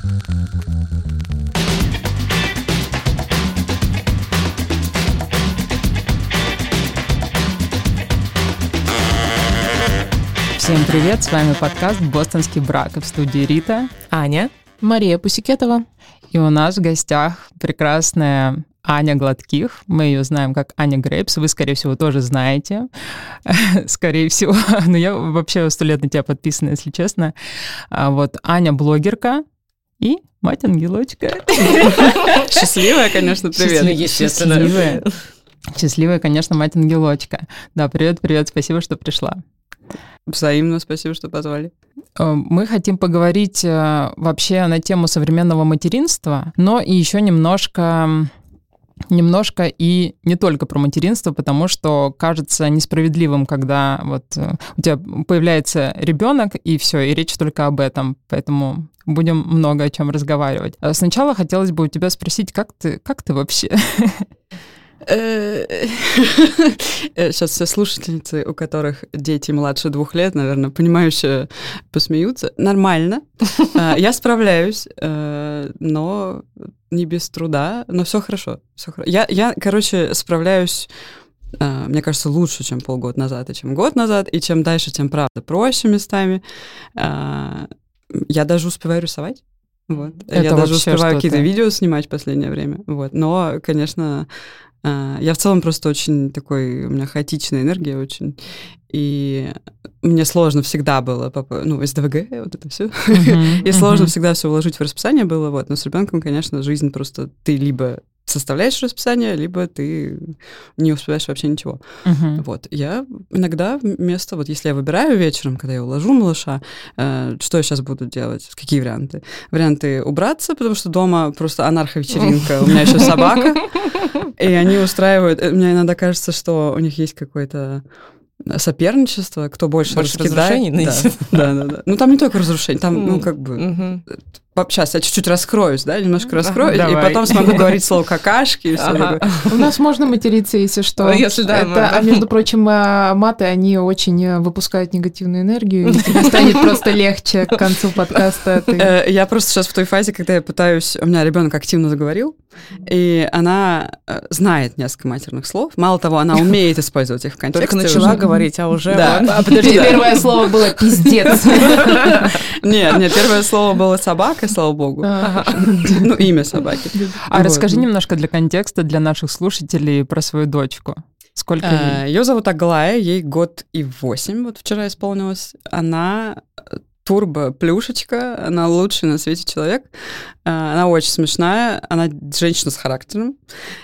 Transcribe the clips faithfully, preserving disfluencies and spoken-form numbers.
Всем привет, с вами подкаст «Бостонский брак». И в студии Рита, Аня, Мария Пусикетова. И у нас в гостях прекрасная Аня Гладких. Мы ее знаем как Аня Грейпс. Вы, скорее всего, тоже знаете. Скорее всего. Но я вообще сто лет на тебя подписана, если честно. Вот Аня блогерка и мать-ангелочка. Счастливая, конечно, привет. Естественно. Счастливая. Счастливая, конечно, мать-ангелочка. Да, привет-привет, спасибо, что пришла. Взаимно, спасибо, что позвали. Мы хотим поговорить вообще на тему современного материнства, но и еще немножко, немножко и не только про материнство, потому что кажется несправедливым, когда вот у тебя появляется ребенок, и все, и речь только об этом, поэтому будем много о чем разговаривать. Сначала хотелось бы у тебя спросить, как ты, как ты вообще? Сейчас все слушательницы, у которых дети младше двух лет, наверное, понимающие, посмеются. Нормально. Я справляюсь, но не без труда, но все хорошо. Все хорошо. Я, я, короче, справляюсь, мне кажется, лучше, чем полгода назад, и чем год назад, и чем дальше, тем, правда, проще местами. Я даже успеваю рисовать. Вот. Я даже успеваю какие-то видео снимать в последнее время. Вот. Но, конечно, я в целом просто очень такой, у меня хаотичная энергия очень, и мне сложно всегда было, ну, эс дэ вэ гэ, вот это все, uh-huh, и сложно uh-huh. всегда все уложить в расписание было, вот, но с ребенком, конечно, жизнь просто, ты либо составляешь расписание, либо ты не успеваешь вообще ничего. Uh-huh. Вот. Я иногда вместо, вот если я выбираю вечером, когда я уложу малыша, э, что я сейчас буду делать, какие варианты? Варианты убраться, потому что дома просто анархо-вечеринка, у меня еще собака, и они устраивают, мне иногда кажется, что у них есть какой-то соперничество, кто больше, больше разкидает. разрушений. Да, да, да. Ну, там не только разрушение, там, ну, как бы... Сейчас я чуть-чуть раскроюсь, да, немножко раскроюсь, ага, и потом смогу говорить слово «какашки» и все ага. такое. У нас можно материться, если что. Если да, это, да. А между прочим, маты, они очень выпускают негативную энергию, и тебе станет просто легче к концу подкаста. Ты... Я просто сейчас в той фазе, когда я пытаюсь... У меня ребенок активно заговорил, и она знает несколько матерных слов. Мало того, она умеет использовать их в контексте. Только начала уже говорить, а уже... Да. А, подожди, первое слово было «пиздец». Нет, нет, первое слово было «собака», слава богу. Ну, имя собаки. А расскажи немножко для контекста, для наших слушателей про свою дочку. Сколько ей? Ее зовут Аглая, ей год и восемь, вот вчера исполнилось. Она... турбо-плюшечка, она лучший на свете человек, она очень смешная, она женщина с характером,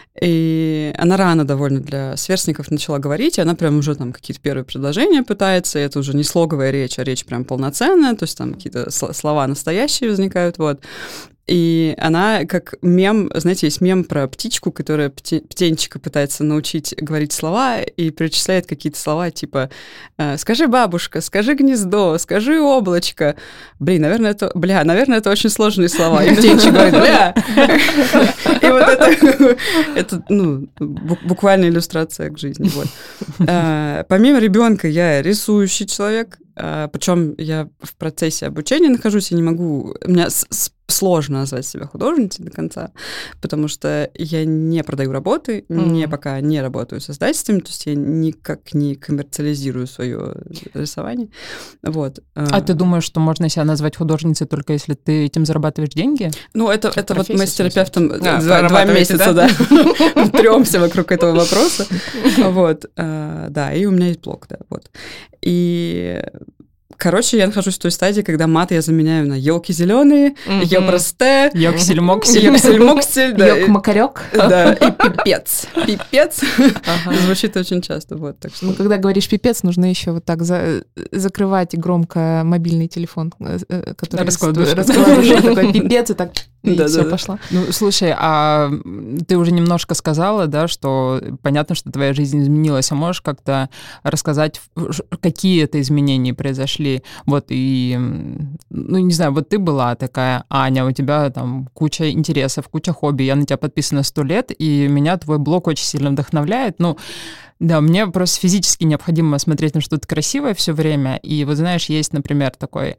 и она рано довольно для сверстников начала говорить, и она прям уже там какие-то первые предложения пытается, и это уже не слоговая речь, а речь прям полноценная, то есть там какие-то слова настоящие возникают, вот. И она как мем, знаете, есть мем про птичку, которая птенчика пытается научить говорить слова и перечисляет какие-то слова типа «скажи бабушка», «скажи гнездо», «скажи облачко». Блин, наверное, это, бля, наверное, это очень сложные слова. И птенчик говорит «бля». И вот это, это ну, буквальная иллюстрация к жизни. Вот. Помимо ребенка я рисующий человек, причем я в процессе обучения нахожусь, я не могу... У меня сложно назвать себя художницей до конца, потому что я не продаю работы, mm-hmm. не пока не работаю с издательствами, то есть я никак не коммерциализирую свое рисование. Вот. А ты думаешь, что можно себя назвать художницей только если ты этим зарабатываешь деньги? Ну, это, это вот мы с терапевтом а, два, два месяца, да, трёмся вокруг этого вопроса. Вот. Да, и у меня есть блог, да, вот. И... Короче, я нахожусь в той стадии, когда мат я заменяю на елки зеленые, mm-hmm. ёпросте, ёксель-моксель, ёксель-моксель, да, ёк-макарёк, да, и пипец, пипец, ага. звучит очень часто, вот, так что. Ну, когда говоришь пипец, нужно еще вот так за- закрывать громко мобильный телефон, который раскладываешь, такой пипец, и так, и да, все да, пошло. Ну, слушай, а ты уже немножко сказала, да, что понятно, что твоя жизнь изменилась, а можешь как-то рассказать, какие это изменения произошли? Вот, и, ну, не знаю, вот ты была такая, Аня, у тебя там куча интересов, куча хобби, я на тебя подписана сто лет, и меня твой блог очень сильно вдохновляет. Ну, Да, мне просто физически необходимо смотреть на что-то красивое все время. И вот знаешь, есть, например, такой,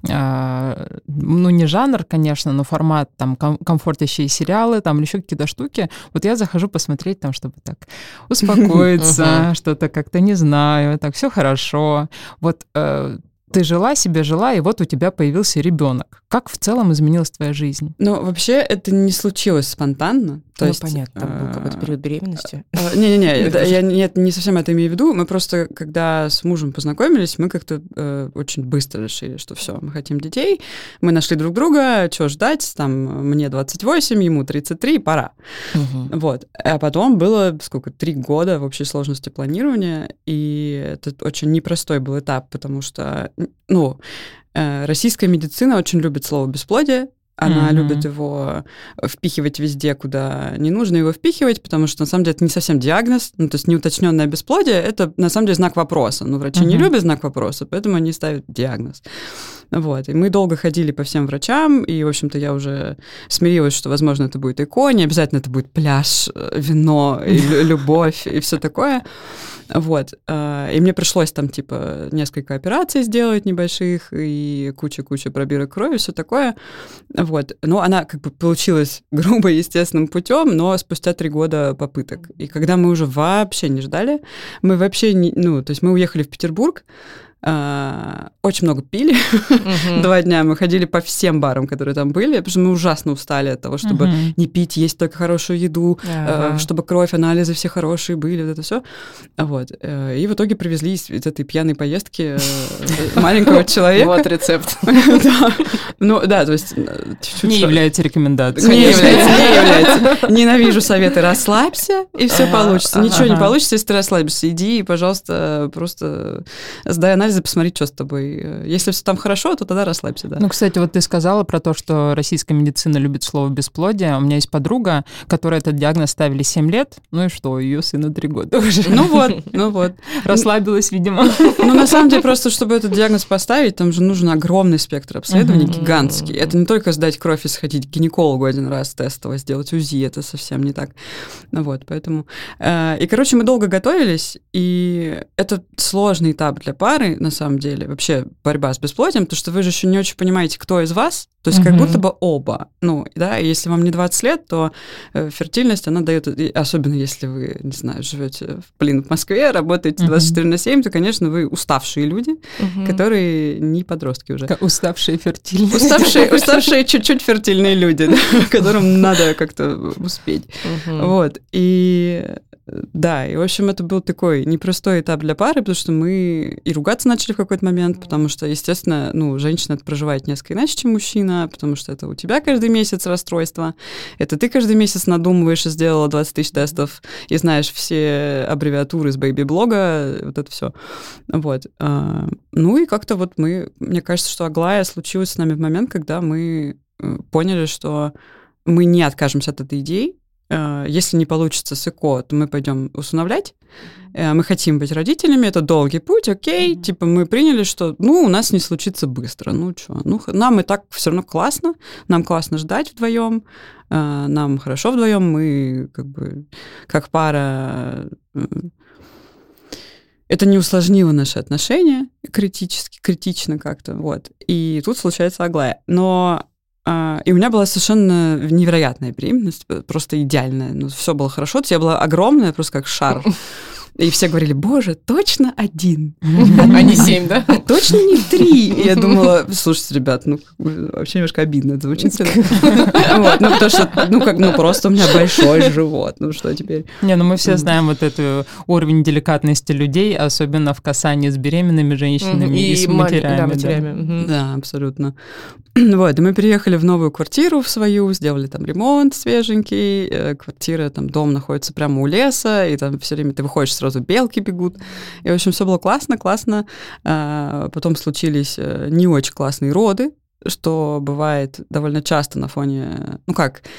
э, ну не жанр, конечно, но формат там ком- комфортящие сериалы, там или еще какие-то штуки. Вот я захожу посмотреть там, чтобы так успокоиться, что-то как-то не знаю, так все хорошо. Вот ты жила себе, жила, и вот у тебя появился ребенок. Как в целом изменилась твоя жизнь? Ну, вообще, это не случилось спонтанно. То ну, есть, понятно, там был какой-то период беременности. Не-не-не, я нет, не совсем это имею в виду. Мы просто, когда с мужем познакомились, мы как-то э, очень быстро решили, что все, мы хотим детей. Мы нашли друг друга, что ждать, там, мне двадцать восемь, ему тридцать три, пора. Угу. Вот. А потом было, сколько, три года в общей сложности планирования, и это очень непростой был этап, потому что, ну, э, российская медицина очень любит слово «бесплодие». Она mm-hmm. любит его впихивать везде, куда не нужно его впихивать, потому что, на самом деле, это не совсем диагноз. Ну, то есть неуточненное бесплодие — это, на самом деле, знак вопроса. Но врачи mm-hmm. не любят знак вопроса, поэтому они ставят диагноз. Вот. И мы долго ходили по всем врачам, и, в общем-то, я уже смирилась, что, возможно, это будет ЭКО, не обязательно это будет пляж, вино, и любовь, и все такое. Вот. И мне пришлось там, типа, несколько операций сделать небольших, и куча-куча пробирок крови, все такое. Вот. Но она как бы получилась грубо, естественным путем, но спустя три года попыток. И когда мы уже вообще не ждали, мы вообще не... Ну, то есть мы уехали в Петербург, Uh, очень много пили. Uh-huh. Два дня мы ходили по всем барам, которые там были, потому что мы ужасно устали от того, чтобы uh-huh. не пить, есть только хорошую еду, uh-huh. uh, чтобы кровь, анализы все хорошие были, вот это все. Вот. Uh, и в итоге привезли из этой пьяной поездки uh, маленького человека. Вот рецепт. Да. Ну, да, то есть... Не является рекомендацией. Не является, не является. Ненавижу советы. Расслабься, и все получится. Ничего не получится, если ты расслабишься. Иди и, пожалуйста, просто сдай анализ, посмотреть, что с тобой. Если все там хорошо, то тогда расслабься, да. Ну, кстати, вот ты сказала про то, что российская медицина любит слово «бесплодие». У меня есть подруга, которой этот диагноз ставили семь лет, ну и что, ее сыну три года уже. Ну вот, ну вот. Расслабилась, видимо. Ну, на самом деле, просто чтобы этот диагноз поставить, там же нужен огромный спектр обследований, uh-huh. гигантский. Это не только сдать кровь и сходить к гинекологу один раз тестово, сделать УЗИ, это совсем не так. Ну вот, поэтому... И, короче, мы долго готовились, и это сложный этап для пары, на самом деле, вообще борьба с бесплодием, потому что вы же еще не очень понимаете, кто из вас, то есть uh-huh. как будто бы оба. Ну, да, если вам не двадцать лет, то э, фертильность, она дает, особенно если вы, не знаю, живете, блин, в Москве, работаете двадцать четыре на семь, то, конечно, вы уставшие люди, uh-huh. которые не подростки уже. Как уставшие фертильные. Уставшие, уставшие чуть-чуть фертильные люди, да, которым надо как-то успеть. Uh-huh. Вот, и... Да, и, в общем, это был такой непростой этап для пары, потому что мы и ругаться начали в какой-то момент, потому что, естественно, ну, женщина это проживает несколько иначе, чем мужчина, потому что это у тебя каждый месяц расстройство, это ты каждый месяц надумываешь и сделала двадцать тысяч тестов и знаешь все аббревиатуры с бэйби-блога, вот это все. Вот. Ну и как-то вот мы, мне кажется, что Аглая случилась с нами в момент, когда мы поняли, что мы не откажемся от этой идеи. Если не получится с ЭКО, то мы пойдем усыновлять. Мы хотим быть родителями, это долгий путь, окей. Mm-hmm. Типа мы приняли, что ну у нас не случится быстро. Ну что, ну нам и так все равно классно, нам классно ждать вдвоем, нам хорошо вдвоем, мы как бы как пара. Это не усложнило наши отношения критически, критично как-то, вот. И тут случается Аглая. Но Uh, и у меня была совершенно невероятная беременность, просто идеальная. Ну, все было хорошо, то есть я была огромная, просто как шар. И все говорили, боже, точно один. А не семь, да? А точно не три. И я думала, слушайте, ребят, ну, вообще немножко обидно это звучит. Вот, ну, потому что, ну, как, ну, просто у меня большой живот, ну, что теперь? Не, ну, мы все знаем вот этот уровень деликатности людей, особенно в касании с беременными женщинами и, и с матерями. Да, матерями. Да. Да, абсолютно. Вот, и мы переехали в новую квартиру в свою, сделали там ремонт свеженький, квартира, там, дом находится прямо у леса, и там все время ты выходишь, сразу белки бегут. И, в общем, все было классно, классно. А, потом случились не очень классные роды, что бывает довольно часто на фоне... Ну как,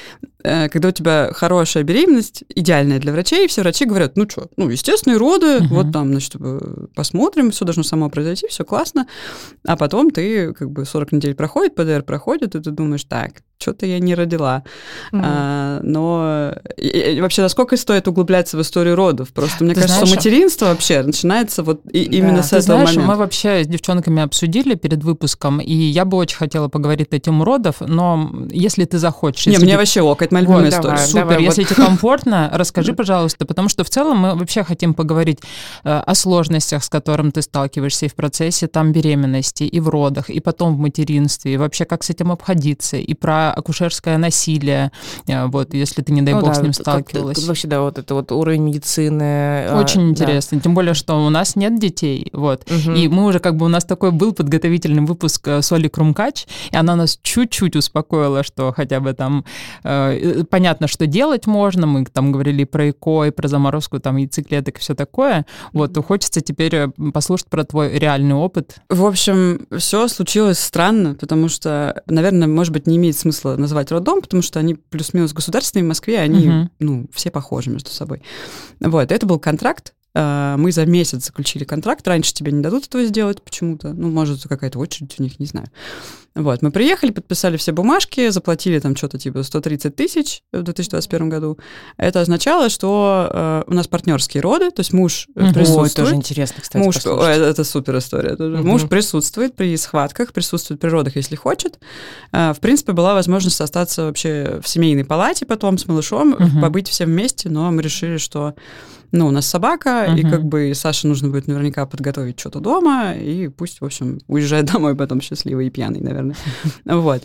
когда у тебя хорошая беременность, идеальная для врачей, все врачи говорят, ну что, ну, естественные роды, угу. вот там, значит, посмотрим, все должно само произойти, все классно, а потом ты, как бы, сорок недель проходит, ПДР проходит, и ты думаешь, так, что-то я не родила. Mm. А, но и, и вообще, насколько стоит углубляться в историю родов? Просто, мне ты кажется, знаешь, материнство вообще начинается вот и, да, именно с ты этого знаешь, момента. Мы вообще с девчонками обсудили перед выпуском, и я бы очень хотела поговорить на тему родов, но если ты захочешь... Не, мне ты... вообще ок, это моя любимая вот, история. Давай, Супер, давай, если вот. Тебе комфортно, расскажи, пожалуйста, потому что в целом мы вообще хотим поговорить э, о сложностях, с которыми ты сталкиваешься и в процессе там беременности, и в родах, и потом в материнстве, и вообще как с этим обходиться, и про акушерское насилие, вот, если ты, не дай ну, бог, да, с ним сталкивалась. Как, вообще, да, вот это вот уровень медицины. Очень а, интересно, да. Тем более, что у нас нет детей, вот, угу. И мы уже, как бы, у нас такой был подготовительный выпуск с Олей Крумкач, и она нас чуть-чуть успокоила, что хотя бы там э, понятно, что делать можно, мы там говорили про ЭКО, и про заморозку там яйцеклеток и все такое, вот, хочется теперь послушать про твой реальный опыт. В общем, все случилось странно, потому что, наверное, может быть, не имеет смысла называть роддом, потому что они плюс-минус государственные в Москве, они, uh-huh. ну, все похожи между собой. Вот, это был контракт, мы за месяц заключили контракт, раньше тебе не дадут этого сделать почему-то, ну, может, какая-то очередь у них, не знаю. Вот, мы приехали, подписали все бумажки, заплатили там что-то типа сто тридцать тысяч в две тысячи двадцать первом году. Это означало, что э, у нас партнерские роды, то есть муж угу. присутствует. О, тоже интересно, кстати, муж, о, это, это супер история. Угу. Муж присутствует при схватках, присутствует при родах, если хочет. Э, в принципе, была возможность остаться вообще в семейной палате потом с малышом, угу. побыть всем вместе, но мы решили, что ну, у нас собака, uh-huh. и как бы Саше нужно будет наверняка подготовить что-то дома, и пусть, в общем, уезжает домой потом счастливый и пьяный, наверное. Вот.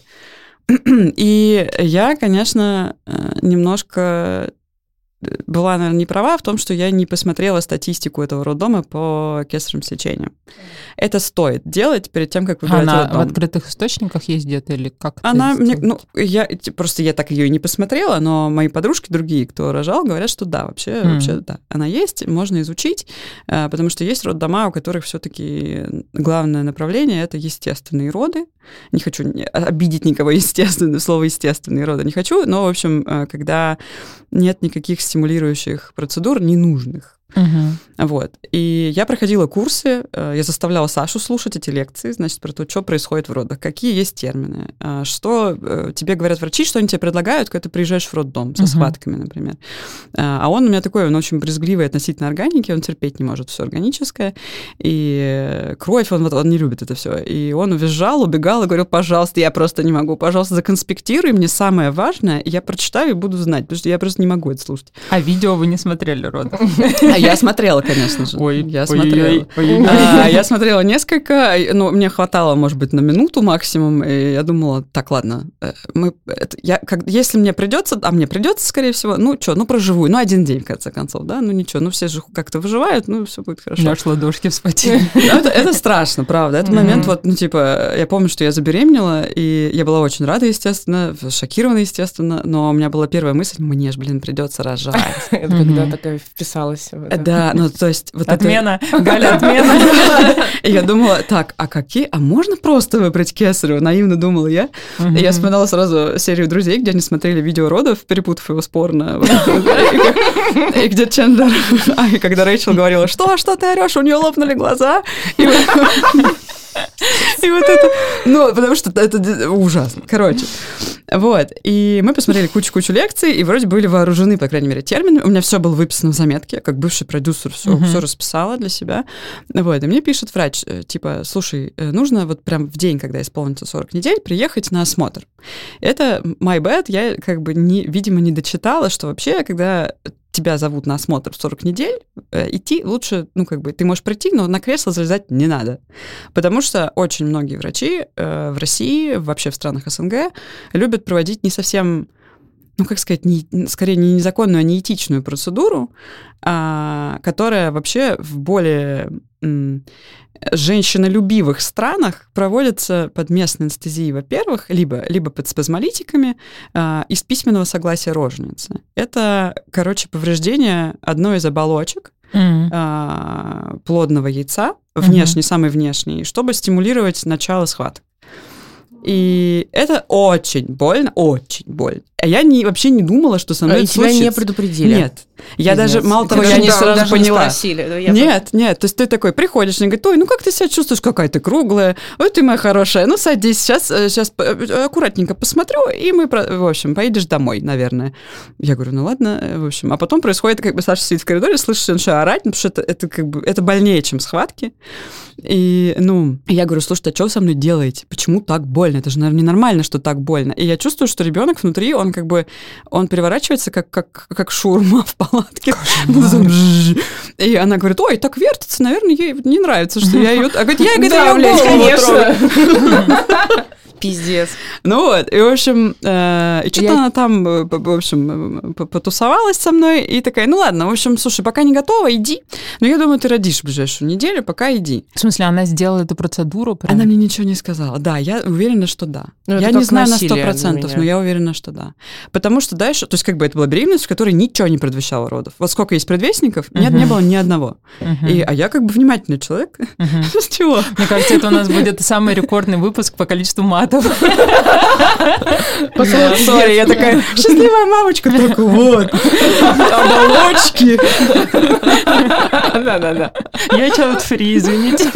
И я, конечно, немножко была, наверное, не права в том, что я не посмотрела статистику этого роддома по кесаревым сечениям. Это стоит делать перед тем, как выбирать Она роддом. в открытых источниках есть где-то или как? Она мне, ну, я просто я так ее и не посмотрела, но мои подружки другие, кто рожал, говорят, что да, вообще, mm. вообще да, она есть, можно изучить, потому что есть роддома, у которых все-таки главное направление это естественные роды. Не хочу обидеть никого, естественное слово естественные роды не хочу, но в общем, когда нет никаких стимулирующих процедур ненужных. Uh-huh. Вот. И я проходила курсы, я заставляла Сашу слушать эти лекции, значит, про то, что происходит в родах, какие есть термины, что тебе говорят врачи, что они тебе предлагают, когда ты приезжаешь в роддом со uh-huh. схватками, например. А он у меня такой, он очень брезгливый относительно органики, он терпеть не может все органическое, и кровь, он, он не любит это все. И он визжал, убегал и говорил, пожалуйста, я просто не могу, пожалуйста, законспектируй мне самое важное, я прочитаю и буду знать, потому что я просто не могу это слушать. А видео вы не смотрели родов? Я смотрела, конечно же. Ой, я ой, смотрела. Ой, ой, ой. А, я смотрела несколько, ну, мне хватало, может быть, на минуту максимум, и я думала, так, ладно, мы, это, я, как, если мне придется, а мне придется, скорее всего, ну, что, ну, проживу, ну, один день, в конце концов, да, ну, ничего, ну, все же как-то выживают, ну, все будет хорошо. У меня аж ладошки вспотели. Это, это страшно, правда. Это момент, вот, ну, типа, я помню, что я забеременела, и я была очень рада, естественно, шокирована, естественно, но у меня была первая мысль, мне же, блин, придется рожать. Это когда такая вписалась. Да, ну, то есть... Вот отмена, это... Галя, отмена. И я думала, так, а какие? А можно просто выбрать кесарево? Наивно думала я. Uh-huh. И я вспоминала сразу серию «Друзей», где они смотрели видео родов, перепутав его спорно. И где Чендлер... А, и когда Рэйчел говорила, что, что ты орешь? У нее лопнули глаза. И вот это... Ну, потому что это ужасно. Короче. Вот. И мы посмотрели кучу-кучу лекций, и вроде были вооружены, по крайней мере, терминами. У меня все было выписано в заметке, я как бывший продюсер все, uh-huh. все расписала для себя. Вот. И мне пишет врач, типа, слушай, нужно вот прям в день, когда исполнится сорок недель, приехать на осмотр. Это my bad, я как бы, не, видимо, не дочитала, что вообще, когда... тебя зовут на осмотр в сорок недель, э, идти лучше, ну, как бы, ты можешь прийти, но на кресло залезать не надо. Потому что очень многие врачи э, в России, вообще в странах СНГ, любят проводить не совсем, ну, как сказать, не, скорее не незаконную, а неэтичную процедуру, а, которая вообще в более... М- женщинолюбивых странах проводятся под местной анестезией, во-первых, либо, либо под спазмолитиками э, из письменного согласия роженицы. Это, короче, повреждение одной из оболочек mm-hmm. э, плодного яйца, внешний, mm-hmm. самый внешний, чтобы стимулировать начало схваток. И это очень больно, очень больно. А я не, вообще не думала, что со мной И это тебя случится. не предупредили? Нет. Я Пиздец. даже, мало того, Тебя я даже не сразу даже поняла. Не спросили. Я Нет, нет, то есть ты такой приходишь, и говорит, ой, ну как ты себя чувствуешь, какая ты круглая, ой, ты моя хорошая, ну садись, сейчас, сейчас аккуратненько посмотрю, и мы, в общем, поедешь домой, наверное. Я говорю, ну ладно, в общем. А потом происходит, как бы Саша сидит в коридоре, слышишь, что он начинает орать, потому что это, это как бы, это больнее, чем схватки. И, ну, я говорю, слушайте, а что вы со мной делаете? Почему так больно? Это же, наверное, ненормально, что так больно. И я чувствую, что ребенок внутри, он как бы, он переворачивается, как, как, как шаурма в палатке. И она говорит, ой, так вертится, наверное, ей не нравится, что я ее... А говорит, я, говорит, Да, её блядь, голову конечно. Пиздец. Ну вот, и, в общем, э, и что-то Я- она там, э, п- в общем, п- потусовалась со мной, и такая, ну ладно, в общем, слушай, пока не готова, иди. Но я думаю, ты родишь в ближайшую неделю, пока иди. В смысле, она сделала эту процедуру? Прям? Она мне ничего не сказала. Да, я уверена, что да. Ну, это я как не знаю на насилие сто для процентов, меня. но я уверена, что да. Потому что дальше, то есть как бы это была беременность, в которой ничего не предвещало родов. Вот сколько есть предвестников, нет, не Мгм. было ни одного. Мгм. И, а я как бы внимательный человек. Мгм. С чего? Мне кажется, это у нас будет самый рекордный выпуск по количеству матов. Сори, я такая счастливая мамочка, только вот, оболочки. Да-да-да. Я child-free, извините.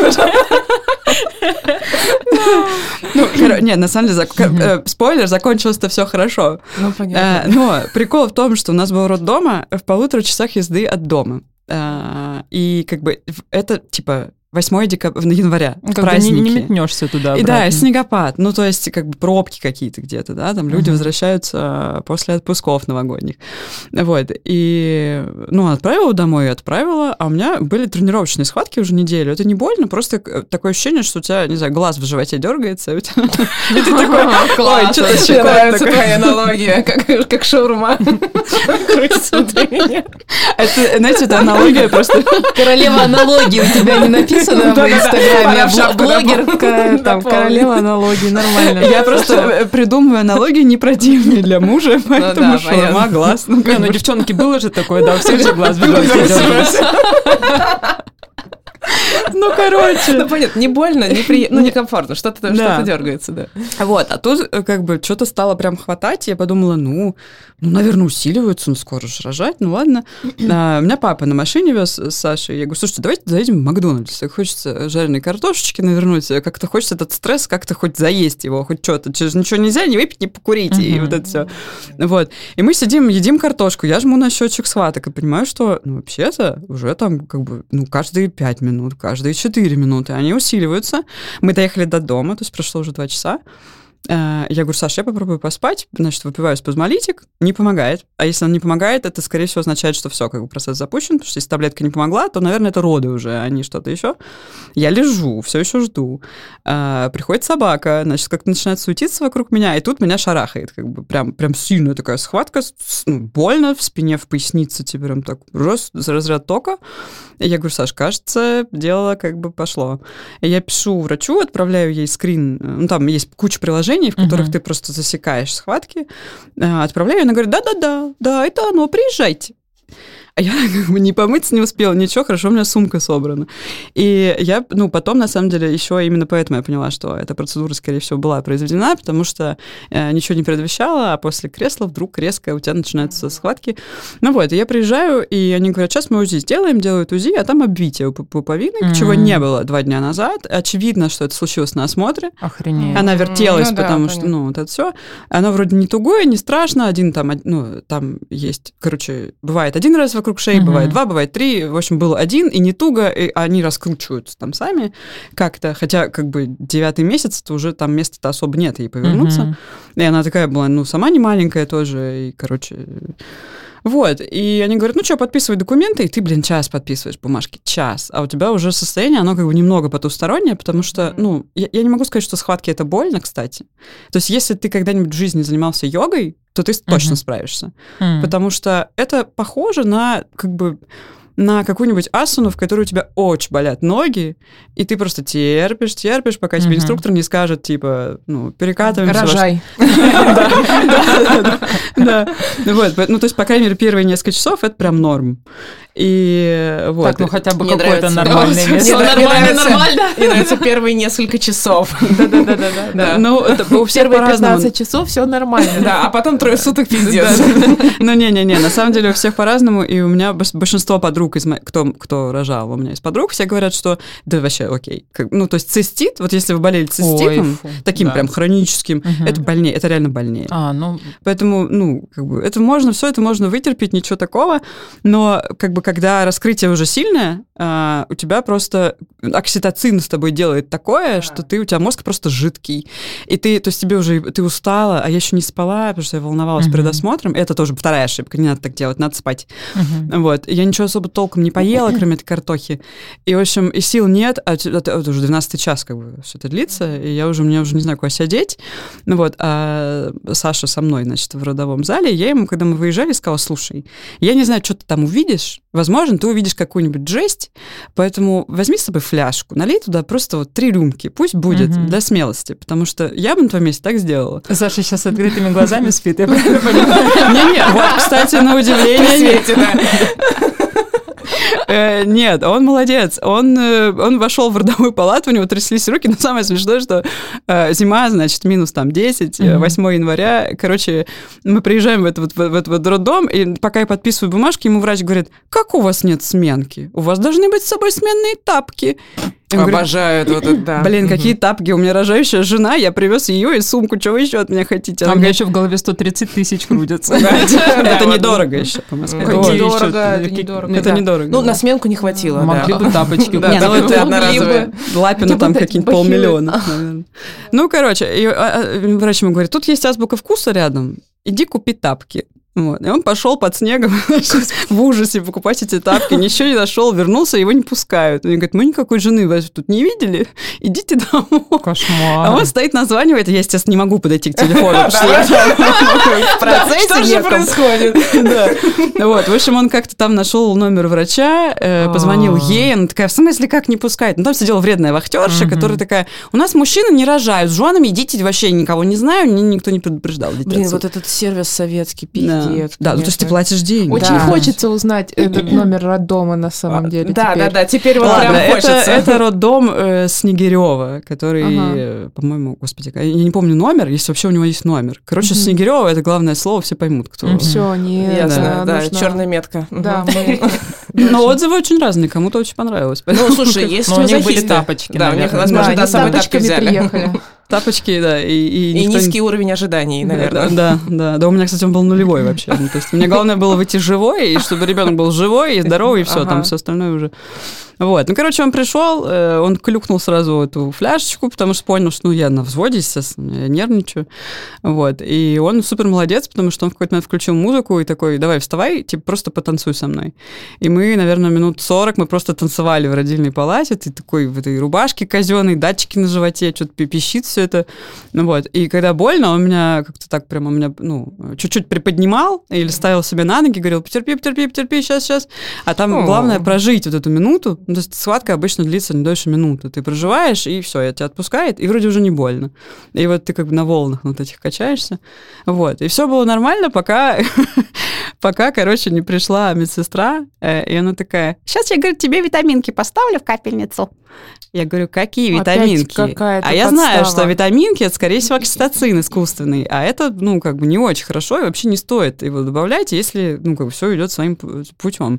Ну, коро- нет, на самом деле, зак- э, спойлер, закончилось-то все хорошо. Ну, Э, понятно. Но прикол в том, что у нас был роддома в полутора часах езды от дома. Э, И как бы в- это типа восьмое декабря, января, Когда не, праздники. не метнешься туда. И да, обратно. и снегопад, ну, то есть, как бы пробки какие-то где-то, да, там люди Мгм. возвращаются после отпусков новогодних. Вот, и, ну, отправила домой, отправила, а у меня были тренировочные схватки уже неделю. Это не больно, просто к- такое ощущение, что у тебя, не знаю, глаз в животе дергается, и у тебя- и ты такой, ой, что-то Мне щекой нравится такой. твоя аналогия, как, как шаурма. Крутится внутри меня. Это, знаете, это аналогия просто... Королева аналогии у тебя не написано в Да-да-да. Инстаграме. Пора а в бл- шапку Блогерка, там, дополнить. королева аналогии, нормально. Я просто э, придумываю аналогии не противные для мужа, поэтому да, шаурма, понятно. глаз. Ну, Не, как ну, бы, девчонки, было же такое, да, у всех же глаз в животе дергался. ну, короче. Ну, понятно, не больно, не при- ну, некомфортно, что-то Да. что-то дергается, да. Вот, а тут э, как бы что-то стало прям хватать, и я подумала, ну, ну, наверное, усиливается, ну, скоро же рожать, ну, ладно. А, у меня папа на машине вез с Сашей, я говорю, слушайте, давайте заедем в Макдональдс, так хочется жареной картошечки навернуть, как-то хочется этот стресс как-то хоть заесть его, хоть что-то, через ничего нельзя, не выпить, не покурить, и Мгм. вот это все. Вот, и мы сидим, едим картошку, я жму на счетчик схваток и понимаю, что, ну, вообще-то уже там как бы, ну, каждые пять минут, каждые четыре минуты они усиливаются. Мы доехали до дома, то есть прошло уже два часа. Э, Я говорю, Саша, я попробую поспать, значит, выпиваю спазмолитик, не помогает. А если он не помогает, это, скорее всего, означает, что все, как бы процесс запущен, потому что если таблетка не помогла, то, наверное, это роды уже, а не что-то еще. Я лежу, все еще жду. Э, Приходит собака, значит, как-то начинает суетиться вокруг меня, и тут меня шарахает, как бы прям, прям сильная такая схватка, с- с- ну, больно в спине, в пояснице, тебе прям так раз, разряд тока. И я говорю, Саш, кажется, дело как бы пошло. И я пишу врачу, отправляю ей скрин, ну, там есть куча приложений, в которых Мгм. ты просто засекаешь схватки, а, отправляю, и она говорит, да-да-да, да, это оно, приезжайте. А я как бы не помыться не успела, ничего, хорошо, у меня сумка собрана. И я, ну, потом, на самом деле, еще именно поэтому я поняла, что эта процедура, скорее всего, была произведена, потому что э, ничего не предвещало, а после кресла вдруг резко у тебя начинаются схватки. Ну вот, и я приезжаю, и они говорят, сейчас мы УЗИ сделаем, делают УЗИ, а там обвитие у пуповины, Мгм. чего не было два дня назад. Очевидно, что это случилось на осмотре. Охренеть. Она вертелась, Ну да, потому что, понятно. ну, вот это все. Оно вроде не тугое, не страшно. Один там, од- ну, там есть, короче, бывает один раз вокруг шеи, Мгм. бывает два, бывает три. В общем, был один, и не туго, и они раскручиваются там сами как-то. Хотя, как бы, девятый месяц, то уже там места-то особо нет ей повернуться. Мгм. И она такая была, ну, сама не маленькая тоже, и, короче... Вот, и они говорят, ну что, подписывай документы, и ты, блин, час подписываешь бумажки, час, а у тебя уже состояние, оно как бы немного потустороннее, потому что, ну, я, я не могу сказать, что схватки это больно, кстати. То есть если ты когда-нибудь в жизни занимался йогой, то ты точно Мгм. справишься, М. потому что это похоже на, как бы, на какую-нибудь асану, в которой у тебя очень болят ноги, и ты просто терпишь, терпишь, пока тебе инструктор не скажет, типа, ну, перекатываемся. Рожай. Да, вот, ну, то есть, по крайней мере, первые несколько часов это прям норм. И вот. Так, ну хотя бы какое-то нормальное место. Все нормально, нормально. Мне нравится первые несколько часов. Да-да-да. Ну, это у всех Первые по-разному. пятнадцать часов все нормально. Да, а потом трое суток пиздец. Ну, не-не-не, на самом деле у всех по-разному, и у меня большинство подруг, из мо... кто, кто рожал у меня из подруг, все говорят, что да вообще окей. Ну, то есть цистит, вот если вы болели циститом, Ой, фу, таким да. прям хроническим, Мгм. это больнее, это реально больнее. А, ну, Поэтому, ну, как бы, это можно, все это можно вытерпеть, ничего такого, но, как бы, когда раскрытие уже сильное, а, у тебя просто окситоцин с тобой делает такое, что ты, у тебя мозг просто жидкий, и ты, то есть тебе уже, ты устала, а я еще не спала, потому что я волновалась Мгм. перед осмотром, это тоже вторая ошибка, не надо так делать, надо спать. мгм. Вот, я ничего особо толком не поела, кроме этой картохи, и, в общем, и сил нет, а это, это уже двенадцатый час, как бы, все это длится, и я уже, мне уже не знаю, куда себя деть, ну вот, а Саша со мной, значит, в родовом зале, я ему, когда мы выезжали, сказала, слушай, я не знаю, что ты там увидишь, возможно, ты увидишь какую-нибудь жесть, поэтому возьми с собой фляжку, налей туда просто вот три рюмки, пусть будет, Мгм. для смелости, потому что я бы на твоем месте так сделала. Саша сейчас с открытыми глазами спит, я правильно понимаю? Не-не, вот, кстати, на удивление... Свете, да. Э, Нет, он молодец. Он, э, он вошел в родовую палату, у него тряслись руки, но самое смешное, что э, зима, значит, минус там десять, э, Мгм. восьмого января, короче, мы приезжаем в этот, вот- в этот вот роддом, и пока я подписываю бумажки, ему врач говорит, как у вас нет сменки? У вас должны быть с собой сменные тапки. Я говорю, Обожаю это вот это, да. блин, Мгм. какие тапки, у меня рожающая жена, я привез ее и сумку, чего вы еще от меня хотите? А Она у меня говорит, еще в голове сто тридцать тысяч крутятся. это вот. недорого еще по Москве. Какие Ой, дорого, еще- это какие- недорого. Это Да. недорого. Ну, на сменку не хватило, да. Могли бы тапочки. Да, Не, да, ну, вот могли одноразовые. Лапину Хотя там бы какие-нибудь бахилы. полмиллиона. наверное. Ну, короче, и, а, а, врач ему говорит, тут есть азбука вкуса рядом, иди купи тапки. Вот. И он пошел под снегом в ужасе покупать эти тапки, ничего не нашел, вернулся, его не пускают. Он говорит, мы никакой жены вас тут не видели, идите домой. Кошмар. А он стоит, названивает, я, естественно, не могу подойти к телефону, потому что я В процессе Что же неком. происходит? Да. Вот, в общем, он как-то там нашел номер врача, э, позвонил А. ей, она такая, в смысле, как не пускает? Ну, там сидела вредная вахтерша, Мгм. которая такая, у нас мужчины не рожают, с женами идите, вообще никого не знаю, ни- никто не предупреждал. идите Блин, отсюда». вот этот сервис советский, Да. пиздец. Да, ну, то есть ты конечно. платишь деньги. Очень Да. хочется узнать этот номер роддома на самом деле. Да, теперь. да, да, теперь вот Ладно, прям это, хочется. это роддом э, Снегирева, который, Ага. э, по-моему, господи, я не помню номер, если вообще у него есть номер. Короче, Мгм. Снегирева это главное слово, все поймут, кто. Мгм. Все, не Ясно, да, нужно- черная метка. Да, Мгм. мы... Но отзывы очень разные, кому-то очень понравилось. Ну, слушай, есть Но у них были мазохисты. тапочки, Да, у них, наверное. возможно, Да, да, они с с собой тапки тапочками взяли. приехали. Тапочки, да, и, и, И никто не- низкий уровень ожиданий, наверное. Да, да, да. У меня, кстати, он был нулевой вообще. Ну, то есть мне главное было выйти живой, и чтобы ребенок был живой и здоровый, и все, Ага. там все остальное уже. Вот. Ну, короче, он пришел, э, он клюкнул сразу эту фляжечку, потому что понял, что ну, я на взводе, естественно, я нервничаю. Вот. И он супер молодец, потому что он в какой-то момент включил музыку и такой, давай, вставай, типа, просто потанцуй со мной. И мы, наверное, минут сорок мы просто танцевали в родильной палате. Ты такой в этой рубашке казенной, датчики на животе, что-то пищит все это. Ну, вот. И когда больно, он меня как-то так прямо меня, ну, чуть-чуть приподнимал или ставил себя на ноги, говорил, потерпи, потерпи, потерпи, сейчас, сейчас. А там О. главное прожить вот эту минуту. Ну, то есть схватка обычно длится не дольше минуты. Ты проживаешь, и все, тебя отпускает, и вроде уже не больно. И вот ты как бы на волнах вот этих качаешься. Вот. И все было нормально, пока, пока, короче, не пришла медсестра, э, и она такая, сейчас я, говорю, тебе витаминки поставлю в капельницу. Я говорю, какие Опять витаминки? какая-то А я знаю, подстава. что витаминки, это, скорее всего, окситоцин искусственный, а это, ну, как бы не очень хорошо, и вообще не стоит его добавлять, если, ну, как бы все идет своим пу- путем.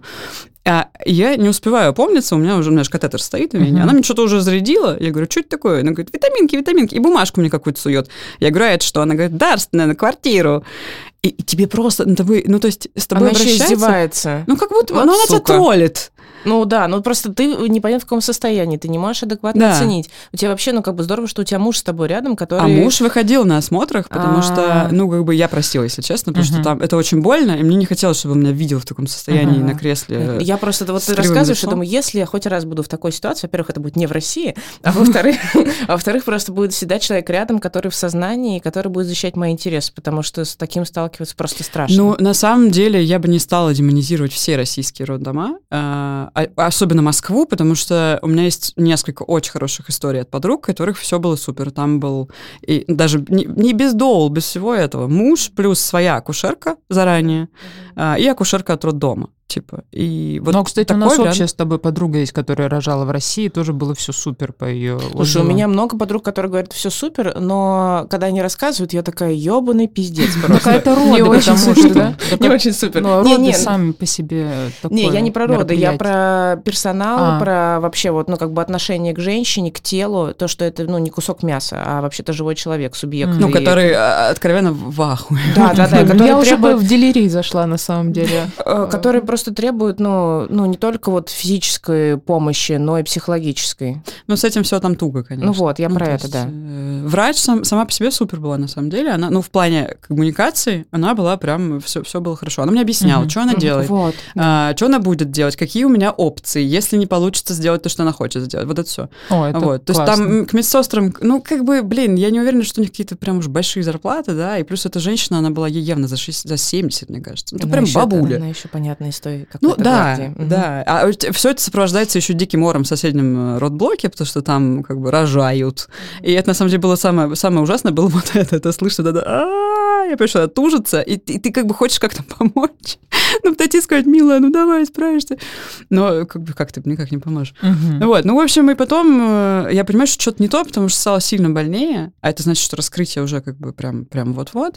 А я не успеваю опомниться, у меня уже, у меня же катетер стоит у меня, Мгм. она мне что-то уже зарядила, я говорю, что это такое? Она говорит, витаминки, витаминки, и бумажку мне какую-то сует. Я говорю, а это что? Она говорит, дарственная, на квартиру. И, и тебе просто, ну, тобой- ну, то есть с тобой Она еще обращаются... издевается. Ну, как будто, Вот ну, она тебя сука. троллит. Ну да, ну просто ты непонятно в каком состоянии, ты не можешь адекватно Да. оценить. У тебя вообще, ну как бы здорово, что у тебя муж с тобой рядом, который... А муж выходил на осмотрах, потому А. что, ну, как бы я просила, если честно, потому что Мгм. там это очень больно, и мне не хотелось, чтобы он меня видел в таком состоянии Ага. на кресле. Я просто, вот с ты кривым рассказываешь, и лицом. думаю, если я хоть раз буду в такой ситуации, во-первых, это будет не в России, а во-вторых, а во-вторых, просто будет всегда человек рядом, который в сознании, и который будет защищать мои интересы, потому что с таким сталкиваться просто страшно. Ну, на самом деле, я бы не стала демонизировать все российские роддома, а, особенно Москву, потому что у меня есть несколько очень хороших историй от подруг, у которых все было супер. Там был и даже не, не без доул, без всего этого. Муж плюс своя акушерка заранее а, и акушерка от роддома. Типа, и вот Но, кстати, у нас вариант... общая с тобой подруга есть, которая рожала в России, тоже было все супер по ее отзывам. Слушай, у меня много подруг, которые говорят, все супер, но когда они рассказывают, я такая, ёбаный пиздец просто. Какая-то роды, Не очень потому супер, что... да? Не очень супер. Но Не, роды не, сами по себе такое Не, я не про роды, я мероприятие. про персонал, А. про вообще вот, ну, как бы отношение к женщине, к телу, то, что это, ну, не кусок мяса, а вообще-то живой человек, субъект. Ну, И- который а, откровенно в ахуе. Да, да, да, который Я уже требует... в делирий зашла, на самом деле. э, которые просто требуют, ну, ну, не только вот физической помощи, но и психологической. Ну, с этим все там туго, конечно. Ну вот, я Ну, про то это, есть, да. э, Врач сам, сама по себе супер была, на самом деле. Она, ну, в плане коммуникации, она была прям, все, все было хорошо. Она мне объясняла, Мгм. что она делает, Вот. а, что она будет делать, какие у меня опции, если не получится сделать то, что она хочет сделать. Вот это все. О, это Вот. То есть классно. там м, к медсестрам, ну, как бы, блин, я не уверена, что у них какие-то прям уж большие зарплаты, да, и плюс эта женщина, она была ей явно за, шесть, за семьдесят, мне кажется. Это Она прям ещё- бабуля. Она еще понятно из той Ну какой-то да, гвардии. Мгм. да. А все это сопровождается еще диким ором в соседнем э, родблоке, потому что там как бы рожают. И это на самом деле было самое, самое ужасное, было вот это. Это слышно, это «А-а-а», я пришла тужиться, и, ты- и ты как бы хочешь как-то помочь. Ну, подойти и сказать, милая, ну давай, справишься. Но как бы как ты никак не поможешь. Мгм. Вот, ну, в общем, и потом э, я понимаю, что что-то не то, потому что стало сильно больнее, а это значит, что раскрытие уже как бы прям, прям вот-вот,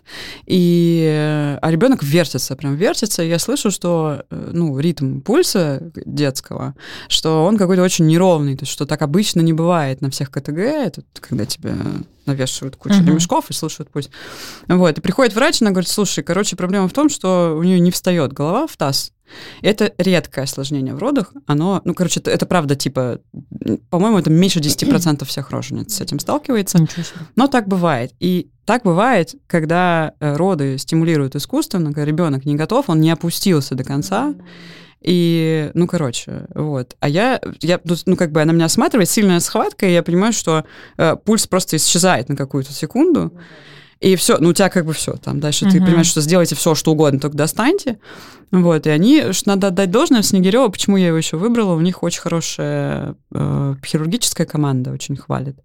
и, э, а ребенок вертится, прям вертится, и я слышу, что, э, ну, ритм пульса детского, что он какой-то очень неровный, то есть что так обычно не бывает на всех КТГ, это когда тебе навешивают кучу Мгм. ремешков и слушают пульс. Вот, и приходит врач, она говорит, слушай, короче, проблема в том, что у нее не встает голова в таз. Это редкое осложнение в родах. Оно, ну, короче, это, это правда, типа, по-моему, это меньше десять процентов всех рожениц с этим сталкивается. Ничего себе. Но так бывает. И так бывает, когда э, роды стимулируют искусственно, когда ребенок не готов, он не опустился до конца. И, ну, короче, вот. А я, я, ну, как бы она меня осматривает, сильная схватка, и я понимаю, что э, пульс просто исчезает на какую-то секунду. И все, ну у тебя как бы все, там дальше ты Мгм. понимаешь, что сделайте все, что угодно, только достаньте. Вот, и они, что надо отдать должное, в Снегирёво, почему я его еще выбрала, у них очень хорошая э, хирургическая команда, очень хвалит.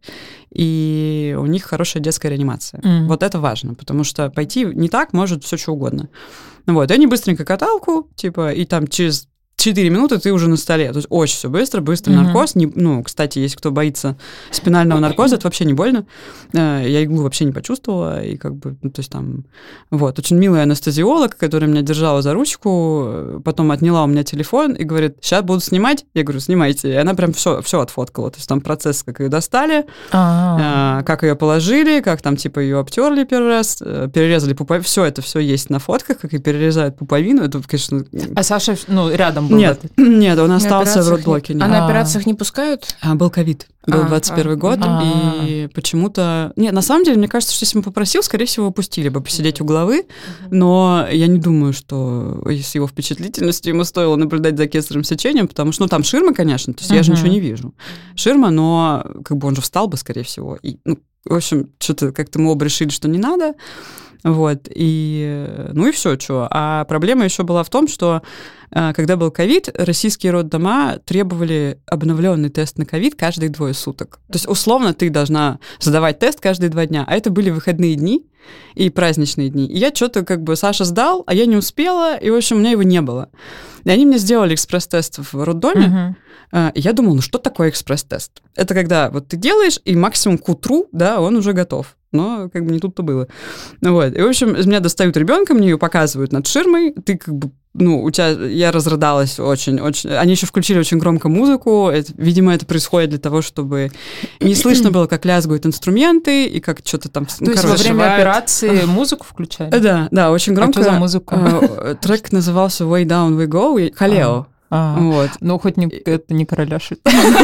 И у них хорошая детская реанимация. Мгм. Вот это важно, потому что пойти не так может все что угодно. Вот, и они быстренько каталку, типа, и там через четыре минуты ты уже на столе. То есть очень все быстро, быстрый Мгм. наркоз. Не, ну, кстати, если кто боится спинального наркоза, это вообще не больно. Э, Я иглу вообще не почувствовала. И как бы, ну, то есть там... Вот, очень милый анестезиолог, который меня держала за ручку, э, потом отняла у меня телефон и говорит, сейчас буду снимать. Я говорю, снимайте. И она прям все, все отфоткала. То есть там процесс, как ее достали, А, э, как ее положили, как там типа ее обтерли первый раз, э, перерезали пуповину. Все это все есть на фотках, как и перерезают пуповину. Это, конечно... а Саша, ну, рядом был. Нет, этот. нет, он На остался в операциях родблоке. не- нет. А на А. операциях не пускают? А, был ковид, был А, двадцать первый а, год, а. и почему-то... Нет, на самом деле, мне кажется, что если бы попросил, скорее всего, пустили бы посидеть у головы, но я не думаю, что с его впечатлительностью ему стоило наблюдать за кесаревым сечением, потому что, ну, там ширма, конечно, то есть я же Мгм. ничего не вижу. Ширма, но как бы он же встал бы, скорее всего. И, ну, в общем, что-то как-то мы оба решили, что не надо. Вот, и, ну и все, что. А проблема еще была в том, что э, когда был ковид, российские роддома требовали обновленный тест на ковид каждые двое суток. То есть, условно, ты должна задавать тест каждые два дня, а это были выходные дни и праздничные дни. И я что-то как бы, Саша сдал, а я не успела, и, в общем, у меня его не было. И они мне сделали экспресс-тест в роддоме, Мгм. э, и я думала, ну что такое экспресс-тест? Это когда вот ты делаешь, и максимум к утру, да, он уже готов. Но как бы не тут-то было. Вот. И, в общем, из меня достают ребенка, мне ее показывают над ширмой. Ты как бы, ну, у тебя... Я разрыдалась очень-очень... Они еще включили очень громко музыку. Это, видимо, это происходит для того, чтобы не слышно было, как лязгают инструменты и как что-то там... То есть во время операции музыку включали? Да, да, очень А громко. что за музыку? Э, Трек назывался «Way Down We Go», и- «Халео». А, Вот. Ну, хоть не, это не короля шут.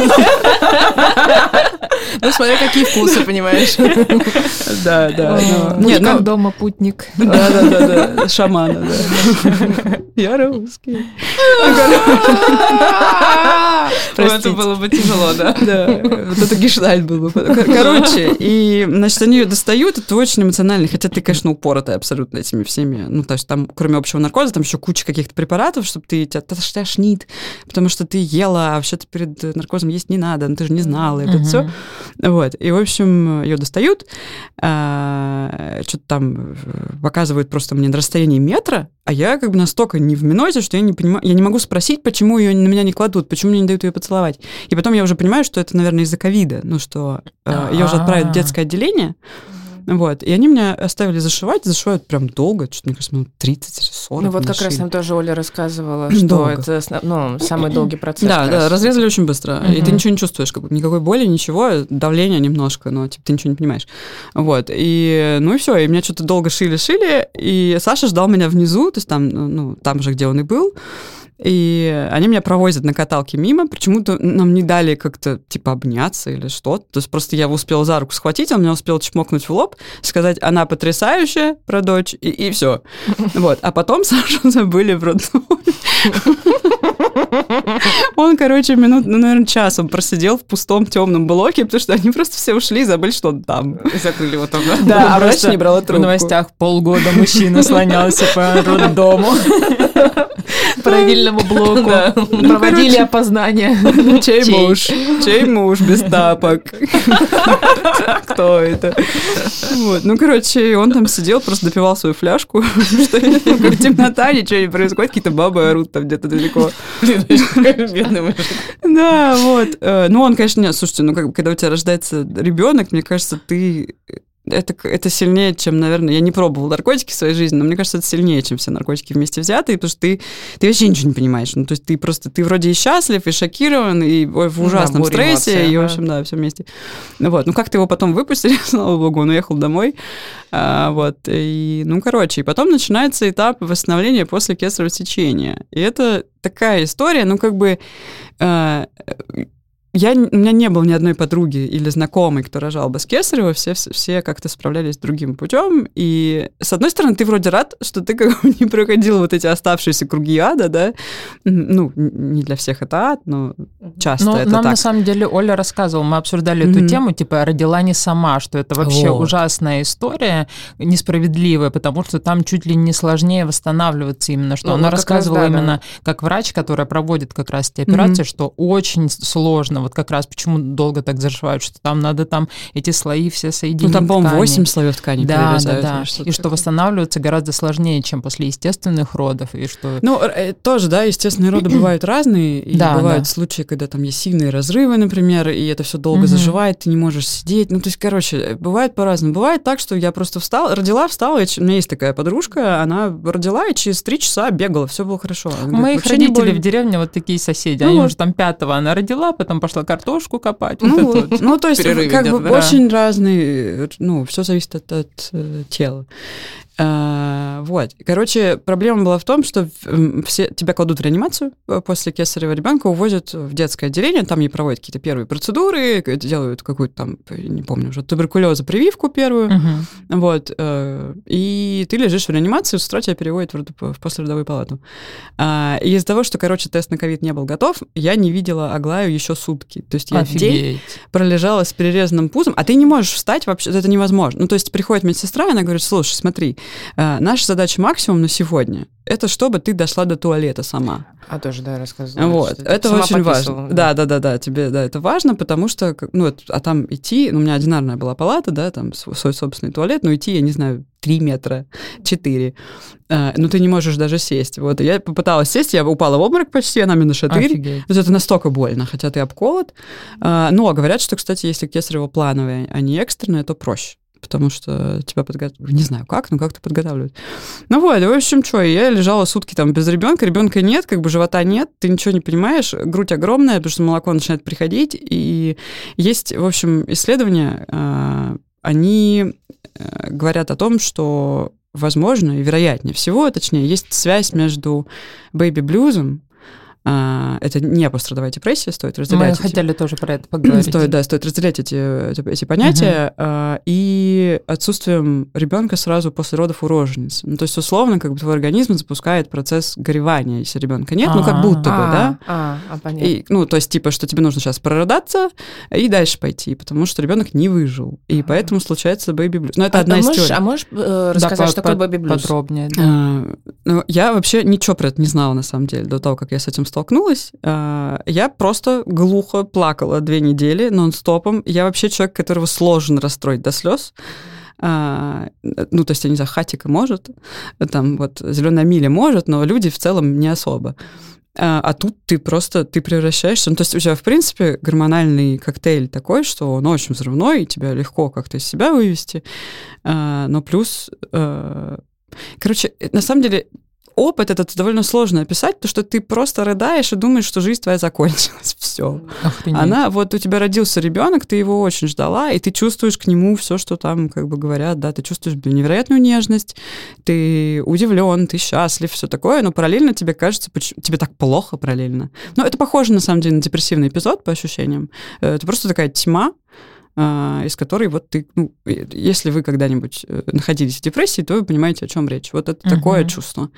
Ну, смотря какие вкусы, понимаешь. Да, да. Нет, как дома путник. Да, да, да, да, шамана, да. Я русский. Это было бы тяжело, да? Да, вот это гешлайт был бы. Короче, и, значит, они ее достают, это очень эмоционально, хотя ты, конечно, упоротая абсолютно этими всеми, ну, то есть там, кроме общего наркоза, там еще куча каких-то препаратов, чтобы ты, тебя тошнит, потому что ты ела, а вообще-то перед наркозом есть не надо, ну, ты же не знала, это все. Вот, и, в общем, ее достают, что-то там показывают просто мне на расстоянии метра, а я как бы настолько не в минуте, что я не понимаю, я не могу спросить, почему ее на меня не кладут, почему мне не дают ее поцеловать. И потом я уже понимаю, что это, наверное, из-за ковида, ну, что э, ее уже отправят в детское отделение, вот, и они меня оставили зашивать, зашивают прям долго, что-то, мне кажется, минут тридцать или сорок. Ну, вот как шили. раз нам тоже Оля рассказывала, что Долго. это, ну, самый долгий процесс. Да, да, разрезали очень быстро, Угу. и ты ничего не чувствуешь, как бы, никакой боли, ничего, давление немножко, но, типа, ты ничего не понимаешь. Вот, и, ну, и все, и меня что-то долго шили-шили, и Саша ждал меня внизу, то есть там, ну, там же, где он и был, и они меня провозят на каталке мимо, почему-то нам не дали как-то, типа, обняться или что-то. То есть просто я успела за руку схватить, он меня успел чмокнуть в лоб, сказать, она потрясающая про дочь, и, и все. Вот. А потом Сашу забыли в роддоме. Он, короче, минут, ну, наверное, час он просидел в пустом темном блоке, потому что они просто все ушли и забыли, что он там. И закрыли его там. Да, а врач не брала трубку. В новостях полгода мужчина слонялся по роддому. По родильному блоку. Да. Проводили опознание. Чей муж? Чей муж без тапок? Кто это? Вот. Ну, короче, он там сидел, просто допивал свою фляжку, что как темнота, ничего не происходит, какие-то бабы орут там где-то далеко. Бедный мужик. Да, вот. Ну, он, конечно, нет, слушайте, ну, как, когда у тебя рождается ребенок, мне кажется, ты... Это, это сильнее, чем, наверное, я не пробовала наркотики в своей жизни, но мне кажется, это сильнее, чем все наркотики вместе взятые, потому что ты, ты вообще ничего не понимаешь. Ну, то есть ты просто, ты вроде и счастлив, и шокирован, и в ужасном да, стрессе, эмоций, и, ага. в общем, да, все вместе. Вот. Ну, как-то его потом выпустили, слава богу, он уехал домой. А, вот. И, ну, короче, и потом начинается этап восстановления после кесарево сечения. И это такая история, ну, как бы... А, Я, у меня не было ни одной подруги или знакомой, кто рожал без кесарева, все, все как-то справлялись другим путем. И, с одной стороны, ты вроде рад, что ты как бы не проходил вот эти оставшиеся круги ада, да? Ну, не для всех это ад, но часто но это нам, так. на самом деле, Оля рассказывала, мы обсуждали mm-hmm. эту тему, типа, родила не сама, что это вообще вот. ужасная история, несправедливая, потому что там чуть ли не сложнее восстанавливаться именно, что ну, она ну, рассказывала раз, да, именно да. как врач, которая проводит как раз эти операции, Mm-hmm. что очень сложно. Вот как раз почему долго так зашивают, что там надо там эти слои все соединить. Ну, там, по-моему, ткани. восемь слоев ткани да, перерезают. да, да. Что И что восстанавливаться гораздо сложнее, чем после естественных родов. И что... Ну, тоже, да, естественные роды бывают разные. И да, бывают да. случаи, когда там есть сильные разрывы, например, и это все долго Мгм. заживает, ты не можешь сидеть. Ну, то есть, короче, бывает по-разному. Бывает так, что я просто встала, родила, встала, и у меня есть такая подружка, она родила, и через три часа бегала, все было хорошо. У моих родителей в деревне вот такие соседи. Ну Они вот. уже там пятого она родила, потом пошла картошку копать. Ну, вот вот. это вот. Ну, то есть, Перерыве, как да, бы да. очень разные, ну, все зависит от, от э, тела. А, вот. Короче, проблема была в том, что м, все, тебя кладут в реанимацию после кесарева, ребенка увозят в детское отделение, там ей проводят какие-то первые процедуры, делают какую-то там, не помню уже, туберкулеза прививку первую, Мгм. вот, э, и ты лежишь в реанимации, с утра тебя переводят в, род- в послеродовую палату. А, и из-за того, что, короче, тест на ковид не был готов, я не видела Аглаю еще сутки. То есть я день Офигеть. пролежала с перерезанным пузом, а ты не можешь встать вообще, это невозможно. Ну, то есть приходит медсестра, и она говорит, слушай, смотри, э, наша задача максимум на сегодня, это чтобы ты дошла до туалета сама. А, тоже, да, рассказывала. Вот, что это сама очень пописывала, важно. Да, да, да, да, тебе, да, это важно, потому что, как- ну, это- а там идти, ну, у меня одинарная была палата, да, там св- свой собственный туалет, но идти, я не знаю, три метра, четыре. А, ну, ты не можешь даже сесть. Вот, и я попыталась сесть, я упала в обморок почти, она мне на шатырь. Офигеть. То есть это настолько больно, хотя ты обколот. А, но говорят, что, кстати, если кесарево плановое, а не экстренное, то проще. Потому что тебя подготавливают. Не знаю как, но как-то подготавливают. Ну вот, в общем, что, я лежала сутки там без ребенка, ребенка нет, как бы живота нет, ты ничего не понимаешь, грудь огромная, потому что молоко начинает приходить. И есть, в общем, исследования, а, они а, говорят о том, что возможно и вероятнее всего, точнее, есть связь между бэйби-блюзом, Это не пострадовая депрессия, стоит разделять. Мы эти... хотели тоже про это поговорить. Стоит, да, стоит разделять эти, эти понятия. Uh-huh. И отсутствием ребенка сразу после родов у роженицы. Ну, то есть, условно, как бы твой организм запускает процесс горевания, если ребенка нет, ну, как будто бы, да? А, понятно. И, ну, то есть, типа, что тебе нужно сейчас прородаться и дальше пойти, потому что ребенок не выжил. И поэтому случается бэйби-блюз. Но это одна история. А можешь рассказать, что такое бэйби-блюз? Подробнее, да. Ну, я вообще ничего про это не знала, на самом деле, до того, как я с этим столкнулась. Я просто глухо плакала две недели нон-стопом. Я вообще человек, которого сложно расстроить до слез. Ну, то есть, я не знаю, Хатика может, там вот «Зеленая миля» может, но люди в целом не особо. А тут ты просто, ты превращаешься... Ну, то есть у тебя, в принципе, гормональный коктейль такой, что он очень взрывной, и тебя легко как-то из себя вывести. Но плюс... Короче, на самом деле... Опыт этот довольно сложно описать, потому что ты просто рыдаешь и думаешь, что жизнь твоя закончилась. Все. Охренеть. Она, вот у тебя родился ребенок, ты его очень ждала, и ты чувствуешь к нему все, что там, как бы говорят, да, ты чувствуешь невероятную нежность, ты удивлен, ты счастлив, все такое, но параллельно тебе кажется, тебе так плохо параллельно. Но это похоже, на самом деле, на депрессивный эпизод, по ощущениям. Это просто такая тьма, из которой вот ты, ну, если вы когда-нибудь находились в депрессии, то вы понимаете, о чем речь. Вот это uh-huh. такое чувство.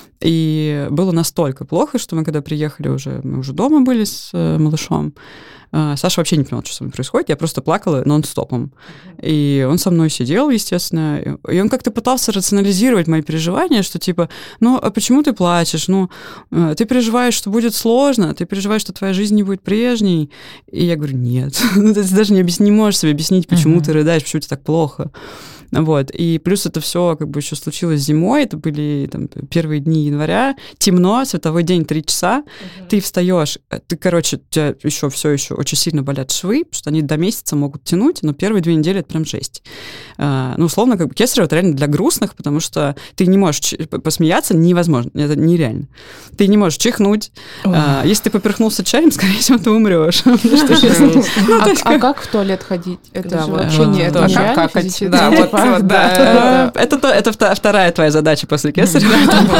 И было настолько плохо, что мы когда приехали уже, мы уже дома были с малышом, Саша вообще не понимал, что со мной происходит, я просто плакала нон-стопом. И он со мной сидел, естественно, и он как-то пытался рационализировать мои переживания, что типа, ну, а почему ты плачешь? Ну, ты переживаешь, что будет сложно, ты переживаешь, что твоя жизнь не будет прежней. И я говорю, нет. Ну, ты даже не, объяс... не можешь себе объяснить, почему uh-huh. ты рыдаешь, почему тебе так плохо. Вот. И плюс это все как бы еще случилось зимой, это были там, первые дни января, темно, световой день три часа, uh-huh. ты встаешь, ты, короче, у тебя еще все еще очень сильно болят швы, потому что они до месяца могут тянуть, но первые две недели это прям жесть. А, ну, условно, как бы кесарево это реально для грустных, потому что ты не можешь ч- посмеяться, невозможно, это нереально. Ты не можешь чихнуть. Uh-huh. А, если ты поперхнулся чаем, скорее всего, ты умрешь. А как в туалет ходить? Это же вообще не это реально физически. Да, вот. Вот, да. Это, это, это вторая твоя задача после кесарева.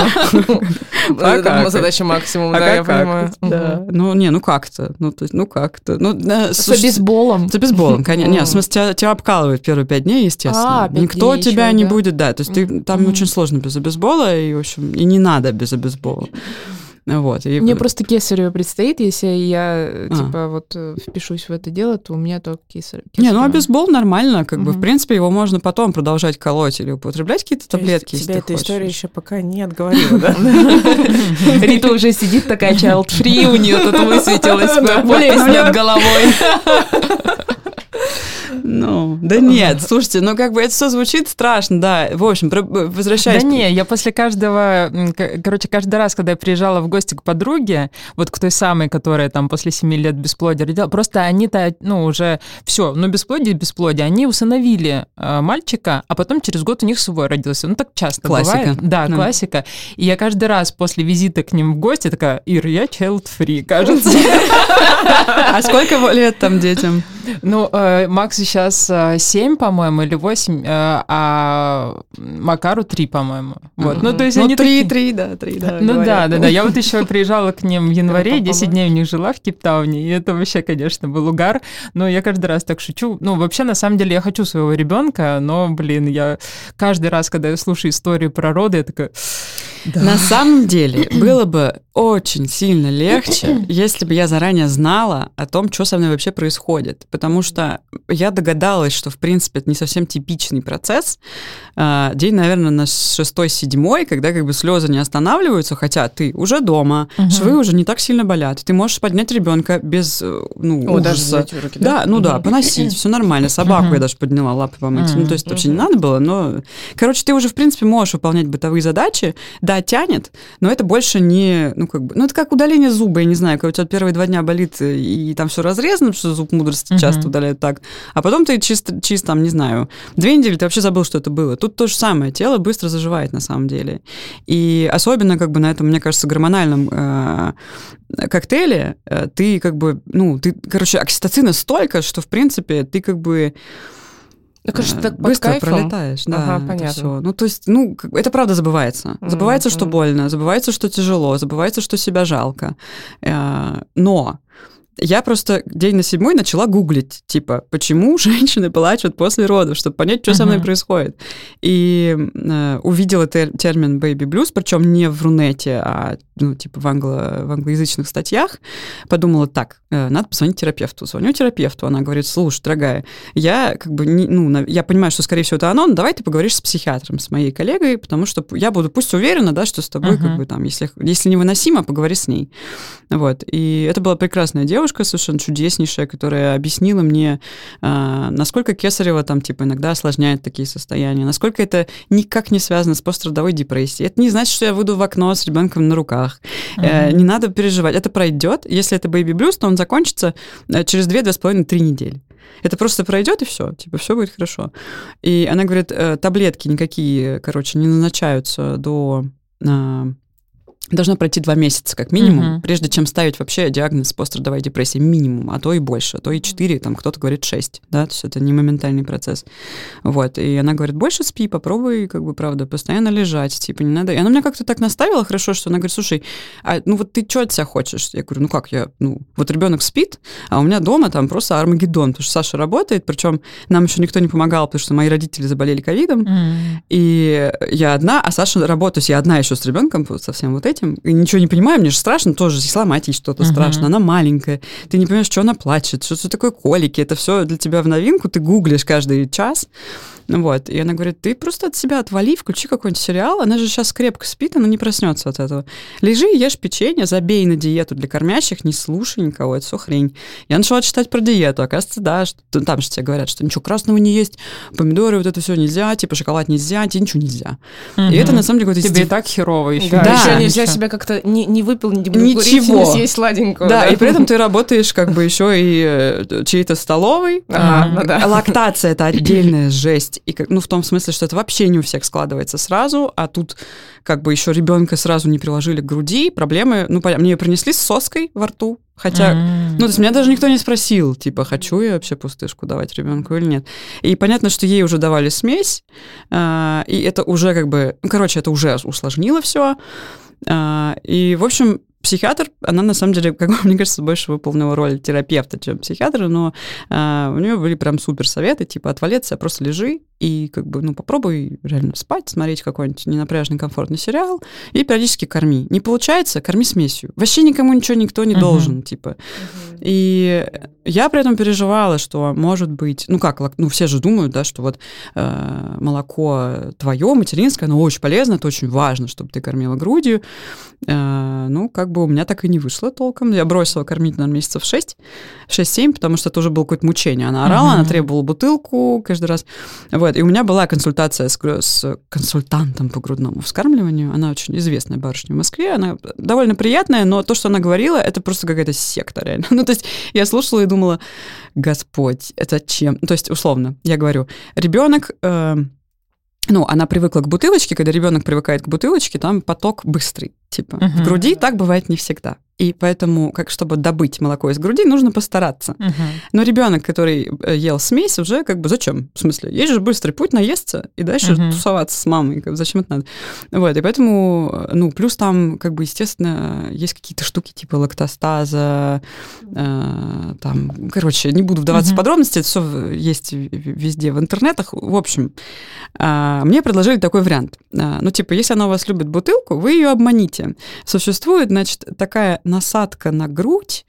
Это задача максимум, да, я понимаю. Ну, не, ну как-то. Ну, то есть, ну как-то. С обезболом. С обезболом, конечно. Нет, в смысле, тебя обкалывают первые пять дней, естественно. Никто тебя не будет, да. То есть ты там очень сложно без обезбола, и, в общем, и не надо без обезбола. Вот, и... Мне просто кесарево предстоит, если я, а. типа, вот впишусь в это дело, то у меня только кесарево. Не, ну, обезбол нормально, как угу. бы, в принципе, его можно потом продолжать колоть или употреблять какие-то таблетки, если тебя ты эта хочешь. История еще пока не отговорила, да? Рита уже сидит такая child-free, у нее тут высветилась подпись над головой. Ну, да нет, слушайте, ну как бы это все звучит страшно, да. В общем, возвращаясь... Да не, я после каждого, короче, каждый раз, когда я приезжала в гости к подруге, вот к той самой, которая там после семи лет бесплодия родила, просто они-то, ну, уже все, ну, бесплодие, бесплодие, они усыновили э, мальчика, а потом через год у них свой родился. Ну, так часто классика. Бывает. Да, да, классика. И я каждый раз после визита к ним в гости такая, Ир, я child-free, кажется. А сколько лет там детям? Ну, Максу сейчас семь, по-моему, или восемь, а Макару три, по-моему. Вот. Ну, то есть ну, они три, такие... три, да, три, да. Ну, говорят. да, да, да. Я вот еще приезжала к ним в январе, десять дней у них жила в Кейптауне, и это вообще, конечно, был угар. Но я каждый раз так шучу. Ну, вообще, на самом деле, я хочу своего ребенка, но, блин, я каждый раз, когда я слушаю историю про роды, я такая... Да. На самом деле, было бы очень сильно легче, если бы я заранее знала о том, что со мной вообще происходит. Потому что я догадалась, что, в принципе, это не совсем типичный процесс. День, наверное, на шестой-седьмой, когда как бы слезы не останавливаются, хотя ты уже дома, угу. швы уже не так сильно болят, ты можешь поднять ребенка без ну, О, ужаса. Даже руки, да? Да, ну угу. да, поносить, все нормально. Собаку угу. я даже подняла, лапы помыть. Угу. Ну, то есть вообще не надо было, но... Короче, ты уже, в принципе, можешь выполнять бытовые задачи. Да, тянет, но это больше не, ну, как бы, ну, это как удаление зуба, я не знаю, когда у тебя первые два дня болит, и, и там все разрезано, потому что зуб мудрости uh-huh. часто удаляют так, а потом ты чисто, чисто, там, не знаю, две недели ты вообще забыл, что это было. Тут то же самое, тело быстро заживает на самом деле. И особенно, как бы, на этом, мне кажется, гормональном э, коктейле э, ты, как бы, ну, ты, короче, окситоцина столько, что, в принципе, ты, как бы, Так это же так под быстро кайфом. пролетаешь. Да, Ага, это понятно. всё. Ну, то есть, ну, как- это правда забывается. Забывается, Мгм. что больно, забывается, что тяжело, забывается, что себя жалко. Э, Но я просто день на седьмой начала гуглить, типа, почему женщины плачут после родов, чтобы понять, что со мной Мгм. происходит. И э, увидела тер- термин baby blues, причем не в Рунете, а ну, типа в, англо- в англоязычных статьях. Подумала, так, э, надо позвонить терапевту. Звоню терапевту, она говорит, слушай, дорогая, я как бы, не, ну, на- я понимаю, что, скорее всего, это оно, но давай ты поговоришь с психиатром, с моей коллегой, потому что я буду, пусть уверена, да, что с тобой, как Мгм. бы там, если, если невыносимо, поговори с ней. Вот. И это была прекрасная девушка, совершенно чудеснейшая, которая объяснила мне, а, насколько кесарево там, типа, иногда осложняет такие состояния, насколько это никак не связано с пострадовой депрессией. Это не значит, что я выйду в окно с ребенком на руках. Э, Мгм. Не надо переживать. Это пройдет. Если это baby blues, то он закончится э, через две, две с половиной, три недели. Это просто пройдет, и все, типа, все будет хорошо. И она говорит, э, таблетки никакие, короче, не назначаются до... а, Должно пройти два месяца, как минимум, Мгм. прежде чем ставить вообще диагноз пострадовой депрессии. Минимум, а то и больше, а то и четыре, там кто-то говорит шесть, да, то есть это не моментальный процесс. Вот, и она говорит, больше спи, попробуй, как бы, правда, постоянно лежать, типа, не надо. И она меня как-то так наставила хорошо, что она говорит, слушай, а, ну вот ты что от себя хочешь? Я говорю, ну как я, ну, вот ребенок спит, а у меня дома там просто Армагеддон, потому что Саша работает, причем нам еще никто не помогал, потому что мои родители заболели ковидом, М. и я одна, а Саша работает, то есть я одна еще с ребенком, вот со всем вот этим, и ничего не понимаю, мне же страшно тоже, и сломать ей что-то Мгм. страшно, она маленькая, ты не понимаешь, что она плачет, что это такое колики, это все для тебя в новинку, ты гуглишь каждый час, вот, и она говорит, ты просто от себя отвали, включи какой-нибудь сериал, она же сейчас крепко спит, она не проснется от этого. Лежи, ешь печенье, забей на диету для кормящих, не слушай никого, это все хрень. Я начала читать про диету, оказывается, да, что, там же тебе говорят, что ничего красного не есть, помидоры, вот это все нельзя, типа шоколад нельзя, тебе ничего нельзя. Мгм. И это на самом деле какой-то Тебе и издев- так херово еще. Да, Да. еще нельзя Ничего. себя как-то не, не выпил, не курить, Ничего. не съесть сладенького. Да, и при этом ты работаешь как бы еще и э, чьей-то столовой. Ага, А, ну да. Лактация — это отдельная жесть. И, как- ну, в том смысле, что это вообще не у всех складывается сразу, а тут как бы еще ребенка сразу не приложили к груди. Проблемы, ну, понятно, мне ее принесли с соской во рту. Хотя, М. ну, то есть меня даже никто не спросил, типа, хочу я вообще пустышку давать ребенку или нет. И понятно, что ей уже давали смесь, а, и это уже как бы, ну, короче, это уже усложнило все. И, в общем, психиатр, она на самом деле, как бы, мне кажется, больше выполнила роль терапевта, чем психиатра, но а, у нее были прям супер советы, типа, отвали от себя, просто лежи и как бы, ну, попробуй реально спать, смотреть какой-нибудь ненапряжный, комфортный сериал и периодически корми. Не получается, корми смесью. Вообще никому ничего никто не Мгм. должен, типа. И я при этом переживала, что, может быть, ну как, лак- ну все же думают, да, что вот э, молоко твое, материнское, оно очень полезно, это очень важно, чтобы ты кормила грудью. Э, ну, как бы у меня так и не вышло толком. Я бросила кормить, наверное, месяцев шесть, шесть-семь, потому что это уже было какое-то мучение. Она орала, Мгм. она требовала бутылку каждый раз. Вот. И у меня была консультация с, с консультантом по грудному вскармливанию. Она очень известная барышня в Москве. Она довольно приятная, но то, что она говорила, это просто какая-то секта, реально. Ну, то есть я слушала и думала, Господь, это чем? То есть, условно, я говорю, ребенок... Э, ну, она привыкла к бутылочке, когда ребенок привыкает к бутылочке, там поток быстрый. Типа, Мгм. в груди так бывает не всегда. И поэтому, как чтобы добыть молоко из груди, нужно постараться. Мгм. Но ребенок, который э, ел смесь, уже как бы зачем? В смысле, есть же быстрый путь наесться и дальше Мгм. тусоваться с мамой. Как бы зачем это надо? Вот, и поэтому, э, ну, плюс там, как бы, естественно, есть какие-то штуки типа лактостаза, э, там, короче, не буду вдаваться Мгм. в подробности, это все есть в- в- везде в интернетах. В общем, а, мне предложили такой вариант. А, Ну, типа, если она у вас любит бутылку, вы ее обманите. Существует, значит, такая насадка на грудь.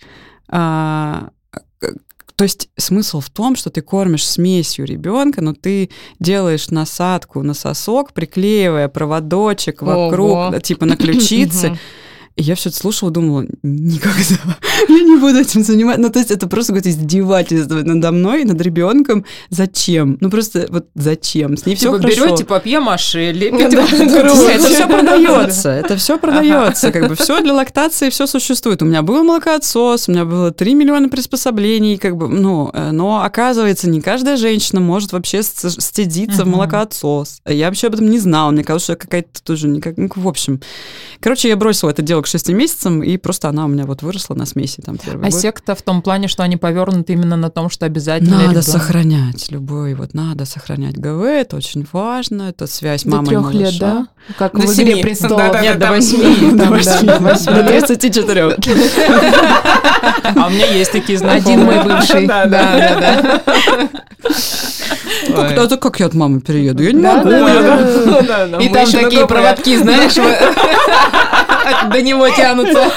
а, к- То есть смысл в том, что ты кормишь смесью ребенка, но ты делаешь насадку на сосок, приклеивая проводочек вокруг, Ого. типа на ключице. Мгм. И я все это слушала, думала, никогда я не буду этим заниматься. Ну, то есть это просто какое-то издевательство надо мной, над ребенком. Зачем? Ну, просто вот зачем? С ней все Типа хорошо. берете папье-маше, Да, лепите да, вот да, это да. вот. Это все продается, это все продается, как бы все для лактации, все существует. У меня был молокоотсос, у меня было три миллиона приспособлений, как бы, ну, э, но оказывается, не каждая женщина может вообще с- стыдиться в Мгм. молокоотсос. Я вообще об этом не знала, мне казалось, что я какая-то тоже никак, ну, в общем. Короче, я бросила это дело к шести месяцам, и просто она у меня вот выросла на смеси там первый а год. секта в том плане, что они повернуты именно на том, что обязательно Надо ребенок. сохранять любой, вот надо сохранять ГВ, это очень важно, это связь До мамы и трех малыша. лет, да? Как До в «Игре семи. престолов». Да-да-да, Нет, до там- восьми. До там, восьми, да, до тридцати четырёх. А у меня есть такие знакомые. Один мой бывший. Да, да, да. Как, Ой. это как я от мамы перееду? Я не Да, могу. да, я- да. Да, да, И мы там еще на такие ГВ. проводки, знаешь, вы- до него тянутся.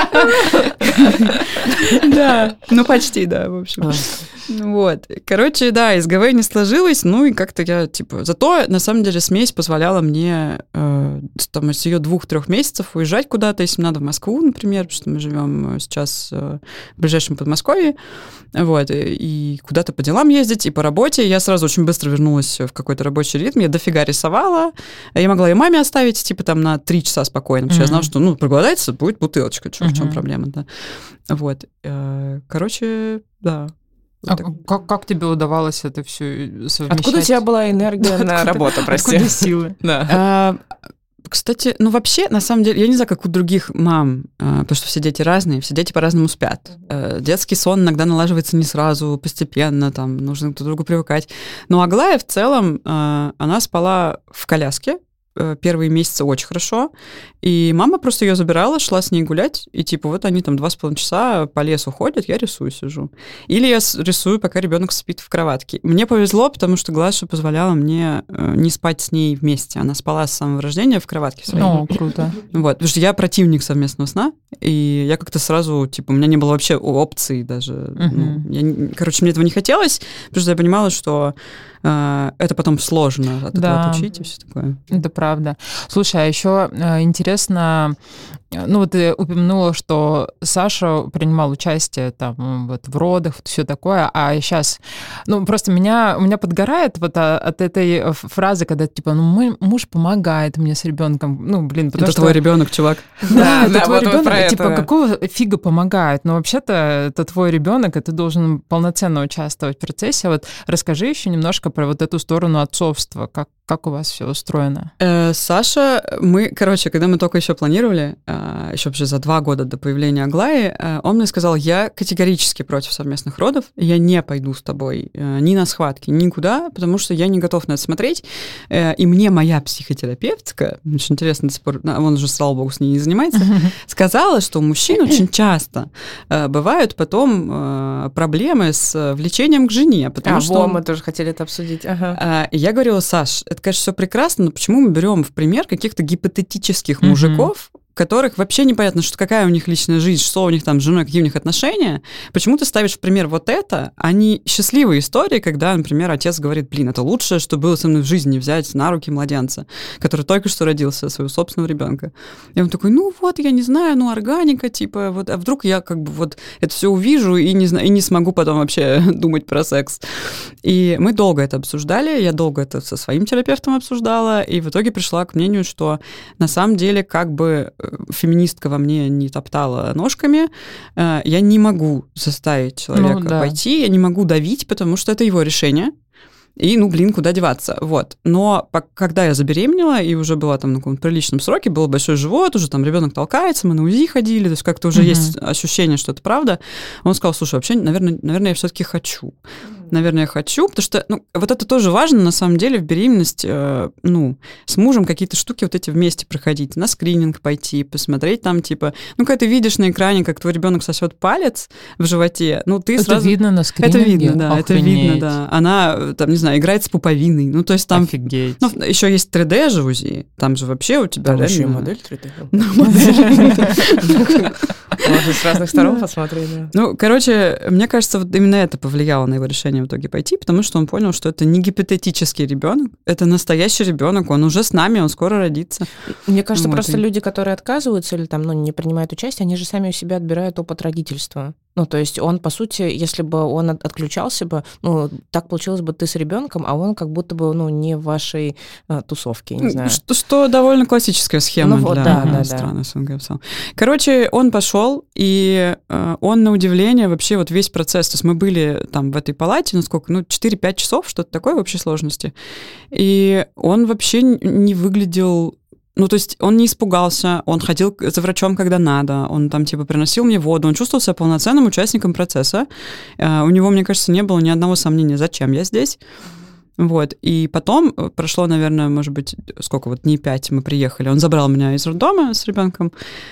Да, ну почти, да, в общем. Вот. Короче, да, из ГВ не сложилось, ну и как-то я, типа... Зато, на самом деле, смесь позволяла мне э, там, с ее двух-трех месяцев уезжать куда-то, если надо в Москву, например, потому что мы живем сейчас э, в ближайшем Подмосковье, вот, и, и куда-то по делам ездить, и по работе. Я сразу очень быстро вернулась в какой-то рабочий ритм, я дофига рисовала, я могла и маме оставить, типа, там, на три часа спокойно, потому что Мгм. я знала, что, ну, проголодается, будет бутылочка, чё, в чем Мгм. проблема, да. Вот. Э, Короче, да. А Вот так. как, как тебе удавалось это все совмещать? Откуда у тебя была энергия на работу, прости? Откуда силы? Да. А, Кстати, ну вообще, на самом деле, я не знаю, как у других мам, а, потому что все дети разные, все дети по-разному спят. Э, Детский сон иногда налаживается не сразу, постепенно, там, нужно друг к другу привыкать. Но Аглая в целом, а, она спала в коляске, э, первые месяцы очень хорошо, и мама просто ее забирала, шла с ней гулять, и типа вот они там два с половиной часа по лесу ходят, я рисую, сижу. Или я с- рисую, пока ребенок спит в кроватке. Мне повезло, потому что Глаша позволяла мне э, не спать с ней вместе. Она спала с самого рождения в кроватке своей. О, круто. Вот, потому что я противник совместного сна, и я как-то сразу, типа, у меня не было вообще опции даже. Ну, Мгм. я не- короче, мне этого не хотелось, потому что я понимала, что э, это потом сложно от этого Да. отучить и все такое. Это правда. Слушай, а еще э, интересно, э, ну вот ты упомянула, что Саша принимал участие там м, вот в родах, все такое, а сейчас, ну просто меня, у меня подгорает вот а- от этой э, ф- фразы, когда типа, ну мой муж помогает мне с ребенком, ну блин, потому Это что... твой ребенок, чувак. Да, это да, твой вот- вот ребенок, про и, это, типа, да. какого фига помогает? Но вообще-то это твой ребенок, и ты должен полноценно участвовать в процессе. Вот расскажи еще немножко про вот эту сторону отцовства, как, как у вас все устроено? Э, Саша, мы, короче, когда мы только еще планировали, э, еще вообще за два года до появления Аглаи, э, он мне сказал, я категорически против совместных родов, я не пойду с тобой э, ни на схватки, никуда, потому что я не готов на это смотреть. Э, и мне моя психотерапевтка, очень интересно до сих пор, а он уже, слава богу, с ней не занимается, сказала, что у мужчин очень часто э, бывают потом э, проблемы с влечением к жене, потому А, что... во, он- мы тоже хотели это обсудить. Ага. а, и я говорила, Саш, это, конечно, все прекрасно, но почему мы берем в пример каких-то гипотетических Мгм. мужиков, которых вообще непонятно, что какая у них личная жизнь, что у них там с женой, какие у них отношения. Почему ты ставишь в пример вот это, а не счастливые истории, когда, например, отец говорит, блин, это лучшее, что было со мной в жизни, взять на руки младенца, который только что родился, своего собственного ребенка. И он такой, ну вот, я не знаю, ну органика, типа, вот, а вдруг я как бы вот это все увижу и не, знаю, и не смогу потом вообще думать про секс. И мы долго это обсуждали, я долго это со своим терапевтом обсуждала, и в итоге пришла к мнению, что на самом деле как бы феминистка во мне не топтала ножками, э, я не могу заставить человека Ну, да. пойти, я не могу давить, потому что это его решение. И, ну, блин, куда деваться, вот. Но по- когда я забеременела, и уже была там на каком-то приличном сроке, был большой живот, уже там ребенок толкается, мы на УЗИ ходили, то есть как-то уже Мгм. есть ощущение, что это правда, он сказал, слушай, вообще, наверное, наверное я все-таки хочу. Наверное, я хочу, потому что, ну, вот это тоже важно, на самом деле, в беременность, э, ну, с мужем какие-то штуки вот эти вместе проходить, на скрининг пойти, посмотреть там, типа, ну, когда ты видишь на экране, как твой ребенок сосет палец в животе, ну, ты Это сразу... видно на скрининге? Это видно, да, это видно, Охренеть. да. Она, э, там, не знаю, играет с пуповиной, ну, то есть там... Офигеть. Ну, еще есть три дэ же УЗИ, там же вообще у тебя Там еще и реально- модель три дэ. Ну, модель. Можно с разных сторон посмотреть, да. Ну, короче, мне кажется, вот именно это повлияло на его решение в итоге пойти, потому что он понял, что это не гипотетический ребенок, это настоящий ребенок, он уже с нами, он скоро родится. Мне кажется, Вот, просто и- люди, которые отказываются или там, ну, не принимают участие, они же сами у себя отбирают опыт родительства. Ну, то есть он, по сути, если бы он от- отключался бы, ну, так получилось бы ты с ребенком, а он как будто бы, ну, не в вашей а, тусовке, не знаю. Что, что довольно классическая схема Ну вот, для да, да, да. стран СНГ. в целом. Короче, он пошел, и э, он, на удивление, вообще вот весь процесс, то есть мы были там в этой палате, ну сколько, ну четыре-пять часов, что-то такое в общей сложности, и он вообще н- не выглядел ну, то есть он не испугался, он ходил за врачом, когда надо, он там, типа, приносил мне воду, он чувствовал себя полноценным участником процесса. У него, мне кажется, не было ни одного сомнения, зачем я здесь. Вот, и потом прошло, наверное, может быть, сколько, вот дней пять мы приехали, он забрал меня из роддома с ребенком,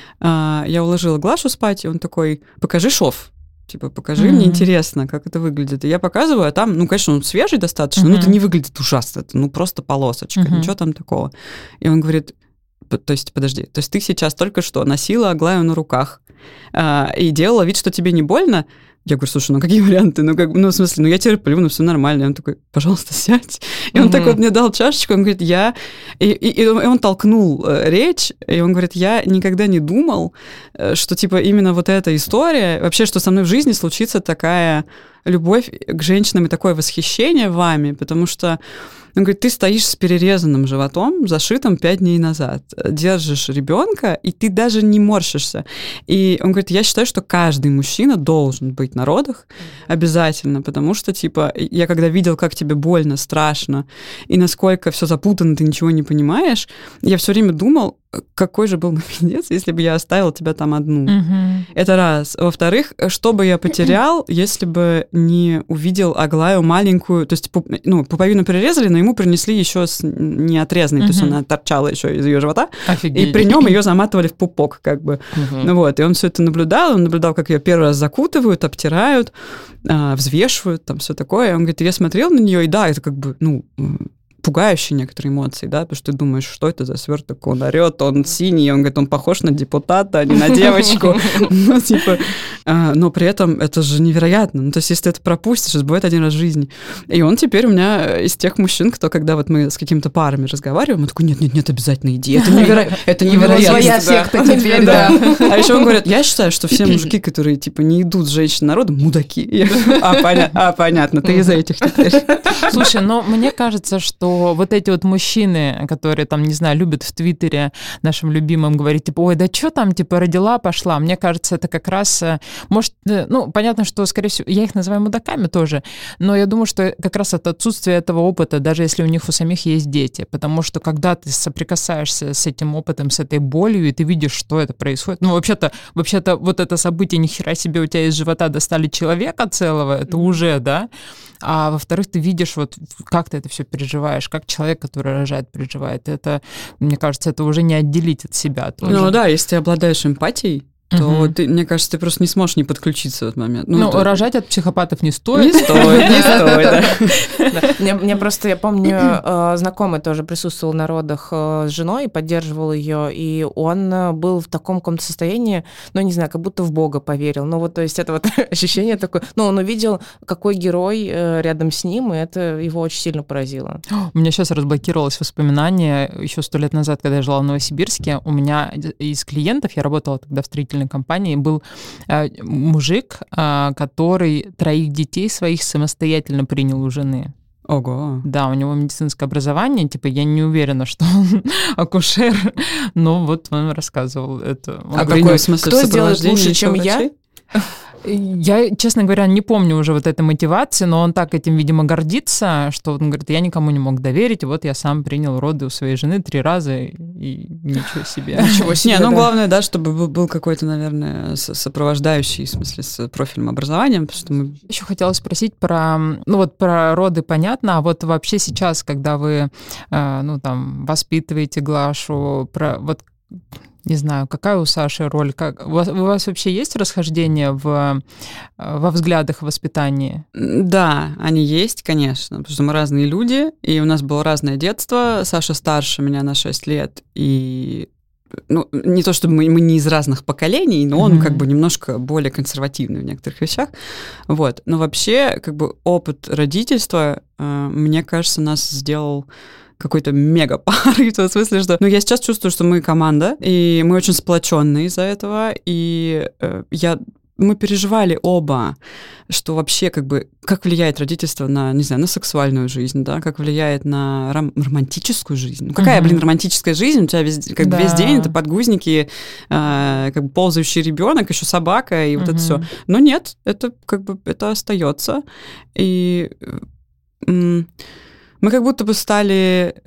я уложила Глашу спать, и он такой, покажи шов. Типа, покажи, mm-hmm. мне интересно, как это выглядит. И я показываю, а там, ну, конечно, он свежий достаточно, mm-hmm. но это не выглядит ужасно, это, ну, просто полосочка, mm-hmm. ничего там такого. И он говорит, то есть, подожди, то есть ты сейчас только что носила Аглаю на руках а, и делала вид, что тебе не больно? Я говорю, слушай, ну какие варианты? Ну, как, ну, в смысле, ну я терплю, ну все нормально. И он такой, пожалуйста, сядь. И он mm-hmm. так вот мне дал чашечку, он говорит, я... И, и, и он толкнул э, речь, и он говорит, я никогда не думал, э, что, типа, именно вот эта история, вообще, что со мной в жизни случится такая любовь к женщинам и такое восхищение вами, потому что он говорит, ты стоишь с перерезанным животом, зашитым пять дней назад, держишь ребенка, и ты даже не морщишься. И он говорит, я считаю, что каждый мужчина должен быть на родах обязательно, потому что, типа, я когда видел, как тебе больно, страшно, и насколько все запутано, ты ничего не понимаешь, я все время думал, какой же был бы пиздец, если бы я оставила тебя там одну. Mm-hmm. Это раз. Во-вторых, что бы я потерял, если бы не увидел Аглаю маленькую, то есть, ну, пуповину перерезали, но ему принесли еще с неотрезанной, mm-hmm. то есть она торчала еще из ее живота, Офигеть. И при нем ее заматывали в пупок, как бы. Mm-hmm. Ну вот, и он все это наблюдал, он наблюдал, как ее первый раз закутывают, обтирают, взвешивают, там все такое. И он говорит, я смотрел на нее, и да, это как бы, ну... пугающие некоторые эмоции, да, потому что ты думаешь, что это за сверток, он орет, он синий, он говорит, он похож на депутата, а не на девочку, ну, типа, но при этом это же невероятно, ну, то есть если ты это пропустишь, это бывает один раз в жизни, и он теперь у меня из тех мужчин, кто, когда вот мы с какими-то парами разговариваем, он такой, нет-нет-нет, обязательно иди, это невероятно. Своя секта теперь, да. А еще он говорит, я считаю, что все мужики, которые, типа, не идут с женщин народом, мудаки. А, понятно, ты из этих теперь. Слушай, но мне кажется, что вот эти вот мужчины, которые там, не знаю, любят в Твиттере нашим любимым говорить, типа, ой, да что там, типа, родила, пошла. Мне кажется, это как раз, может, ну, понятно, что, скорее всего, я их называю мудаками тоже, но я думаю, что как раз это отсутствие этого опыта, даже если у них у самих есть дети, потому что когда ты соприкасаешься с этим опытом, с этой болью, и ты видишь, что это происходит, ну, вообще-то, вообще-то вот это событие, нихера себе, у тебя из живота достали человека целого, это уже, да, а во-вторых, ты видишь, вот как ты это все переживаешь, как человек, который рожает, переживает. Это, мне кажется, это уже не отделить от себя тоже. Ну да, если ты обладаешь эмпатией, то, угу. ты, мне кажется, ты просто не сможешь не подключиться в этот момент. Ну, ну это... рожать от психопатов не стоит. Не стоит, не стоит, да. Мне просто, я помню, знакомый тоже присутствовал на родах с женой, поддерживал ее, и он был в таком каком-то состоянии, ну, не знаю, как будто в Бога поверил. Ну, вот, то есть это вот ощущение такое, ну, он увидел, какой герой рядом с ним, и это его очень сильно поразило. У меня сейчас разблокировалось воспоминание еще сто лет назад, когда я жила в Новосибирске, у меня из клиентов, я работала тогда в строительной компании, был э, мужик, э, который троих детей своих самостоятельно принял у жены. Ого. Да, у него медицинское образование, типа, я не уверена, что он акушер, но вот он рассказывал это. Он а говорит, какой смысл кто сделает лучше, чем я? Я, честно говоря, не помню уже вот этой мотивации, но он так этим, видимо, гордится, что он говорит, я никому не мог доверить, вот я сам принял роды у своей жены три раза, и, и ничего себе. Ничего себе, Не, ну да. главное, да, чтобы был какой-то, наверное, сопровождающий, в смысле, с профильным образованием, потому что мы... Еще хотела спросить про, ну вот про роды понятно, а вот вообще сейчас, когда вы, ну там, воспитываете Глашу, про вот... Не знаю, какая у Саши роль? Как... У, вас, у вас вообще есть расхождение в, во взглядах в воспитании? Да, они есть, конечно, потому что мы разные люди, и у нас было разное детство. Саша старше меня на шесть лет, и ну, не то чтобы мы, мы не из разных поколений, но он mm-hmm. как бы немножко более консервативный в некоторых вещах. Вот. Но вообще, как бы опыт родительства, э, мне кажется, нас сделал какой-то мега-парой, в том смысле, что... Ну, я сейчас чувствую, что мы команда, и мы очень сплоченные из-за этого, и э, я... Мы переживали оба, что вообще как бы, как влияет родительство на, не знаю, на сексуальную жизнь, да, как влияет на ром- романтическую жизнь. Ну, какая, uh-huh. блин, романтическая жизнь? У тебя весь, как да. весь день это подгузники, э, как бы ползающий ребенок, еще собака, и вот uh-huh. это все. Но нет, это как бы, это остается. И... Э, э, мы как будто бы стали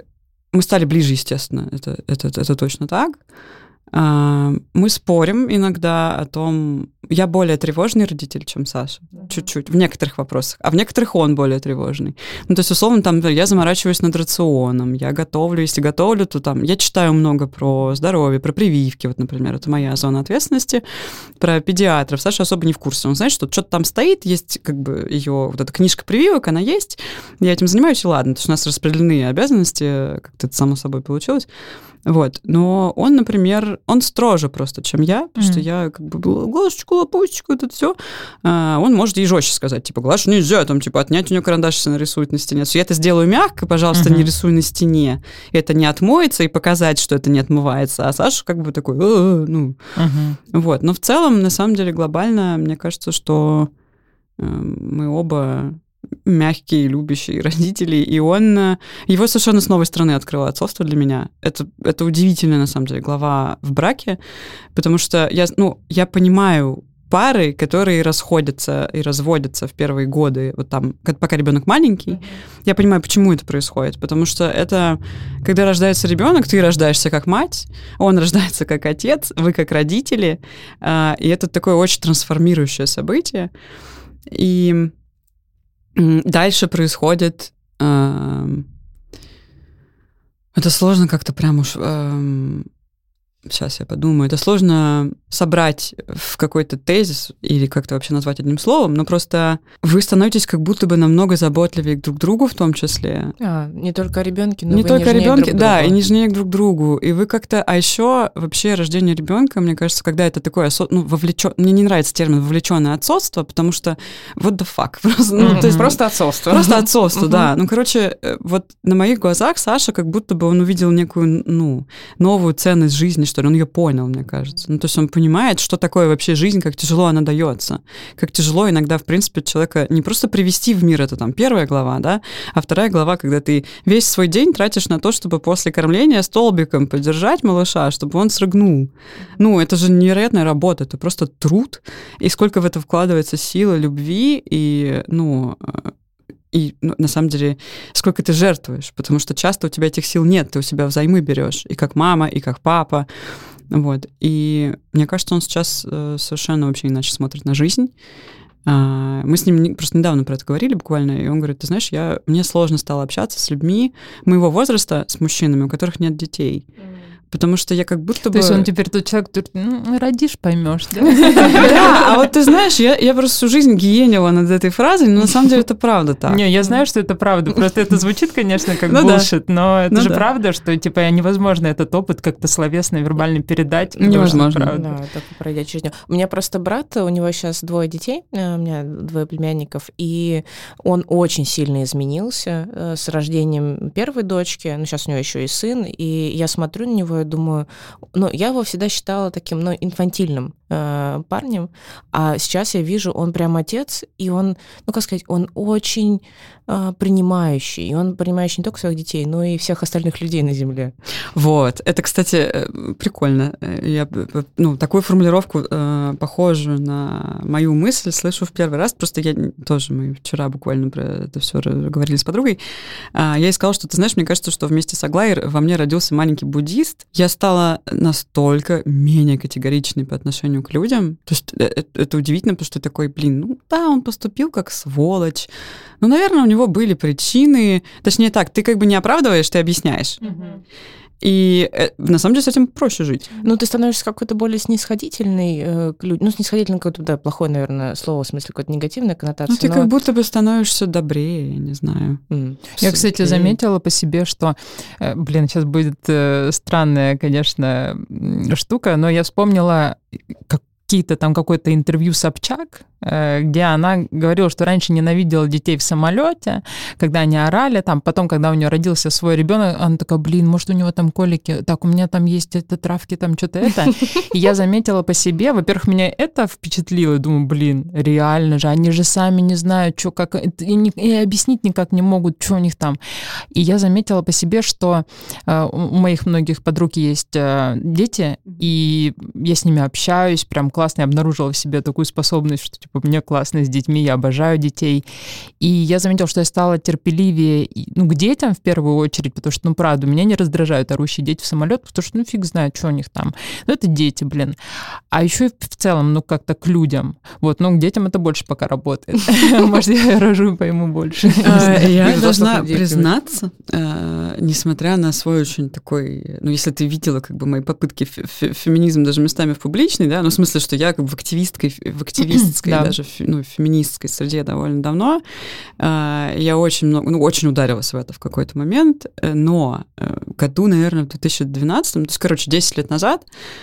мы стали ближе, естественно, это, это, это точно так. Мы спорим иногда о том... Я более тревожный родитель, чем Саша. Mm-hmm. Чуть-чуть. В некоторых вопросах. А в некоторых он более тревожный. Ну, то есть, условно, там, я заморачиваюсь над рационом, я готовлю. Если готовлю, то там... Я читаю много про здоровье, про прививки. Вот, например, это моя зона ответственности. Про педиатров. Саша особо не в курсе. Он знает, что что-то там стоит, есть как бы ее... Вот эта книжка прививок, она есть. Я этим занимаюсь, и ладно. То есть у нас распределены обязанности, как-то это само собой получилось. Вот. Но он, например, он строже просто, чем я, потому mm-hmm. что я как бы глазочку, лапусечку, это все. А, он может ей жестче сказать, типа, Глашу нельзя, там, типа, отнять у нее карандаш, если она рисует на стене. Я это сделаю мягко, пожалуйста, mm-hmm. не рисуй на стене. И это не отмоется, и показать, что это не отмывается. А Саша как бы такой, ну. Mm-hmm. Вот. Но в целом, на самом деле, глобально, мне кажется, что э, мы оба... мягкие, любящие родители, и он... Его совершенно с новой стороны открыло отцовство для меня. Это, это удивительная, на самом деле, глава в браке, потому что я, ну, я понимаю пары, которые расходятся и разводятся в первые годы, вот там, пока ребенок маленький, mm-hmm. я понимаю, почему это происходит, потому что это, когда рождается ребенок, ты рождаешься как мать, он рождается как отец, вы как родители, и это такое очень трансформирующее событие, и дальше происходит... Э, это сложно как-то прям уж... Э, сейчас я подумаю. Это сложно собрать в какой-то тезис или как-то вообще назвать одним словом, но просто вы становитесь как будто бы намного заботливее друг к другу в том числе. А, не только о ребенке, но не вы только о ребенке, друг да, другу. и нежнее друг к другу. И вы как-то... А еще вообще рождение ребенка, мне кажется, когда это такое... Осо... Ну, вовлечен... Мне не нравится термин «вовлеченное отцовство», потому что what the fuck? Просто, ну, mm-hmm. то есть просто отцовство. Просто отцовство, mm-hmm. да. Ну, короче, вот на моих глазах Саша как будто бы он увидел некую, ну, новую ценность жизни, что ли. Он ее понял, мне кажется. Ну, то есть он понимает, что такое вообще жизнь, как тяжело она дается. Как тяжело иногда, в принципе, человека не просто привести в мир, это там первая глава, да, а вторая глава, когда ты весь свой день тратишь на то, чтобы после кормления столбиком поддержать малыша, чтобы он срыгнул. Ну, это же невероятная работа, это просто труд. И сколько в это вкладывается силы, любви и, ну... И ну, на самом деле, сколько ты жертвуешь, потому что часто у тебя этих сил нет, ты у себя взаймы берешь, и как мама, и как папа. Вот. И мне кажется, он сейчас э, совершенно вообще иначе смотрит на жизнь. А, мы с ним не, просто недавно про это говорили буквально, и он говорит, ты знаешь, я, мне сложно стало общаться с людьми моего возраста, с мужчинами, у которых нет детей. Потому что я как будто бы... То есть он теперь тот человек, который, ну, родишь, поймешь, да? Да, а вот ты знаешь, я, я просто всю жизнь гиенила над этой фразой, но на самом деле это правда так. Не, я знаю, что это правда, просто это звучит, конечно, как булшит, но это же правда, что, типа, невозможно этот опыт как-то словесно, вербально передать. Невозможно. Да, только пройдя через него. У меня просто брат, у него сейчас двое детей, у меня двое племянников, и он очень сильно изменился с рождением первой дочки, ну, сейчас у него еще и сын, и я смотрю на него, я думаю, ну, я его всегда считала таким, ну, инфантильным э, парнем, а сейчас я вижу, он прям отец, и он, ну, как сказать, он очень э, принимающий, и он принимающий не только своих детей, но и всех остальных людей на земле. Вот, это, кстати, прикольно. Я, ну, такую формулировку, э, похожую на мою мысль, слышу в первый раз, просто я тоже, мы вчера буквально про это все говорили с подругой, я ей сказала, что, ты знаешь, мне кажется, что вместе с Аглаей во мне родился маленький буддист. Я стала настолько менее категоричной по отношению к людям. То есть это, это удивительно, потому что такой, блин, ну да, он поступил как сволочь. Ну, наверное, у него были причины. Точнее так, ты как бы не оправдываешь, ты объясняешь. Mm-hmm. И э, на самом деле с этим проще жить. Ну, ты становишься какой-то более снисходительный э, к людям. Ну, снисходительный какое-то, да, плохое, наверное, слово, в смысле, какой-то негативная коннотация. Ну, ты но... как будто бы становишься добрее, я не знаю. Mm. Я, кстати, заметила по себе, что, э, блин, сейчас будет э, странная, конечно, штука, но я вспомнила, как какие-то там какое-то интервью Собчак, где она говорила, что раньше ненавидела детей в самолете, когда они орали, там, потом, когда у нее родился свой ребенок, она такая, блин, может, у него там колики, так, у меня там есть это, травки, там, что-то это. И я заметила по себе, во-первых, меня это впечатлило, думаю, блин, реально же, они же сами не знают, что, как, и, не, и объяснить никак не могут, что у них там. И я заметила по себе, что э, у моих многих подруг есть э, дети, и я с ними общаюсь, прям классно, я обнаружила в себе такую способность, что, типа, мне классно с детьми, я обожаю детей. И я заметила, что я стала терпеливее, ну, к детям в первую очередь, потому что, ну, правда, меня не раздражают орущие дети в самолет, потому что, ну, фиг знает, что у них там. Ну, это дети, блин. А еще и в целом, ну, как-то к людям. Вот, ну, к детям это больше пока работает. Может, я рожу и пойму больше. Я должна признаться, несмотря на свой очень такой, ну, если ты видела, как бы, мои попытки феминизм даже местами в публичной, да, ну, в смысле, что я как бы в активистской, в активистской даже, ну, феминистской среде довольно давно, я очень много, ну, очень ударилась в это в какой-то момент, но году, наверное, в две тысячи двенадцатом, то есть, короче, десять лет назад,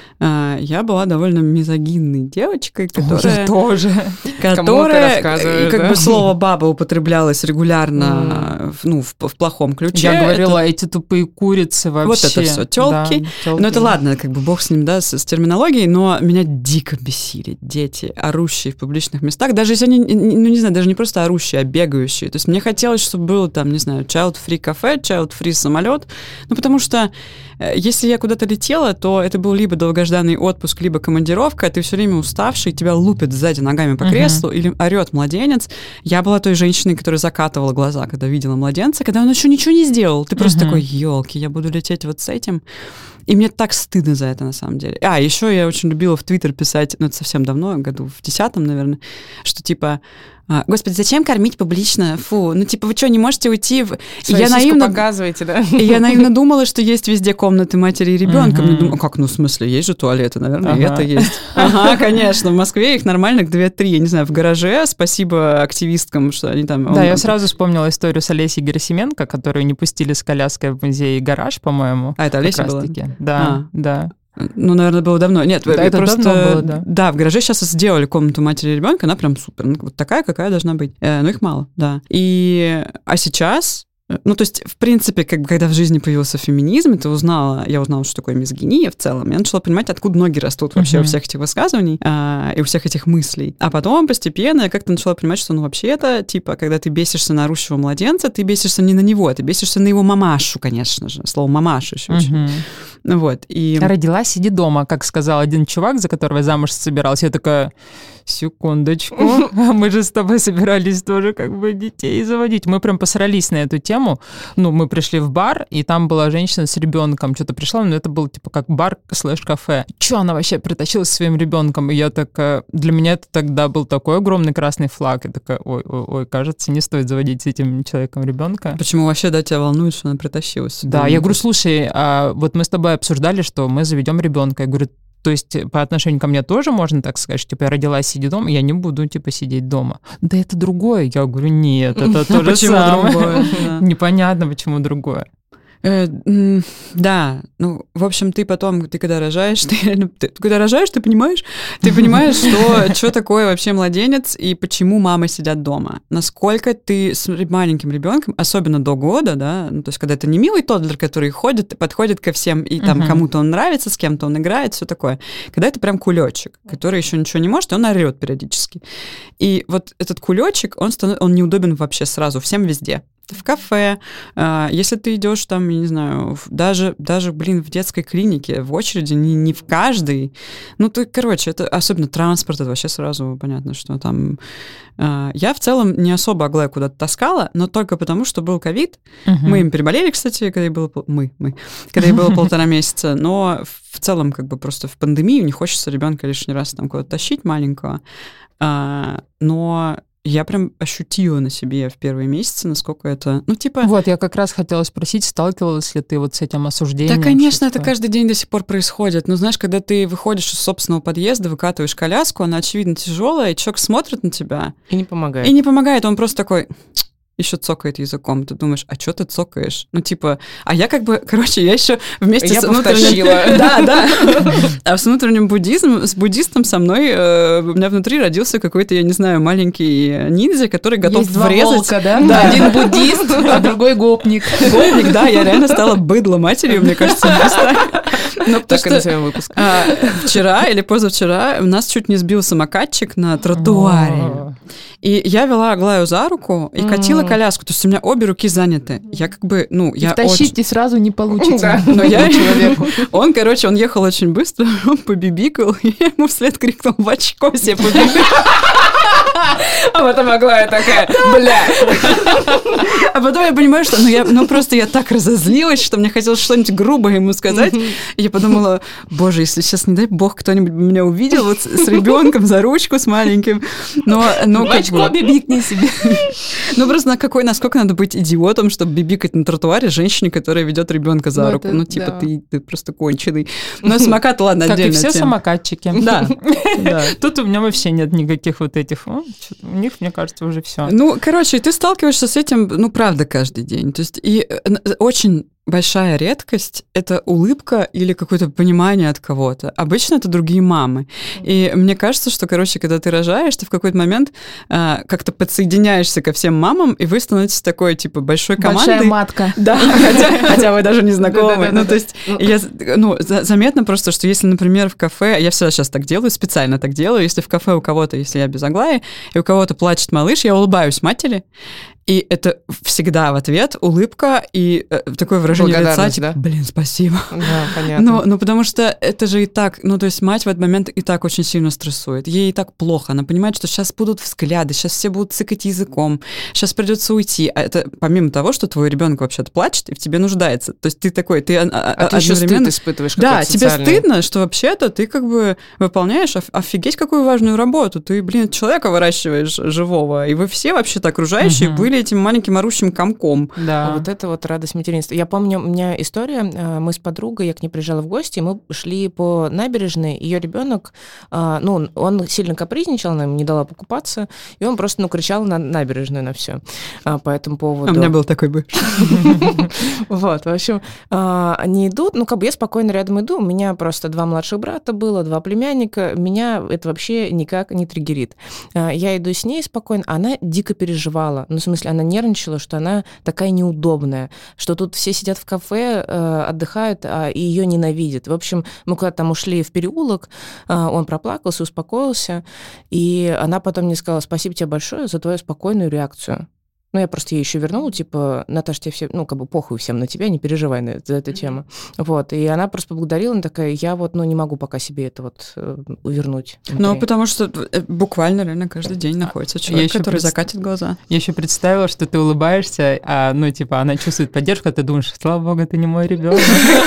я была довольно мизогинной девочкой, которая... Уже тоже. Которая, как да? бы слово «баба» употреблялось регулярно, mm. в, ну, в, в плохом ключе. Я говорила, это... эти тупые курицы вообще. Вот это все, тёлки. Да, тёлки. Ну, это ладно, как бы бог с ним, да, с, с терминологией, но меня дико бесили дети, орущие в публичных местах, даже если они, ну, не знаю, даже не просто орущие, а бегающие. То есть мне хотелось, чтобы было там, не знаю, child-free кафе, child-free самолет, ну, потому что если я куда-то летела, то это был либо долгожданный отпуск, либо командировка, ты все время уставший, тебя лупят сзади ногами по креслу, uh-huh. или орет младенец. Я была той женщиной, которая закатывала глаза, когда видела младенца, когда он еще ничего не сделал. Ты просто uh-huh. такой, елки, я буду лететь вот с этим. И мне так стыдно за это, на самом деле. А, еще я очень любила в Твиттер писать, ну, это совсем давно, году в десятом, наверное, что типа, господи, зачем кормить публично? Фу, ну, типа, вы что, не можете уйти? В... И я наивно... показываете, да? И я наивно думала, что есть везде комнаты матери и ребенка. Мне думаю, как, ну, в смысле, есть же туалеты, наверное, и это есть. Ага, конечно, в Москве их нормальных две-три, я не знаю, в гараже, спасибо активисткам, что они там... Да, я сразу вспомнила историю с Олесей Герасименко, которую не пустили с коляской в музей «Гараж», по-моему. А, это Олеся была? Да, да. Ну, наверное, было давно. Нет, да, это просто... давно было, да. Да, в гараже сейчас сделали комнату матери и ребенка, она прям супер. Ну, вот такая, какая должна быть. Э, но их мало, да. И... А сейчас... Ну, то есть, в принципе, как бы, когда в жизни появился феминизм, ты узнала, я узнала, что такое мизогиния в целом, я начала понимать, откуда ноги растут вообще uh-huh. у всех этих высказываний а, и у всех этих мыслей. А потом постепенно я как-то начала понимать, что, ну, вообще-то, типа, когда ты бесишься на орущего младенца, ты бесишься не на него, ты бесишься на его мамашу, конечно же. Слово «мамаша» еще uh-huh. очень. Вот, и... Родила, сиди дома, как сказал один чувак, за которого я замуж собиралась. Я такая, секундочку, мы же с тобой собирались тоже как бы детей заводить. Мы прям посрались на эту тему. Ну, мы пришли в бар, и там была женщина с ребенком. Что-то пришла, но это был типа как бар слэш-кафе. Че она вообще притащилась со своим ребенком? И я такая, для меня это тогда был такой огромный красный флаг. Я такая, ой-ой-ой, кажется, не стоит заводить с этим человеком ребенка. Почему вообще, да, тебя волнует, что она притащилась? Да, я говорю, слушай, а вот мы с тобой обсуждали, что мы заведем ребенка. Я говорю, то есть по отношению ко мне тоже можно так сказать, что типа я родилась, сиди дома, я не буду типа сидеть дома. Да это другое. Я говорю, нет, это то же самое. Непонятно, почему другое. Да, ну, в общем, ты потом, ты когда рожаешь, ты, ты когда рожаешь, ты понимаешь, ты понимаешь, что, что такое вообще младенец и почему мамы сидят дома. Насколько ты с маленьким ребенком, особенно до года, да, ну, то есть когда это не милый тоддлер, который ходит, подходит ко всем, и там uh-huh. кому-то он нравится, с кем-то он играет, все такое. Когда это прям кулечек, который еще ничего не может, и он орет периодически. И вот этот кулечек, он, станов... он неудобен вообще сразу, всем везде. В кафе, если ты идешь там, я не знаю, даже, даже, блин, в детской клинике, в очереди, не, не в каждой. Ну, ты, короче, это особенно транспорт, это вообще сразу понятно, что там... Я в целом не особо Аглая куда-то таскала, но только потому, что был ковид. Uh-huh. Мы им переболели, кстати, когда ей было... Мы, мы. Когда ей было полтора месяца, но в целом как бы просто в пандемию не хочется ребенка лишний раз там куда-то тащить маленького. Но... Я прям ощутила на себе в первые месяцы, насколько это, ну, типа... Вот, я как раз хотела спросить, сталкивалась ли ты вот с этим осуждением? Да, конечно, это каждый день до сих пор происходит. Ну, знаешь, когда ты выходишь из собственного подъезда, выкатываешь коляску, она, очевидно, тяжелая, и человек смотрит на тебя... И не помогает. И не помогает, он просто такой... еще цокает языком. Ты думаешь, а что ты цокаешь? Ну, типа, а я как бы, короче, я еще вместе я с внутренним... Да, да. А с внутренним буддизмом, с буддистом со мной, э, у меня внутри родился какой-то, я не знаю, маленький ниндзя, который готов Есть два врезать. волка, да? Да. Один буддист, а другой гопник. Гопник, да, я реально стала быдло матерью, мне кажется, Ну, так и назовем выпуск. А, вчера или позавчера у нас чуть не сбил самокатчик на тротуаре. И я вела Аглаю за руку и катила mm. коляску. То есть у меня обе руки заняты. Я как бы, ну, и я втащить очень... сразу не получится. Но я человеку. Он, короче, он ехал очень быстро, он побибикал, и я ему вслед крикнул: в очко себе побибикал. А потом Аглая такая: бля. А потом я понимаю, что ну, я, ну просто я так разозлилась, что мне хотелось что-нибудь грубое ему сказать. И я подумала: боже, если сейчас, не дай бог, кто-нибудь меня увидел вот с, с ребенком за ручку, с маленьким. Но, но как бы... бибикни себе. Ну просто на какой, насколько надо быть идиотом, чтобы бибикать на тротуаре женщине, которая ведет ребенка за Ну, руку. это, Ну типа да. ты, ты просто конченый. Но самокат, ладно, Как и отдельная все тема. самокатчики. Да, да. Тут у меня вообще нет никаких вот этих. О, у них, мне кажется, уже все. Ну, короче, ты сталкиваешься с этим, ну, правда, каждый день. То есть и очень большая редкость — это улыбка или какое-то понимание от кого-то. Обычно это другие мамы. И мне кажется, что, короче, когда ты рожаешь, ты в какой-то момент а, как-то подсоединяешься ко всем мамам, и вы становитесь такой, типа, большой командой. Большая матка. Да, хотя, хотя вы даже не знакомы. Да-да-да-да. Ну, то есть, я, ну, за- заметно просто, что если, например, в кафе, я всегда сейчас так делаю, специально так делаю, если в кафе у кого-то, если я без Аглаи, и у кого-то плачет малыш, я улыбаюсь матери, и это всегда в ответ улыбка и э, такое выражение лица, Благодарность, типа, да? блин, спасибо. Да, понятно. Ну, ну, потому что это же и так, ну, то есть мать в этот момент и так очень сильно стрессует. Ей и так плохо. Она понимает, что сейчас будут взгляды, сейчас все будут цыкать языком, сейчас придется уйти. А это помимо того, что твой ребенок вообще-то плачет и в тебе нуждается. То есть ты такой, ты а, А ты еще одновременно... стыд испытываешь Да, какой-то тебе социальный. стыдно, что вообще-то ты как бы выполняешь оф- офигеть какую важную работу. Ты, блин, человека выращиваешь живого. И вы все вообще-то окружающие Мгм. были этим маленьким орущим комком. А Да. вот это вот радость материнства. Я помню, у меня история, э, мы с подругой, я к ней приезжала в гости, мы шли по набережной, ее ребенок, э, ну, он- он сильно капризничал, она ему не дала покупаться, и он просто, ну, кричал на набережную на все по этому поводу. А у меня был такой бывший. Вот, в общем, а, они идут, ну, как бы я спокойно рядом иду, у меня просто два младших брата было, два племянника, меня это вообще никак не триггерит. А, Я иду с ней спокойно, она дико переживала, ну, в смысле, она нервничала, что она такая неудобная, что тут все сидят в кафе, э, отдыхают, а, и ее ненавидят. В общем, мы куда-то там ушли в переулок, а, он проплакался, успокоился, и она потом мне сказала: спасибо тебе большое за твою спокойную реакцию. Ну, я просто ей еще вернула, типа, Наташа, тебе все, ну, как бы похуй всем на тебя, не переживай на, за эту тему. Вот, и она просто поблагодарила, она такая: я вот, ну, не могу пока себе это вот э, вернуть. Ну, внутри». потому что э, буквально реально каждый день находится человек, ещё который представ- закатит глаза. Я еще представила, что ты улыбаешься, а, ну, типа, она чувствует поддержку, а ты думаешь: слава богу, ты не мой ребенок.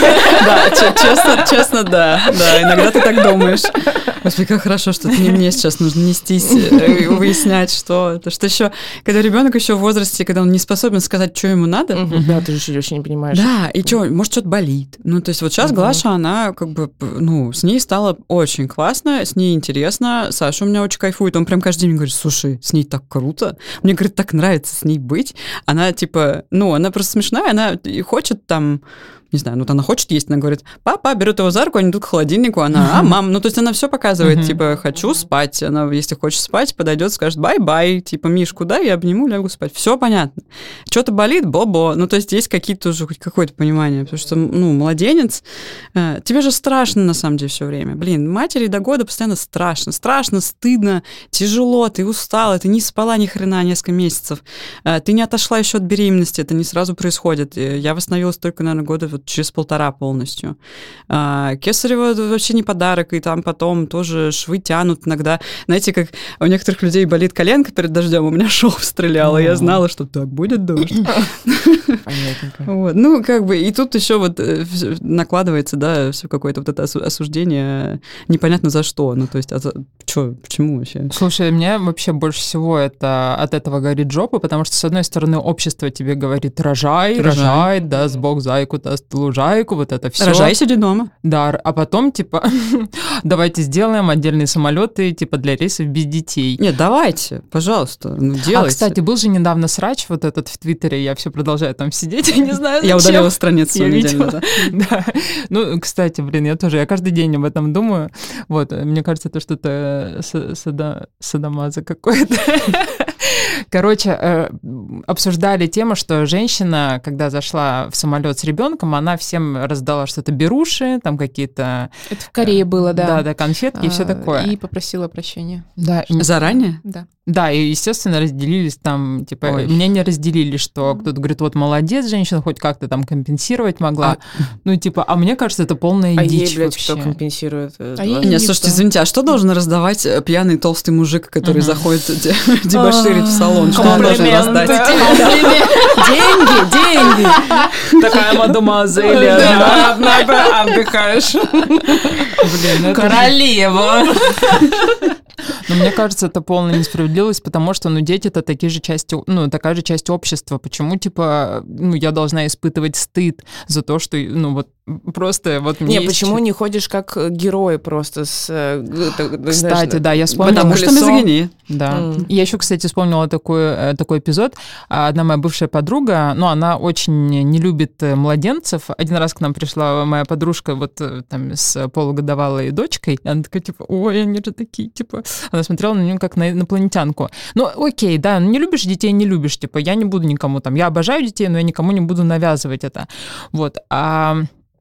Да, че- честно, честно, да. Да, иногда ты так думаешь. Господи, как хорошо, что это не мне сейчас нужно нестись, э, выяснять, что это. Что еще, когда ребенок еще в возрасте, когда он не способен сказать, что ему надо. Мгм. Да, ты же еще очень не понимаешь. Да, и что, может, что-то болит. Ну, то есть вот сейчас Мгм. Глаша, она как бы, ну, с ней стало очень классно, с ней интересно. Саша у меня очень кайфует, он прям каждый день говорит: слушай, с ней так круто. Мне, говорит, так нравится с ней быть. Она, типа, ну, она просто смешная, она и хочет там... Не знаю, ну вот она хочет есть, она говорит: папа, берет его за руку, они идут к холодильнику, она: а, мам, ну то есть она все показывает, Мгм. типа, хочу спать, она, если хочет спать, подойдет, скажет: бай-бай, типа, Миш, куда я обниму, лягу спать, все понятно. Что-то болит, бо-бо, ну то есть есть какие-то уже хоть какое-то понимание, потому что, ну, младенец, э, тебе же страшно на самом деле все время, блин, матери до года постоянно страшно, страшно, стыдно, тяжело, ты устала, ты не спала ни хрена несколько месяцев, э, ты не отошла еще от беременности, это не сразу происходит. Э, Я восстановилась только, наверное, года вот через полтора полностью. А, Кесарево вообще не подарок, и там потом тоже швы тянут иногда. Знаете, как у некоторых людей болит коленка перед дождем, у меня шов стрелял, и я знала, что так будет дождь. Понятненько. Вот. Ну, как бы, и тут еще вот э, всё накладывается, да, все какое-то вот это осу- осуждение, непонятно за что, ну, то есть, а за... Чё, почему вообще? Слушай, мне вообще больше всего это от этого горит жопа, потому что, с одной стороны, общество тебе говорит: рожай, Рожай. рожай, даст Бог зайку, даст лужайку, вот это все. Рожай, сиди дома. Да, а потом, типа, давайте сделаем отдельные самолеты, типа, для рейсов без детей. Нет, давайте, пожалуйста, ну, делайте. А, кстати, был же недавно срач вот этот в Твиттере, я все продолжаю там сидеть, я не знаю, Я зачем. удалила страницу Я неделю видела. назад. Да. Ну, кстати, блин, я тоже, я каждый день об этом думаю. Вот, мне кажется, это что-то са- сада- садомаза какое-то. Короче, обсуждали тему, что женщина, когда зашла в самолет с ребенком, она всем раздала что-то беруши, там какие-то... Это в Корее было, да. Да, да, конфетки и все такое. И попросила прощения. Да. Заранее? Да. Да, и, естественно, разделились там, типа, Ой. мнения разделили, что кто-то говорит, вот молодец, женщина хоть как-то там компенсировать могла. А... Ну, типа, а мне кажется, это полная а дичь ей, блядь, вообще. кто компенсирует? А ей Нет, слушайте, извините, а что должен раздавать пьяный толстый мужик, который заходит дебоширить в салон? Что он должен раздать? Деньги, деньги! Такая мадемуазель. Отдыхаешь. Блин, королева. Но мне кажется, это полная несправедливость, потому что, ну, дети — это такие же части, ну, такая же часть общества. Почему, типа, ну, я должна испытывать стыд за то, что, ну, вот просто вот мне Не, есть... почему не ходишь как герой просто с... Кстати, знаешь, да, я вспомнила... Потому что мизогиния. Да. Mm. Я еще, кстати, вспомнила такой, такой эпизод. Одна моя бывшая подруга, ну, она очень не любит младенцев. Один раз к нам пришла моя подружка вот там с полугодовалой дочкой, и она такая, типа, ой, они же такие, типа... Она смотрела на нее как на инопланетянку. Ну, окей, да, не любишь детей, не любишь, типа, я не буду никому там... Я обожаю детей, но я никому не буду навязывать это. Вот. А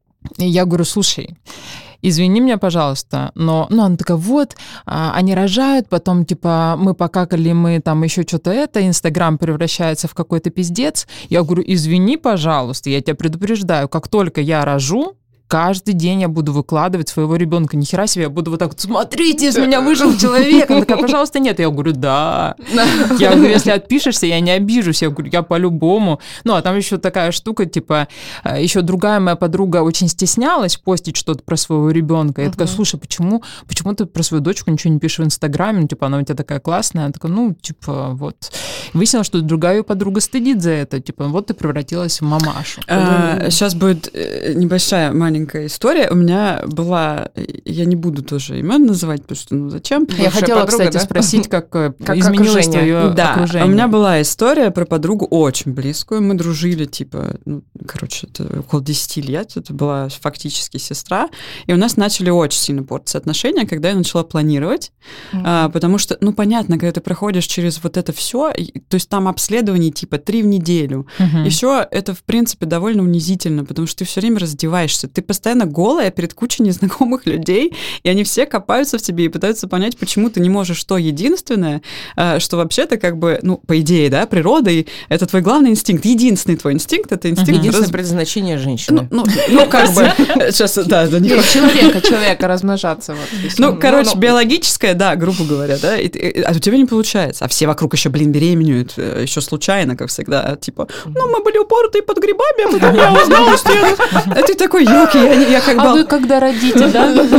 я говорю, слушай... Извини меня, пожалуйста, но, ну, она такая, вот, а, они рожают, потом, типа, мы покакали, мы там еще что-то это, Инстаграм превращается в какой-то пиздец. Я говорю, извини, пожалуйста, я тебя предупреждаю, как только я рожу, каждый день я буду выкладывать своего ребенка. Нихера себе, я буду вот так вот, смотрите, из меня вышел человек. Она такая, пожалуйста, нет. Я говорю, да. Я говорю, если отпишешься, я не обижусь. Я говорю, я по-любому. Ну, а там еще такая штука, типа, еще другая моя подруга очень стеснялась постить что-то про своего ребенка. Я такая, слушай, почему, почему ты про свою дочку ничего не пишешь в Инстаграме? Ну, типа, она у тебя такая классная. Она такая, ну, типа, вот. Выяснилось, что другая ее подруга стыдит за это. Типа, вот ты превратилась в мамашу. А, сейчас будет небольшая маленькая история. У меня была, я не буду тоже имен называть, потому что, ну, зачем? Я хотела, подруга, кстати, да? спросить, как, как изменилось твое да, окружение. У меня была история про подругу очень близкую. Мы дружили, типа, ну, короче, это около десяти лет. Это была фактически сестра. И у нас начали очень сильно портиться отношения, когда я начала планировать. Mm-hmm. А, потому что, ну, понятно, когда ты проходишь через вот это все, то есть там обследование типа три в неделю. Mm-hmm. И все это, в принципе, довольно унизительно, потому что ты все время раздеваешься. Ты постоянно голая перед кучей незнакомых людей, и они все копаются в тебе и пытаются понять, почему ты не можешь то единственное, что вообще-то как бы, ну, по идее, да, природой, это твой главный инстинкт, единственный твой инстинкт, это инстинкт... Uh-huh. Единственное раз... предназначение женщины. Ну, ну, ну как бы... Сейчас, да, да, не человека, человека размножаться. Вот, ну, он, короче, ну, биологическое, да, грубо говоря, да, и, и, а у тебя не получается, а все вокруг еще, блин, беременеют, еще случайно, как всегда, типа, ну, мы были упоротые под грибами, а потом я узнала, что я... А ты такой, ёлки, я, я как бы... А вы когда родите,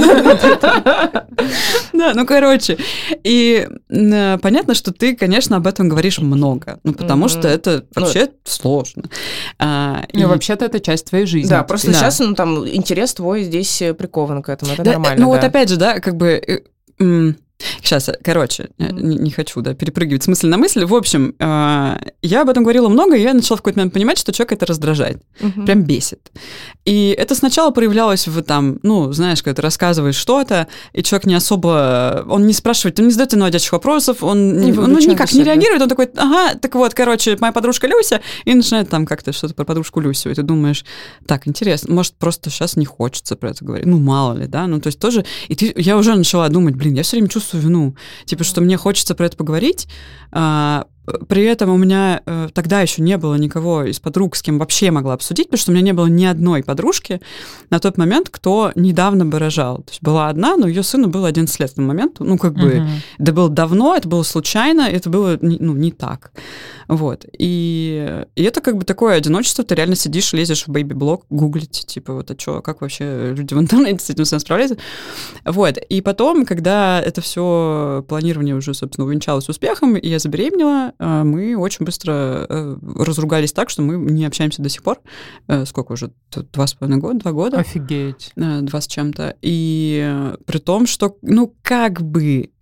да? Да, ну, короче, и понятно, что ты, конечно, об этом говоришь много, ну, потому что это вообще сложно. Ну, вообще-то это часть твоей жизни. Да, просто сейчас, ну, там, интерес твой здесь прикован к этому, это нормально. Ну, вот опять же, да, как бы... Сейчас, короче, mm-hmm. не, не хочу, да, перепрыгивать с мысли на мысль. В общем, э, я об этом говорила много, и я начала в какой-то момент понимать, что человек это раздражает, mm-hmm. прям бесит. И это сначала проявлялось в там, ну, знаешь, когда ты рассказываешь что-то, и человек не особо, он не спрашивает, он не задает наводящих вопросов, он, не, он никак не реагирует, он такой, ага, так вот, короче, моя подружка Люся, и начинает там как-то что-то про подружку Люсю, и ты думаешь, так, интересно, может, просто сейчас не хочется про это говорить, ну, мало ли, да, ну, то есть тоже, и ты, я уже начала думать, блин, я все время чувствую вину, типа, что мне хочется про это поговорить, а, при этом у меня э, тогда еще не было никого из подруг, с кем вообще могла обсудить, потому что у меня не было ни одной подружки на тот момент, кто недавно бы рожал. То есть была одна, но ее сыну было одиннадцать лет в тот момент. Ну, как бы, uh-huh. это было давно, это было случайно, это было, ну, не так. Вот. И, и это как бы такое одиночество, ты реально сидишь, лезешь в бэйби-блог, гуглить, типа, вот, а что, как вообще люди в интернете с этим всем справляются. Вот. И потом, когда это все планирование уже, собственно, увенчалось успехом, и я забеременела, мы очень быстро разругались так, что мы не общаемся до сих пор. Сколько уже? Два с половиной года? Два года? Офигеть. Два с чем-то. И при том, что, ну, как бы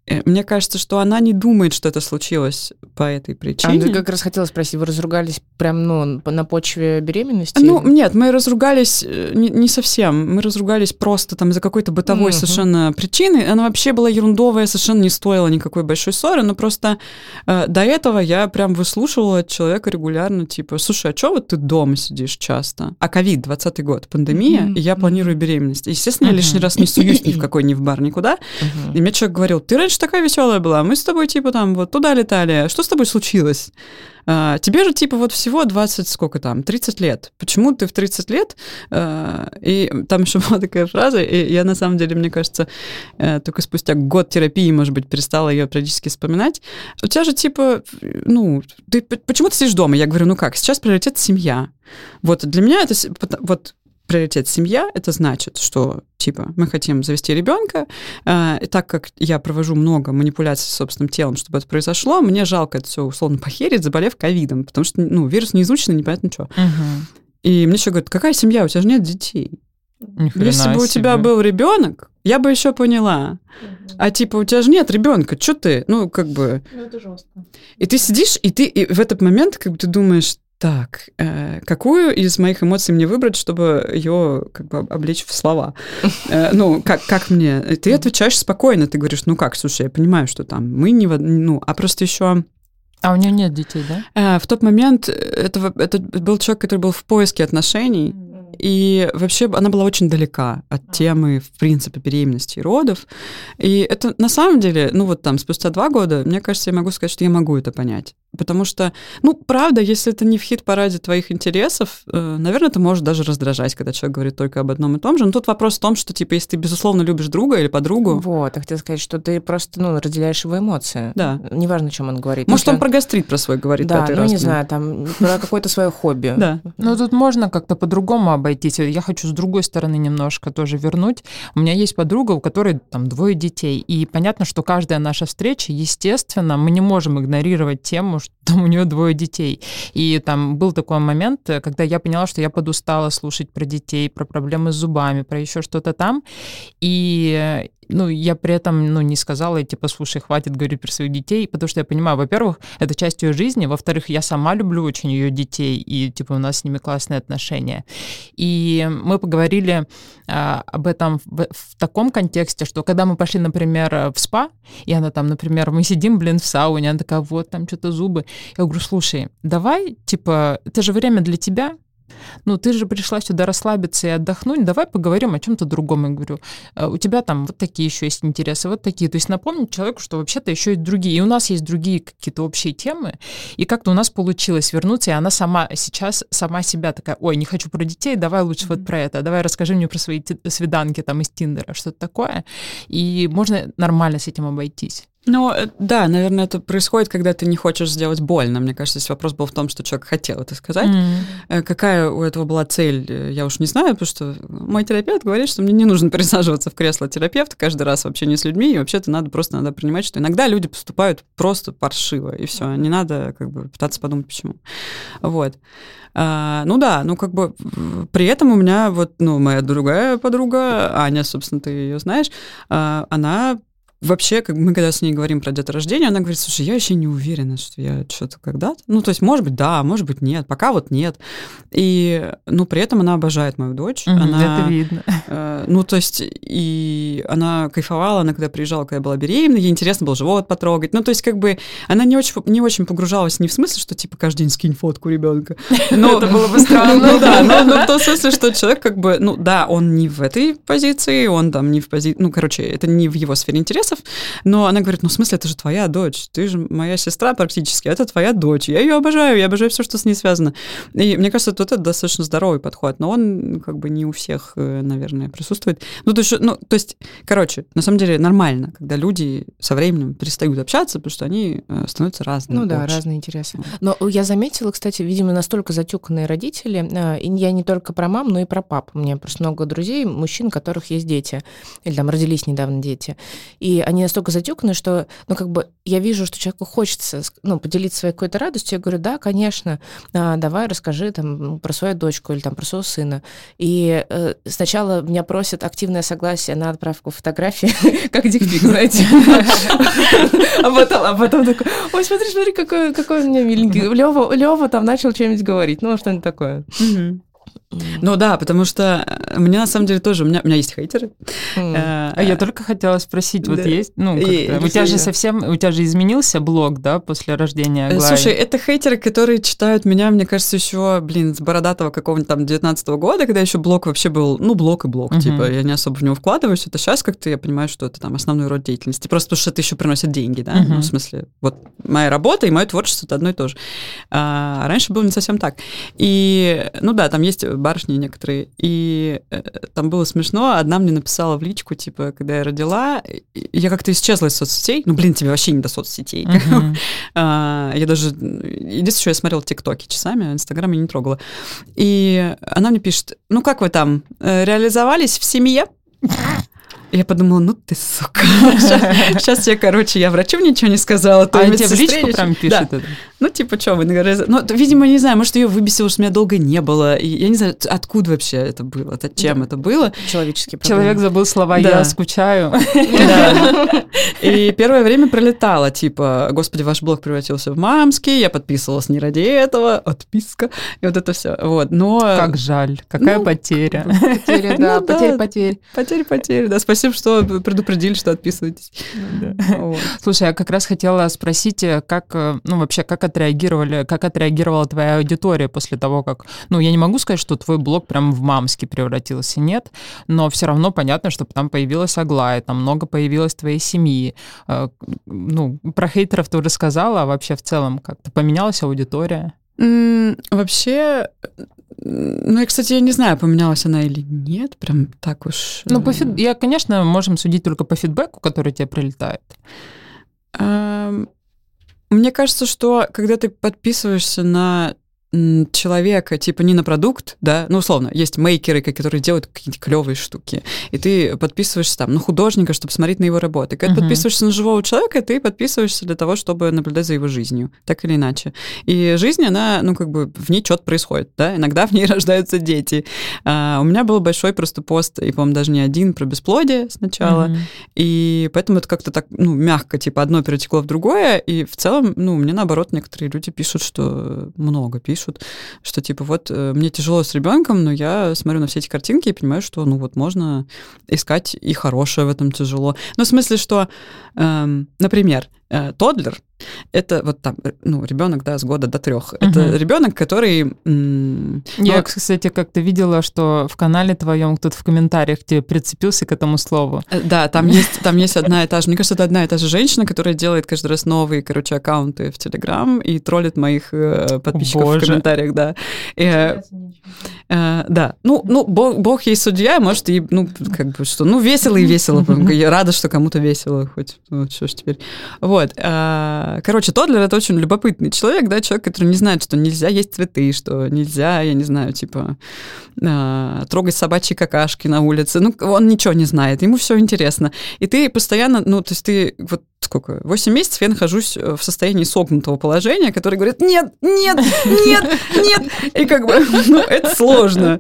мне кажется, что она не думает, что это случилось по этой причине. А, я как раз хотела спросить, вы разругались прям, ну, на почве беременности? Ну, нет, мы разругались не, не совсем. Мы разругались просто там из-за какой-то бытовой mm-hmm. совершенно причины. Она вообще была ерундовая, совершенно не стоила никакой большой ссоры, но просто э, до этого я прям выслушивала от человека регулярно, типа, слушай, а что вот ты дома сидишь часто? А ковид, двадцатый год, пандемия, mm-hmm. и я планирую беременность. Естественно, mm-hmm. я лишний раз не суюсь ни в какой, ни в бар, никуда. Mm-hmm. И мне человек говорил, ты раньше такая веселая была, мы с тобой, типа, там, вот туда летали, что с тобой случилось? А, тебе же, типа, вот всего двадцать, сколько там, тридцать лет. Почему ты в тридцать лет? А, и там еще была такая фраза, и я, на самом деле, мне кажется, только спустя год терапии, может быть, перестала ее периодически вспоминать. У тебя же, типа, ну, ты, почему ты сидишь дома? Я говорю, ну как, сейчас приоритет семья. Вот для меня это, вот, приоритет семья, это значит, что, типа, мы хотим завести ребенка, э, и так как я провожу много манипуляций с собственным телом, чтобы это произошло, мне жалко это все условно похерить, заболев ковидом, потому что, ну, вирус не изучен, непонятно что. Угу. И мне еще говорят, какая семья, у тебя же нет детей. Если бы у тебя был ребенок, я бы еще поняла. Угу. А типа, у тебя же нет ребенка, что ты? Ну, как бы... Ну, это жестко. И ты сидишь, и ты и в этот момент, как бы, ты думаешь, так, э, какую из моих эмоций мне выбрать, чтобы ее как бы облечь в слова? Э, ну, как, как мне? Ты отвечаешь спокойно, ты говоришь, ну как, слушай, я понимаю, что там мы не... Ну, а просто еще... А у нее нет детей, да? Э, в тот момент это, это был человек, который был в поиске отношений, и вообще она была очень далека от темы, в принципе, беременности и родов. И это на самом деле, ну вот там спустя два года, мне кажется, я могу сказать, что я могу это понять. Потому что, ну, правда, если это не в хит-параде твоих интересов, э, наверное, это может даже раздражать, когда человек говорит только об одном и том же. Но тут вопрос в том, что, типа, если ты, безусловно, любишь друга или подругу... Вот, я хотела сказать, что ты просто, ну, разделяешь его эмоции. Да. Неважно, о чем он говорит. Может, он он про гастрит про свой говорит да, пятый ну, раз. не знаю, там, про какое-то свое хобби. Да. Ну, тут можно как-то по-другому обойтись. Я хочу с другой стороны немножко тоже вернуть. У меня есть подруга, у которой там двое детей. И понятно, что каждая наша встреча, естественно, мы не можем игнорировать тему, что там у нее двое детей. И там был такой момент, когда я поняла, что я подустала слушать про детей, про проблемы с зубами, про еще что-то там. И ну, я при этом, ну, не сказала, типа, слушай, хватит говорить про своих детей, потому что я понимаю, во-первых, это часть ее жизни, во-вторых, я сама люблю очень ее детей, и, типа, у нас с ними классные отношения. И мы поговорили а, об этом в, в таком контексте, что когда мы пошли, например, в спа, и она там, например, мы сидим, блин, в сауне, она такая, вот, там что-то зубы. Я говорю, слушай, давай, типа, это же время для тебя, ну, ты же пришла сюда расслабиться и отдохнуть, давай поговорим о чем-то другом. Я говорю, у тебя там вот такие еще есть интересы, вот такие. То есть напомнить человеку, что вообще-то еще есть другие. И у нас есть другие какие-то общие темы. И как-то у нас получилось вернуться, и она сама сейчас, сама себя такая, ой, не хочу про детей, давай лучше mm-hmm. вот про это, давай расскажи мне про свои свиданки там из Тиндера, что-то такое. И можно нормально с этим обойтись. Ну, да, наверное, это происходит, когда ты не хочешь сделать больно. Мне кажется, здесь вопрос был в том, что человек хотел это сказать. Mm. Какая у этого была цель, я уж не знаю, потому что мой терапевт говорит, что мне не нужно пересаживаться в кресло терапевта каждый раз в общении с людьми, и вообще-то надо просто надо принимать, что иногда люди поступают просто паршиво, и все, не надо как бы пытаться подумать, почему. Вот. А, ну да, ну как бы при этом у меня вот, ну, моя другая подруга, Аня, собственно, ты ее знаешь, она... Вообще, как мы когда с ней говорим про деторождение, она говорит, слушай, я вообще не уверена, что я что-то когда-то... Ну, то есть, может быть, да, может быть, нет, пока вот нет. И, ну, при этом она обожает мою дочь. Mm-hmm, она, это видно. Э, ну, то есть, и она кайфовала, она когда приезжала, когда я была беременна, ей интересно было живот потрогать. Ну, то есть, как бы, она не очень, не очень погружалась не в смысле, что, типа, каждый день скинь фотку ребенка. Но это было бы странно. Ну, да, но в том смысле, что человек, как бы, ну, да, он не в этой позиции, он там не в позиции... Ну, короче, это не в его сфере интересов. Но она говорит, ну, в смысле, это же твоя дочь, ты же моя сестра практически, это твоя дочь, я ее обожаю, я обожаю все, что с ней связано. И мне кажется, вот это достаточно здоровый подход, но он как бы не у всех, наверное, присутствует. Ну, то есть, ну, то есть короче, на самом деле нормально, когда люди со временем перестают общаться, потому что они становятся разными. Ну да, очень. Разные интересы. Но я заметила, кстати, видимо, настолько затюканные родители, и я не только про мам, но и про пап. У меня просто много друзей, мужчин, у которых есть дети, или там родились недавно дети. И и они настолько затюканы, что, ну, как бы я вижу, что человеку хочется, ну, поделиться своей какой-то радостью, я говорю, да, конечно, давай расскажи там про свою дочку или там про своего сына. И э, сначала меня просят активное согласие на отправку фотографии, как дикпик, знаете. А потом, а потом такой, ой, смотри, смотри, какой, какой он у меня миленький. Лёва, Лёва там начал что-нибудь говорить, ну, что-нибудь такое. Ну да, потому что мне на самом деле тоже, у меня, у меня есть хейтеры. Mm. А, а я только хотела спросить, вот да. есть, ну, и, у тебя же совсем, у тебя же изменился блог, да, после рождения Аглаи? Слушай, это хейтеры, которые читают меня, мне кажется, еще, блин, с бородатого какого-нибудь там девятнадцатого года, когда еще блог вообще был, ну, блог и блог, uh-huh. типа, я не особо в него вкладываюсь, это сейчас как-то я понимаю, что это там основной род деятельности, просто потому что это еще приносит деньги, да, uh-huh. ну, в смысле, вот моя работа и мое творчество — это одно и то же. А раньше было не совсем так. И, ну да, там есть барышни некоторые, и э, там было смешно, одна мне написала в личку, типа, когда я родила, я как-то исчезла из соцсетей, ну, блин, тебе вообще не до соцсетей. Uh-huh. а, я даже, единственное, что я смотрела ТикТоки часами, а Инстаграм я не трогала. И она мне пишет, ну, как вы там, реализовались в семье? Я подумала, ну ты, сука. Сейчас я, короче, я врачу ничего не сказала. А тебе в личку прям пишет это? Ну, типа, что вы, ну, видимо, не знаю, может, ее выбесило, что меня долго не было. И я не знаю, откуда вообще это было, зачем это было. Человеческий проблем. Человек забыл слова «я скучаю». И первое время пролетало, типа, господи, ваш блог превратился в мамский, я подписывалась не ради этого, отписка, и вот это все. Вот, но... Как жаль, какая потеря. Потеря, да, потеря-потерь. Потеря-потеря, да, спасибо, что предупредили, что отписываетесь. Слушай, я как раз хотела спросить, как, ну, вообще, как отреагировали, как отреагировала твоя аудитория после того, как... Ну, я не могу сказать, что твой блог прям в мамский превратился, нет, но все равно понятно, что там появилась Аглая, там много появилось твоей семьи. Ну, про хейтеров ты уже сказала, а вообще в целом как-то поменялась аудитория? Mm, вообще... Ну, я, кстати, я не знаю, поменялась она или нет, прям так уж... Ну, по фид... я, конечно, можем судить только по фидбэку, который тебе прилетает. Um... Мне кажется, что когда ты подписываешься на человека, типа не на продукт, да, ну, условно, есть мейкеры, которые делают какие-то клевые штуки, и ты подписываешься там на художника, чтобы смотреть на его работы. Когда uh-huh. ты подписываешься на живого человека, ты подписываешься для того, чтобы наблюдать за его жизнью, так или иначе. И жизнь, она, ну, как бы в ней что-то происходит, да, иногда в ней рождаются дети. А, у меня был большой просто пост, и, по-моему, даже не один, про бесплодие сначала, uh-huh. и поэтому это как-то так, ну, мягко, типа, одно перетекло в другое, и в целом, ну, мне, наоборот, некоторые люди пишут, что много пишут, что типа вот мне тяжело с ребенком, но я смотрю на все эти картинки и понимаю, что ну вот можно искать и хорошее в этом тяжело. Ну, в смысле, что, эм, например, э, тоддлер — это вот там, ну, ребенок, да, с года до трех. Uh-huh. Это ребенок, который... М- Я, ну, кстати, как-то видела, что в канале твоем кто-то в комментариях тебе прицепился к этому слову. Да, там есть, там есть одна и та же... Мне кажется, это одна и та же женщина, которая делает каждый раз новые, короче, аккаунты в Телеграм и троллит моих э, подписчиков Боже. в комментариях, да. И, э, э, да, ну, ну бог, бог ей судья, может, и, ну, как бы, что, ну, весело и весело. Я рада, что кому-то весело, хоть, вот, что ж теперь. Вот. Короче, тоддлер — это очень любопытный человек, да, человек, который не знает, что нельзя есть цветы, что нельзя, я не знаю, типа, трогать собачьи какашки на улице. Ну, он ничего не знает, ему все интересно. И ты постоянно, ну, то есть ты вот сколько, восемь месяцев я нахожусь в состоянии согнутого положения, который говорит, нет, нет, нет, нет. И как бы, ну, это сложно.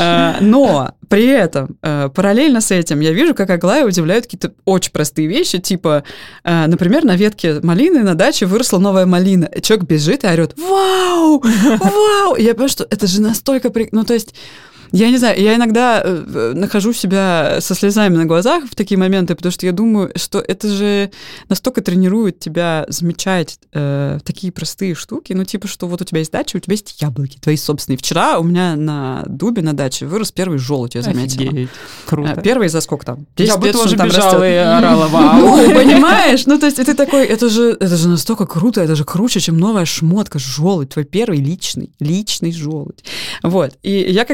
Но при этом, параллельно с этим, я вижу, как Аглая удивляют какие-то очень простые вещи, типа, например, на ветке малины на даче выросла новая малина. И человек бежит и орет, вау, вау. И я понимаю, что это же настолько... При... Ну, то есть... Я не знаю, я иногда э, нахожу себя со слезами на глазах в такие моменты, потому что я думаю, что это же настолько тренирует тебя замечать э, такие простые штуки, ну типа, что вот у тебя есть дача, у тебя есть яблоки твои собственные. Вчера у меня на дубе на даче вырос первый желудь, я заметила. Офигеть. Круто. Первый за сколько там? Я бы тоже там бежала растет. И орала, вау. Ну, понимаешь? Ну, то есть ты такой, это же, это же настолько круто, это же круче, чем новая шмотка, желудь, твой первый личный, личный желудь. Вот. И я как бы,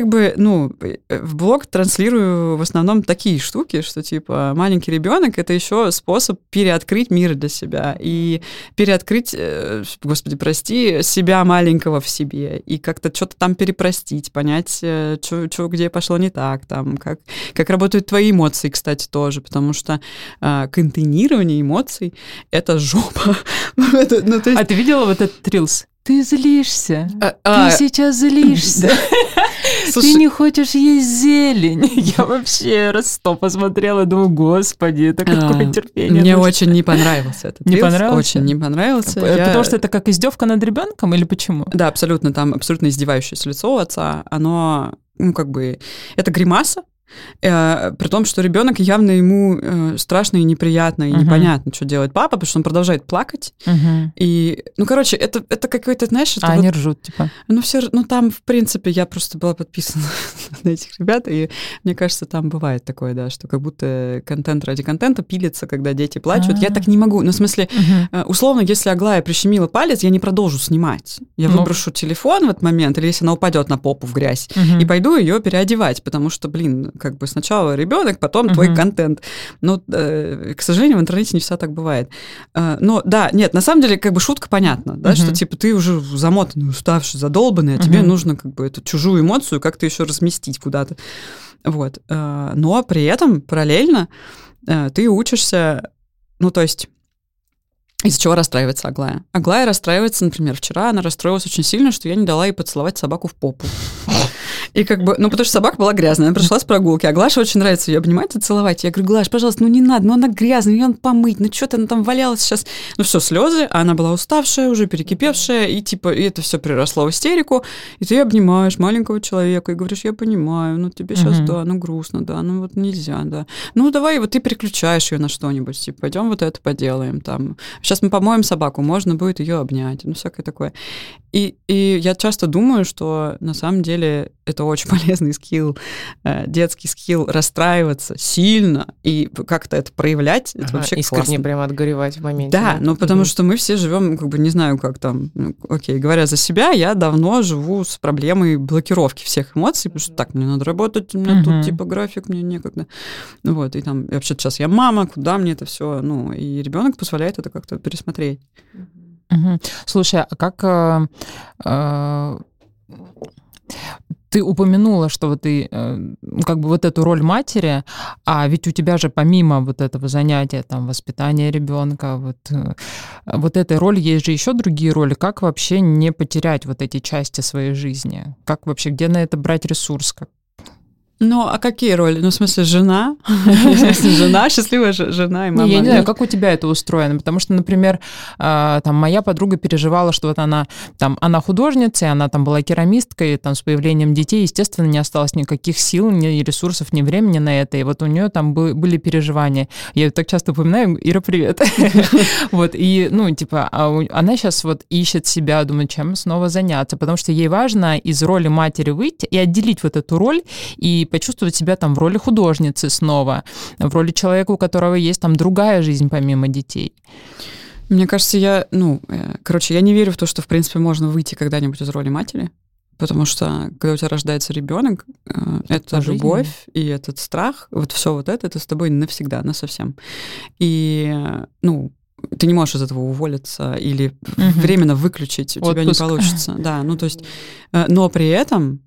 ну, в блог транслирую в основном такие штуки, что, типа, маленький ребенок — это еще способ переоткрыть мир для себя и переоткрыть, господи, прости, себя маленького в себе и как-то что-то там перепростить, понять, что где пошло не так, там, как, как работают твои эмоции, кстати, тоже, потому что э, контейнирование эмоций — это жопа. это, ну, то есть... А ты видела вот этот рилс? Ты злишься. А, ты а... сейчас злишься. Слушай... Ты не хочешь есть зелень. Я вообще раз сто посмотрела, думаю, господи, это какое терпение. Мне очень не понравился этот Не понравился? Очень не понравился. Потому что это как издевка над ребенком или почему? Да, абсолютно. Там абсолютно издевающееся лицо у отца. Оно, ну, как бы, это гримаса. Э, при том, что ребенок явно ему э, страшно и неприятно, и uh-huh. непонятно, что делает папа, потому что он продолжает плакать. Uh-huh. И, ну, короче, это, это какой-то, знаешь... Это а вот, они ржут, типа? Ну, все, ну, там, в принципе, я просто была подписана на этих ребят, и мне кажется, там бывает такое, да, что как будто контент ради контента пилится, когда дети плачут. Uh-huh. Я так не могу. Ну, в смысле, uh-huh. условно, если Аглая прищемила палец, я не продолжу снимать. Я ну. выброшу телефон в этот момент, или если она упадет на попу в грязь, uh-huh. и пойду ее переодевать, потому что, блин, как бы сначала ребенок, потом uh-huh. твой контент. Но, э, к сожалению, в интернете не всегда так бывает. Э, но да, нет, на самом деле, как бы шутка понятна, да, uh-huh. что типа ты уже замотанный, уставший, задолбанный, а uh-huh. тебе нужно как бы эту чужую эмоцию как-то еще разместить куда-то. Вот. Э, но при этом параллельно э, ты учишься, ну, то есть из-за чего расстраивается Аглая? Аглая расстраивается, например, вчера она расстроилась очень сильно, что я не дала ей поцеловать собаку в попу. И как бы, ну, потому что собака была грязная, она пришла с прогулки, а Глаше очень нравится ее обнимать и целовать. Я говорю, Глаш, пожалуйста, ну не надо, ну она грязная, ее надо помыть, ну что-то она там валялась сейчас. Ну все, слезы, а она была уставшая, уже перекипевшая, и типа, и это все переросло в истерику, и ты обнимаешь маленького человека и говоришь, я понимаю, ну тебе сейчас, uh-huh. да, ну грустно, да, ну вот нельзя, да. Ну давай, вот ты переключаешь ее на что-нибудь, типа, пойдем вот это поделаем, там. Сейчас мы помоем собаку, можно будет ее обнять, ну всякое такое. И, и я часто думаю, что на самом деле это очень полезный скилл, детский скилл расстраиваться сильно и как-то это проявлять. Это ага, вообще искренне классно. Прямо отгоревать в моменте. Да, да? ну потому угу. что мы все живем, как бы не знаю, как там, ну, окей, говоря за себя, я давно живу с проблемой блокировки всех эмоций, потому что так, мне надо работать, у меня угу. тут типа график, мне некогда. Вот, и там, и вообще сейчас я мама, куда мне это все, ну, и ребенок позволяет это как-то пересмотреть. Угу. Слушай, а как... Э, э, ты упомянула, что вот ты как бы вот эту роль матери, а ведь у тебя же помимо вот этого занятия, там, воспитания ребенка, вот, вот этой роли есть же еще другие роли. Как вообще не потерять вот эти части своей жизни? Как вообще, где на это брать ресурс? Как? Ну, а какие роли? Ну, в смысле, жена? Жена, счастливая жена и мама. Я не знаю, как у тебя это устроено, потому что, например, там моя подруга переживала, что вот она там, она художница, и она там была керамисткой, и там с появлением детей, естественно, не осталось никаких сил, ни ресурсов, ни времени на это, и вот у нее там были переживания. Я ее так часто упоминаю, Ира, привет. Вот, и, ну, типа, она сейчас вот ищет себя, думает, чем снова заняться, потому что ей важно из роли матери выйти и отделить вот эту роль, и почувствовать себя там в роли художницы снова, в роли человека, у которого есть там другая жизнь помимо детей. Мне кажется, я, ну, короче, я не верю в то, что, в принципе, можно выйти когда-нибудь из роли матери, потому что, когда у тебя рождается ребенок, это любовь и этот страх, вот все вот это, это с тобой навсегда, насовсем. И, ну, ты не можешь из этого уволиться или угу. временно выключить, у Отпуск. тебя не получится. Да, ну, то есть, но при этом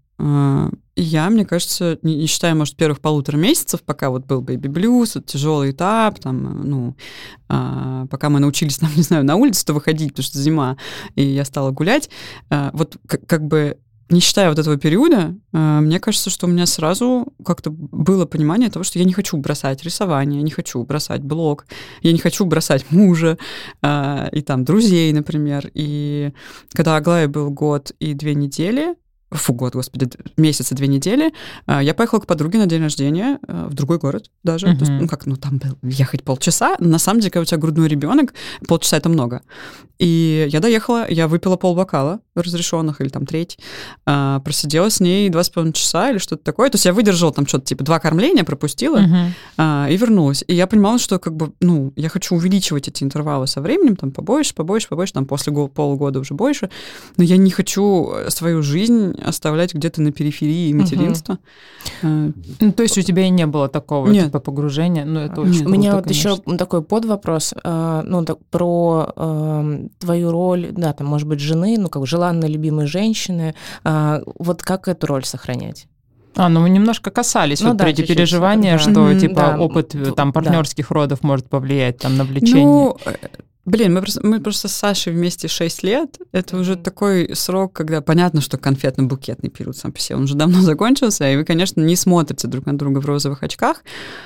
я, мне кажется, не, не считая, может, первых полутора месяцев, пока вот был бэйби-блюз, тяжелый этап, там, ну, а, пока мы научились, там, не знаю, на улицу-то выходить, потому что зима, и я стала гулять, а, вот как, как бы, не считая вот этого периода, а, мне кажется, что у меня сразу как-то было понимание того, что я не хочу бросать рисование, я не хочу бросать блог, я не хочу бросать мужа а, и там друзей, например. И когда Аглае был год и две недели, Фу, год, господи, месяц и две недели. Я поехала к подруге на день рождения в другой город даже. Uh-huh. То есть, ну как, ну там был ехать полчаса. На самом деле, когда у тебя грудной ребенок, полчаса это много. И я доехала, я выпила полбокала разрешенных, или там треть, а, просидела с ней два с половиной часа или что-то такое. То есть я выдержала там что-то типа два кормления, пропустила uh-huh. а, и вернулась. И я понимала, что как бы, ну, я хочу увеличивать эти интервалы со временем, там побольше, побольше, побольше, там после го- полугода уже больше. Но я не хочу свою жизнь оставлять где-то на периферии материнства. Uh-huh. Ну, то есть у тебя и не было такого Нет. типа погружения? Ну, это очень У круто, меня вот конечно. еще такой подвопрос, э, ну, так, про э, твою роль, да, там, может быть, жены, ну, как желанной, любимой женщины. Э, вот как эту роль сохранять? А, ну мы немножко касались ну, вот да, про эти чуть-чуть, переживания, да. что Mm-hmm, типа да. опыт там партнерских да. родов может повлиять там на влечение. Ну, блин, мы просто, мы просто с Сашей вместе шесть лет. Это mm-hmm. уже такой срок, когда понятно, что конфетно-букетный период сам по себе, он уже давно закончился, и вы, конечно, не смотрите друг на друга в розовых очках,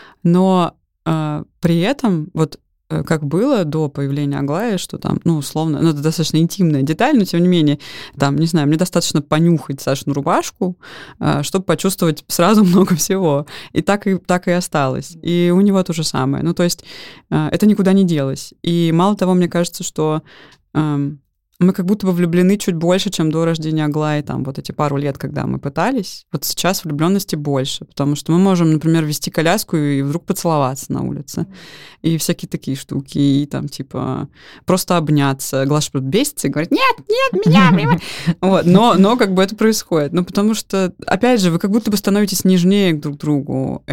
но э, при этом вот как было до появления Аглаи, что там, ну, условно, ну, это достаточно интимная деталь, но тем не менее, там, не знаю, мне достаточно понюхать Сашину рубашку, чтобы почувствовать сразу много всего. И так и, так и осталось. И у него то же самое. Ну, то есть это никуда не делось. И мало того, мне кажется, что эм, мы как будто бы влюблены чуть больше, чем до рождения Аглаи, там, вот эти пару лет, когда мы пытались. Вот сейчас влюбленности больше, потому что мы можем, например, вести коляску и вдруг поцеловаться на улице. И всякие такие штуки, и там, типа, просто обняться. Глаша бесится и говорит, нет, нет, меня, меня. Вот, но, но как бы это происходит. Ну, потому что, опять же, вы как будто бы становитесь нежнее друг к другу.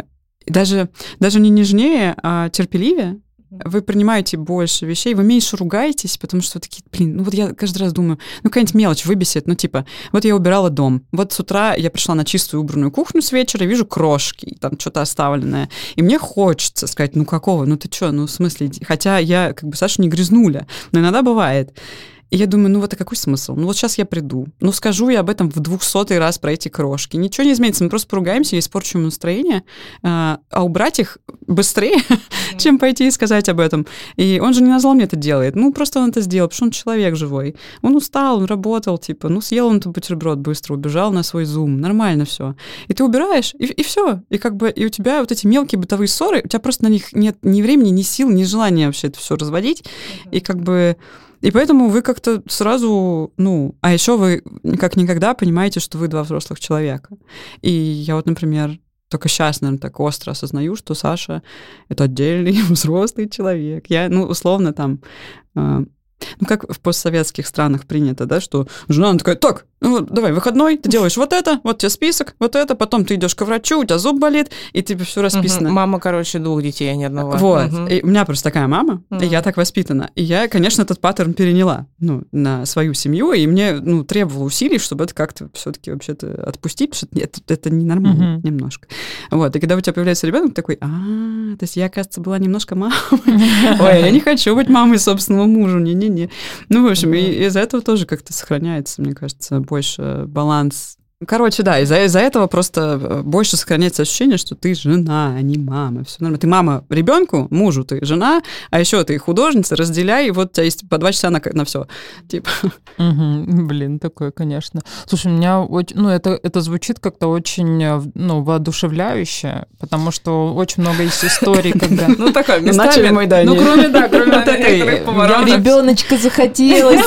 Даже, даже не нежнее, а терпеливее. Вы принимаете больше вещей, вы меньше ругаетесь, потому что вы такие, блин, ну вот я каждый раз думаю, ну какая-нибудь мелочь выбесит, ну типа, вот я убирала дом, вот с утра я пришла на чистую убранную кухню с вечера, вижу крошки, там что-то оставленное, и мне хочется сказать, ну какого, ну ты что, ну в смысле, хотя я как бы Саша не грязнуля, но иногда бывает. И я думаю, ну вот а какой смысл? Ну вот сейчас я приду, ну скажу я об этом в двухсотый раз про эти крошки. Ничего не изменится, мы просто поругаемся, я испорчу ему настроение, а убрать их быстрее, mm-hmm. чем пойти и сказать об этом. И он же не назло мне это делает. Ну просто он это сделал, потому что он человек живой. Он устал, он работал, типа, ну съел он этот бутерброд быстро, убежал на свой зум, нормально все. И ты убираешь, и, и все. И как бы и у тебя вот эти мелкие бытовые ссоры, у тебя просто на них нет ни времени, ни сил, ни желания вообще это все разводить. Mm-hmm. И как бы... И поэтому вы как-то сразу, ну, а еще вы как никогда понимаете, что вы два взрослых человека. И я вот, например, только сейчас, наверное, так остро осознаю, что Саша — это отдельный взрослый человек. Я, ну, условно, там... Э, ну, как в постсоветских странах принято, да, что жена, она такая, так, ну, давай, выходной, ты делаешь вот это, вот тебе список, вот это, потом ты идешь к врачу, у тебя зуб болит, и тебе все расписано. Угу. Мама, короче, двух детей, а не одного. Вот. Угу. И у меня просто такая мама, угу. и я так воспитана. И я, конечно, этот паттерн переняла, ну, на свою семью, и мне, ну, требовало усилий, чтобы это как-то все-таки вообще-то отпустить, потому что это, это ненормально угу. немножко. Вот. И когда у тебя появляется ребенок, такой, а, то есть я, оказывается, была немножко мамой. Ой, я не хочу быть мамой собственного мужа, не-не-не. Ну, в общем, mm-hmm. и из-за этого тоже как-то сохраняется, мне кажется, больше баланс. Короче, да, из-за, из-за этого просто больше сохраняется ощущение, что ты жена, а не мама. Все нормально. Ты мама ребенку, мужу ты жена, а еще ты художница, разделяй, и вот у тебя есть по два часа на, на все. Типа. Угу, блин, такое, конечно. Слушай, у меня очень, ну, это, это звучит как-то очень, ну, воодушевляюще, потому что очень много есть историй, когда... Ну, такое, начали мы, да. Ну, кроме, да, кроме некоторых поворотов. Ребеночка захотелось.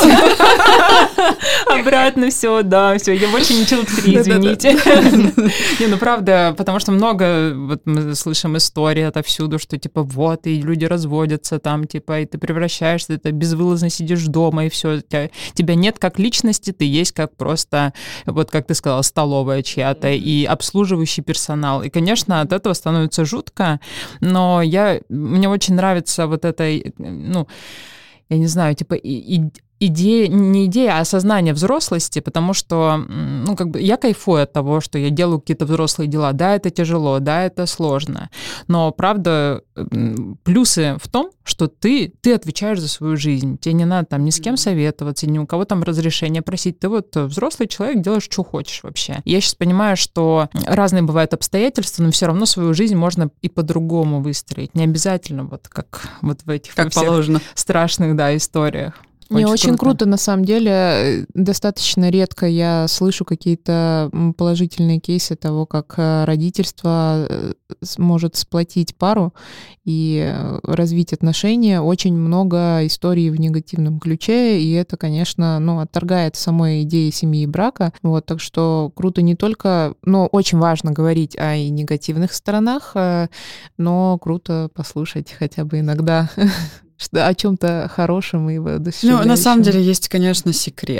Обратно все, да, все, я больше ничего тут извините. Не, ну правда, потому что много, вот мы слышим истории отовсюду, что типа вот, и люди разводятся там, типа, и ты превращаешься, ты безвылазно сидишь дома, и все, тебя, тебя нет как личности, ты есть как просто, вот как ты сказала, столовая чья-то и обслуживающий персонал. И, конечно, от этого становится жутко, но я, мне очень нравится вот это, ну, я не знаю, типа, и, и идея, не идея, а осознание взрослости, потому что, ну, как бы я кайфую от того, что я делаю какие-то взрослые дела. Да, это тяжело, да, это сложно, но, правда, плюсы в том, что ты, ты отвечаешь за свою жизнь. Тебе не надо там ни с кем советоваться, ни у кого там разрешения просить. Ты вот взрослый человек, делаешь, что хочешь вообще. Я сейчас понимаю, что разные бывают обстоятельства, но все равно свою жизнь можно и по-другому выстроить. Не обязательно вот как вот в этих как положено. Страшных, да, историях. Мне очень, очень круто. круто, на самом деле. Достаточно редко я слышу какие-то положительные кейсы того, как родительство может сплотить пару и развить отношения. Очень много историй в негативном ключе, и это, конечно, ну, отторгает самой идеи семьи и брака. Вот, так что круто не только... Но очень важно говорить о и негативных сторонах, но круто послушать хотя бы иногда... Что, о чем-то хорошем и воодушевляющем. Ну, на самом деле, есть, конечно, секрет.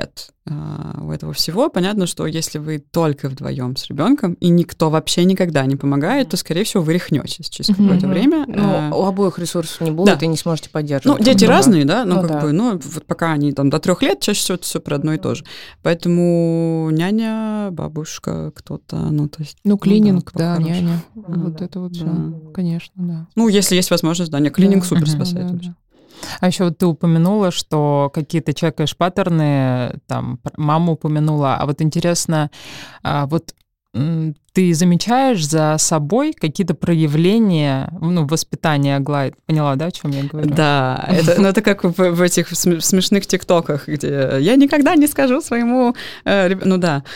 у этого всего. Понятно, что если вы только вдвоем с ребенком, и никто вообще никогда не помогает, то, скорее всего, вы рехнетесь через mm-hmm. какое-то время. Ну, у обоих ресурсов не будет, да. и не сможете поддерживать. Ну, дети разные, да, ну, ну как да. бы, ну, вот пока они там до трех лет, чаще всего это все про одно и то же. Поэтому няня, бабушка, кто-то, ну, то есть... Ну, клининг, ну, да, да няня, mm-hmm. вот это вот, да. да, конечно, да. Ну, если есть возможность, да, не, клининг да. супер mm-hmm. спасает. Да, да. А еще вот ты упомянула, что какие-то чекаешь паттерны, там, маму упомянула, а вот интересно, вот ты замечаешь за собой какие-то проявления, ну, воспитания Аглаи? Поняла, да, о чем я говорю? Да, это, ну, это как в, в этих смешных тиктоках, где я никогда не скажу своему... Э, ну да.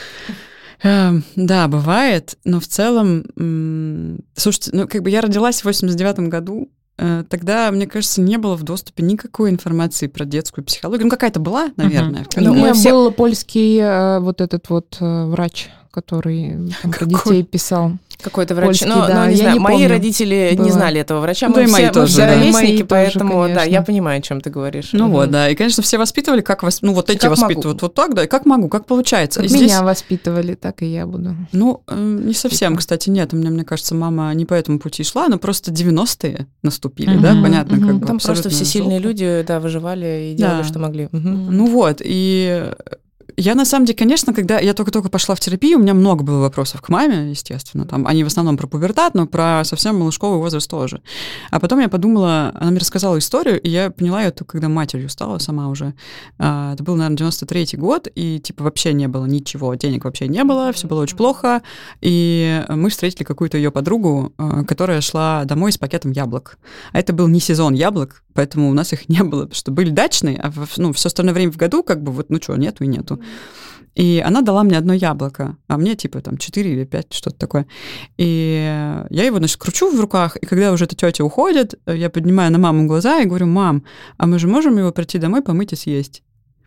Э, да, бывает, но в целом... М- слушайте, ну, как бы я родилась в восемьдесят девятом году, тогда, мне кажется, не было в доступе никакой информации про детскую психологию. Ну, какая-то была, наверное. Uh-huh. Ну, у меня все... был польский э, вот этот вот э, врач, который там, про детей писал. Какой-то врач. Польский, но, да, но, не знаю, не мои помню. родители было. не знали этого врача. Ну, мы и все, мои тоже, все да. ровесники, мои поэтому, тоже, да, я понимаю, о чем ты говоришь. Ну угу. вот, да. И, конечно, все воспитывали, как вас, ну, вот эти как воспитывают могу. вот так, да, и как могу, как получается. Как и меня здесь... воспитывали, так и я буду. Ну, не совсем, кстати, нет. У меня, мне кажется, мама не по этому пути шла, но просто девяностые наступили, угу. да, понятно, угу. как бы. Там просто все сильные люди, да, выживали и делали, да. что могли. Угу. Ну вот, и... Я, на самом деле, конечно, когда я только-только пошла в терапию, у меня много было вопросов к маме, естественно. Там, они в основном про пубертат, но про совсем малышковый возраст тоже. А потом я подумала, она мне рассказала историю, и я поняла ее только когда матерью стала сама уже. Это был, наверное, девяносто третий год, и типа вообще не было ничего, денег вообще не было, все было очень плохо. И мы встретили какую-то ее подругу, которая шла домой с пакетом яблок. А это был не сезон яблок, поэтому у нас их не было, потому что были дачные, а ну, все остальное время в году как бы вот, ну что, нету и нету. И она дала мне одно яблоко, а мне типа там четыре или пять, что-то такое. И я его, значит, кручу в руках, и когда уже эта тетя уходит, я поднимаю на маму глаза и говорю: мам, а мы же можем его прийти домой, помыть и съесть?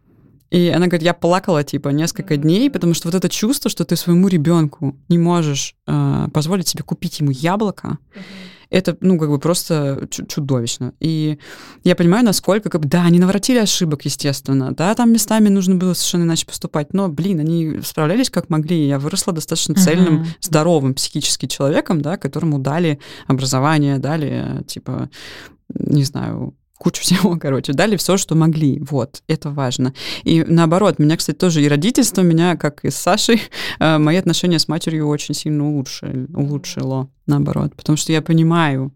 И она говорит, я плакала типа несколько дней, потому что вот это чувство, что ты своему ребенку не можешь э, позволить себе купить ему яблоко, это, ну, как бы просто чудовищно. И я понимаю, насколько, как бы, да, они наворотили ошибок, естественно, да, там местами нужно было совершенно иначе поступать, но, блин, они справлялись как могли. Я выросла достаточно цельным, uh-huh. здоровым психически человеком, да, которому дали образование, дали, типа, не знаю, кучу всего, короче, дали все, что могли. Вот, это важно. И наоборот, меня, кстати, тоже и родительство, меня, как и с Сашей, мои отношения с матерью очень сильно улучшили, улучшило, наоборот. Потому что я понимаю,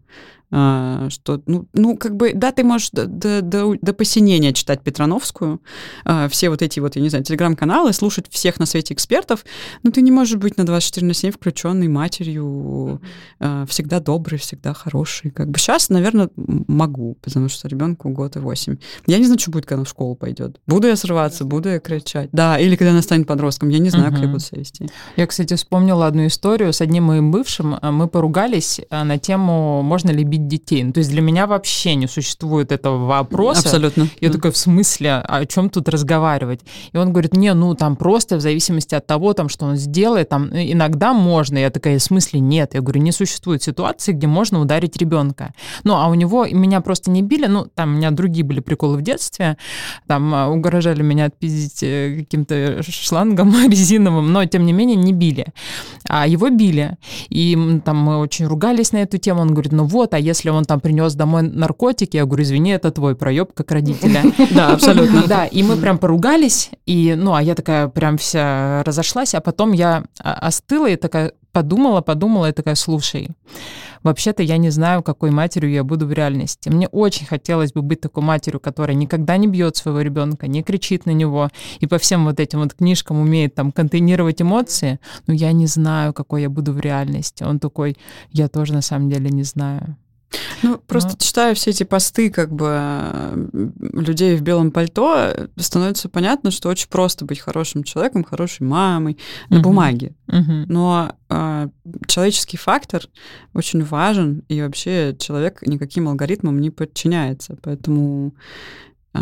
что, ну, ну, как бы, да, ты можешь до, до, до, до посинения читать Петрановскую, все вот эти вот, я не знаю, телеграм-каналы, слушать всех на свете экспертов, но ты не можешь быть на двадцать четыре на семь включенной матерью, всегда доброй, всегда хорошей. Как бы сейчас, наверное, могу, потому что ребенку год и восемь. Я не знаю, что будет, когда он в школу пойдет. Буду я срываться, буду я кричать. Да, или когда она станет подростком, я не знаю, uh-huh. как я буду себя вести. Я, кстати, вспомнила одну историю с одним моим бывшим. Мы поругались на тему, можно ли бить детей. Ну, то есть для меня вообще не существует этого вопроса. Абсолютно. Я такая, в смысле, о чем тут разговаривать? И он говорит, не, ну там просто в зависимости от того, там, что он сделает, там иногда можно. Я такая, в смысле, нет. Я говорю, не существует ситуации, где можно ударить ребенка. Ну, а у него, меня просто не били, ну, там у меня другие были приколы в детстве, там угрожали меня отпиздить каким-то шлангом резиновым, но, тем не менее, не били. А его били. И там мы очень ругались на эту тему. Он говорит, ну вот, а если он там принес домой наркотики, я говорю, извини, это твой проеб как родителя. Да, абсолютно. Да, и мы прям поругались, и, ну, а я такая прям вся разошлась, а потом я остыла и такая подумала, подумала, и такая, слушай, вообще-то я не знаю, какой матерью я буду в реальности. Мне очень хотелось бы быть такой матерью, которая никогда не бьет своего ребенка, не кричит на него и по всем вот этим вот книжкам умеет там контейнировать эмоции, но я не знаю, какой я буду в реальности. Он такой, я тоже на самом деле не знаю. Ну, просто Но... читая все эти посты, как бы, людей в белом пальто, становится понятно, что очень просто быть хорошим человеком, хорошей мамой на uh-huh. бумаге. Uh-huh. Но э, человеческий фактор очень важен, и вообще человек никаким алгоритмам не подчиняется. Поэтому э,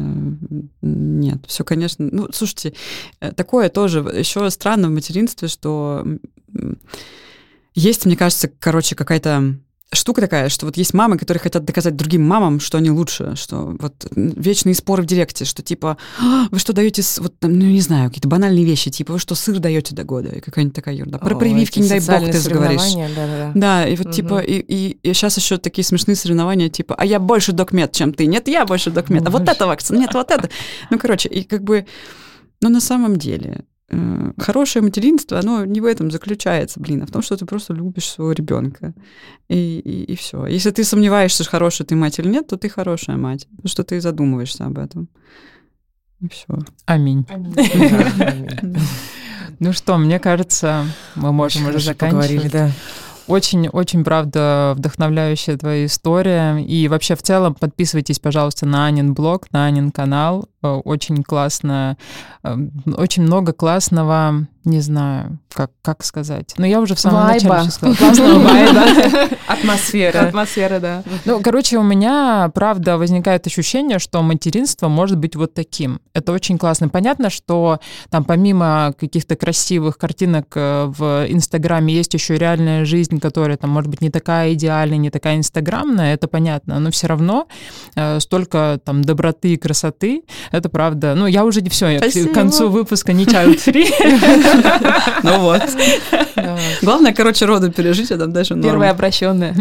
нет, все, конечно... Ну, слушайте, такое тоже еще странно в материнстве, что есть, мне кажется, короче, какая-то... штука такая, что вот есть мамы, которые хотят доказать другим мамам, что они лучше, что вот вечные споры в директе, что типа, вы что даете, вот там, ну не знаю, какие-то банальные вещи, типа, вы что, сыр даете до года, и какая-нибудь такая ерунда. Про О, прививки, не дай бог, ты заговоришь. Да, да, да. Да, и вот Мгм. типа, и, и, и сейчас еще такие смешные соревнования, типа, а я больше докмед, чем ты. Нет, я больше докмед. А вот Боже. это вакцина, нет, вот это. Ну, короче, и как бы, ну, на самом деле, э, хорошее материнство, оно не в этом заключается, блин, а в том, что ты просто любишь своего ребенка. И, и, и все. Если ты сомневаешься, хорошая ты мать или нет, то ты хорошая мать, потому что ты задумываешься об этом. И все. Аминь. Да, Ну что, мне кажется, мы можем уже хорошо поговорили, заканчивать. да. Очень-очень, правда, вдохновляющая твоя история. И вообще, в целом, подписывайтесь, пожалуйста, на Анин блог, на Анин канал. Э, Очень классно, э, очень много классного, не знаю, как, как сказать. Но я уже в самом Вайба. начале всё сказала. Классного вайба. Атмосфера. Атмосфера, да. Ну, короче, у меня, правда, возникает ощущение, что материнство может быть вот таким. Это очень классно. Понятно, что там помимо каких-то красивых картинок э, в Инстаграме есть еще и реальная жизнь, которая там, может быть, не такая идеальная, не такая инстаграмная, это понятно, но все равно э, столько там доброты и красоты, это правда. Ну, я уже не все, я к Спасибо. концу выпуска не child-free. Ну вот. Главное, короче, роды пережить, а там дальше норм. Первая обращенная.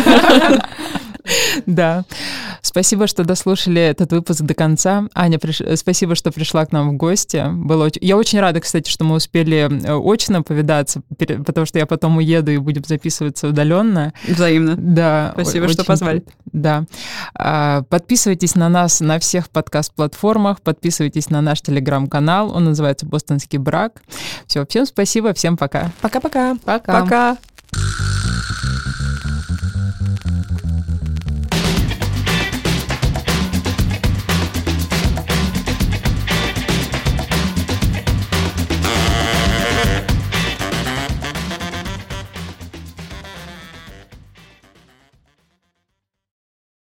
Да. Спасибо, что дослушали этот выпуск до конца. Аня, приш- спасибо, что пришла к нам в гости. Было очень... Я очень рада, кстати, что мы успели э, очно повидаться, пере- потому что я потом уеду и будем записываться удаленно. Взаимно. Да. Спасибо, о- что очень позвали. круто. Да. А, Подписывайтесь на нас на всех подкаст-платформах, подписывайтесь на наш телеграм-канал, он называется «Бостонский брак». Все, всем спасибо, всем пока. Пока-пока. Пока. Пока.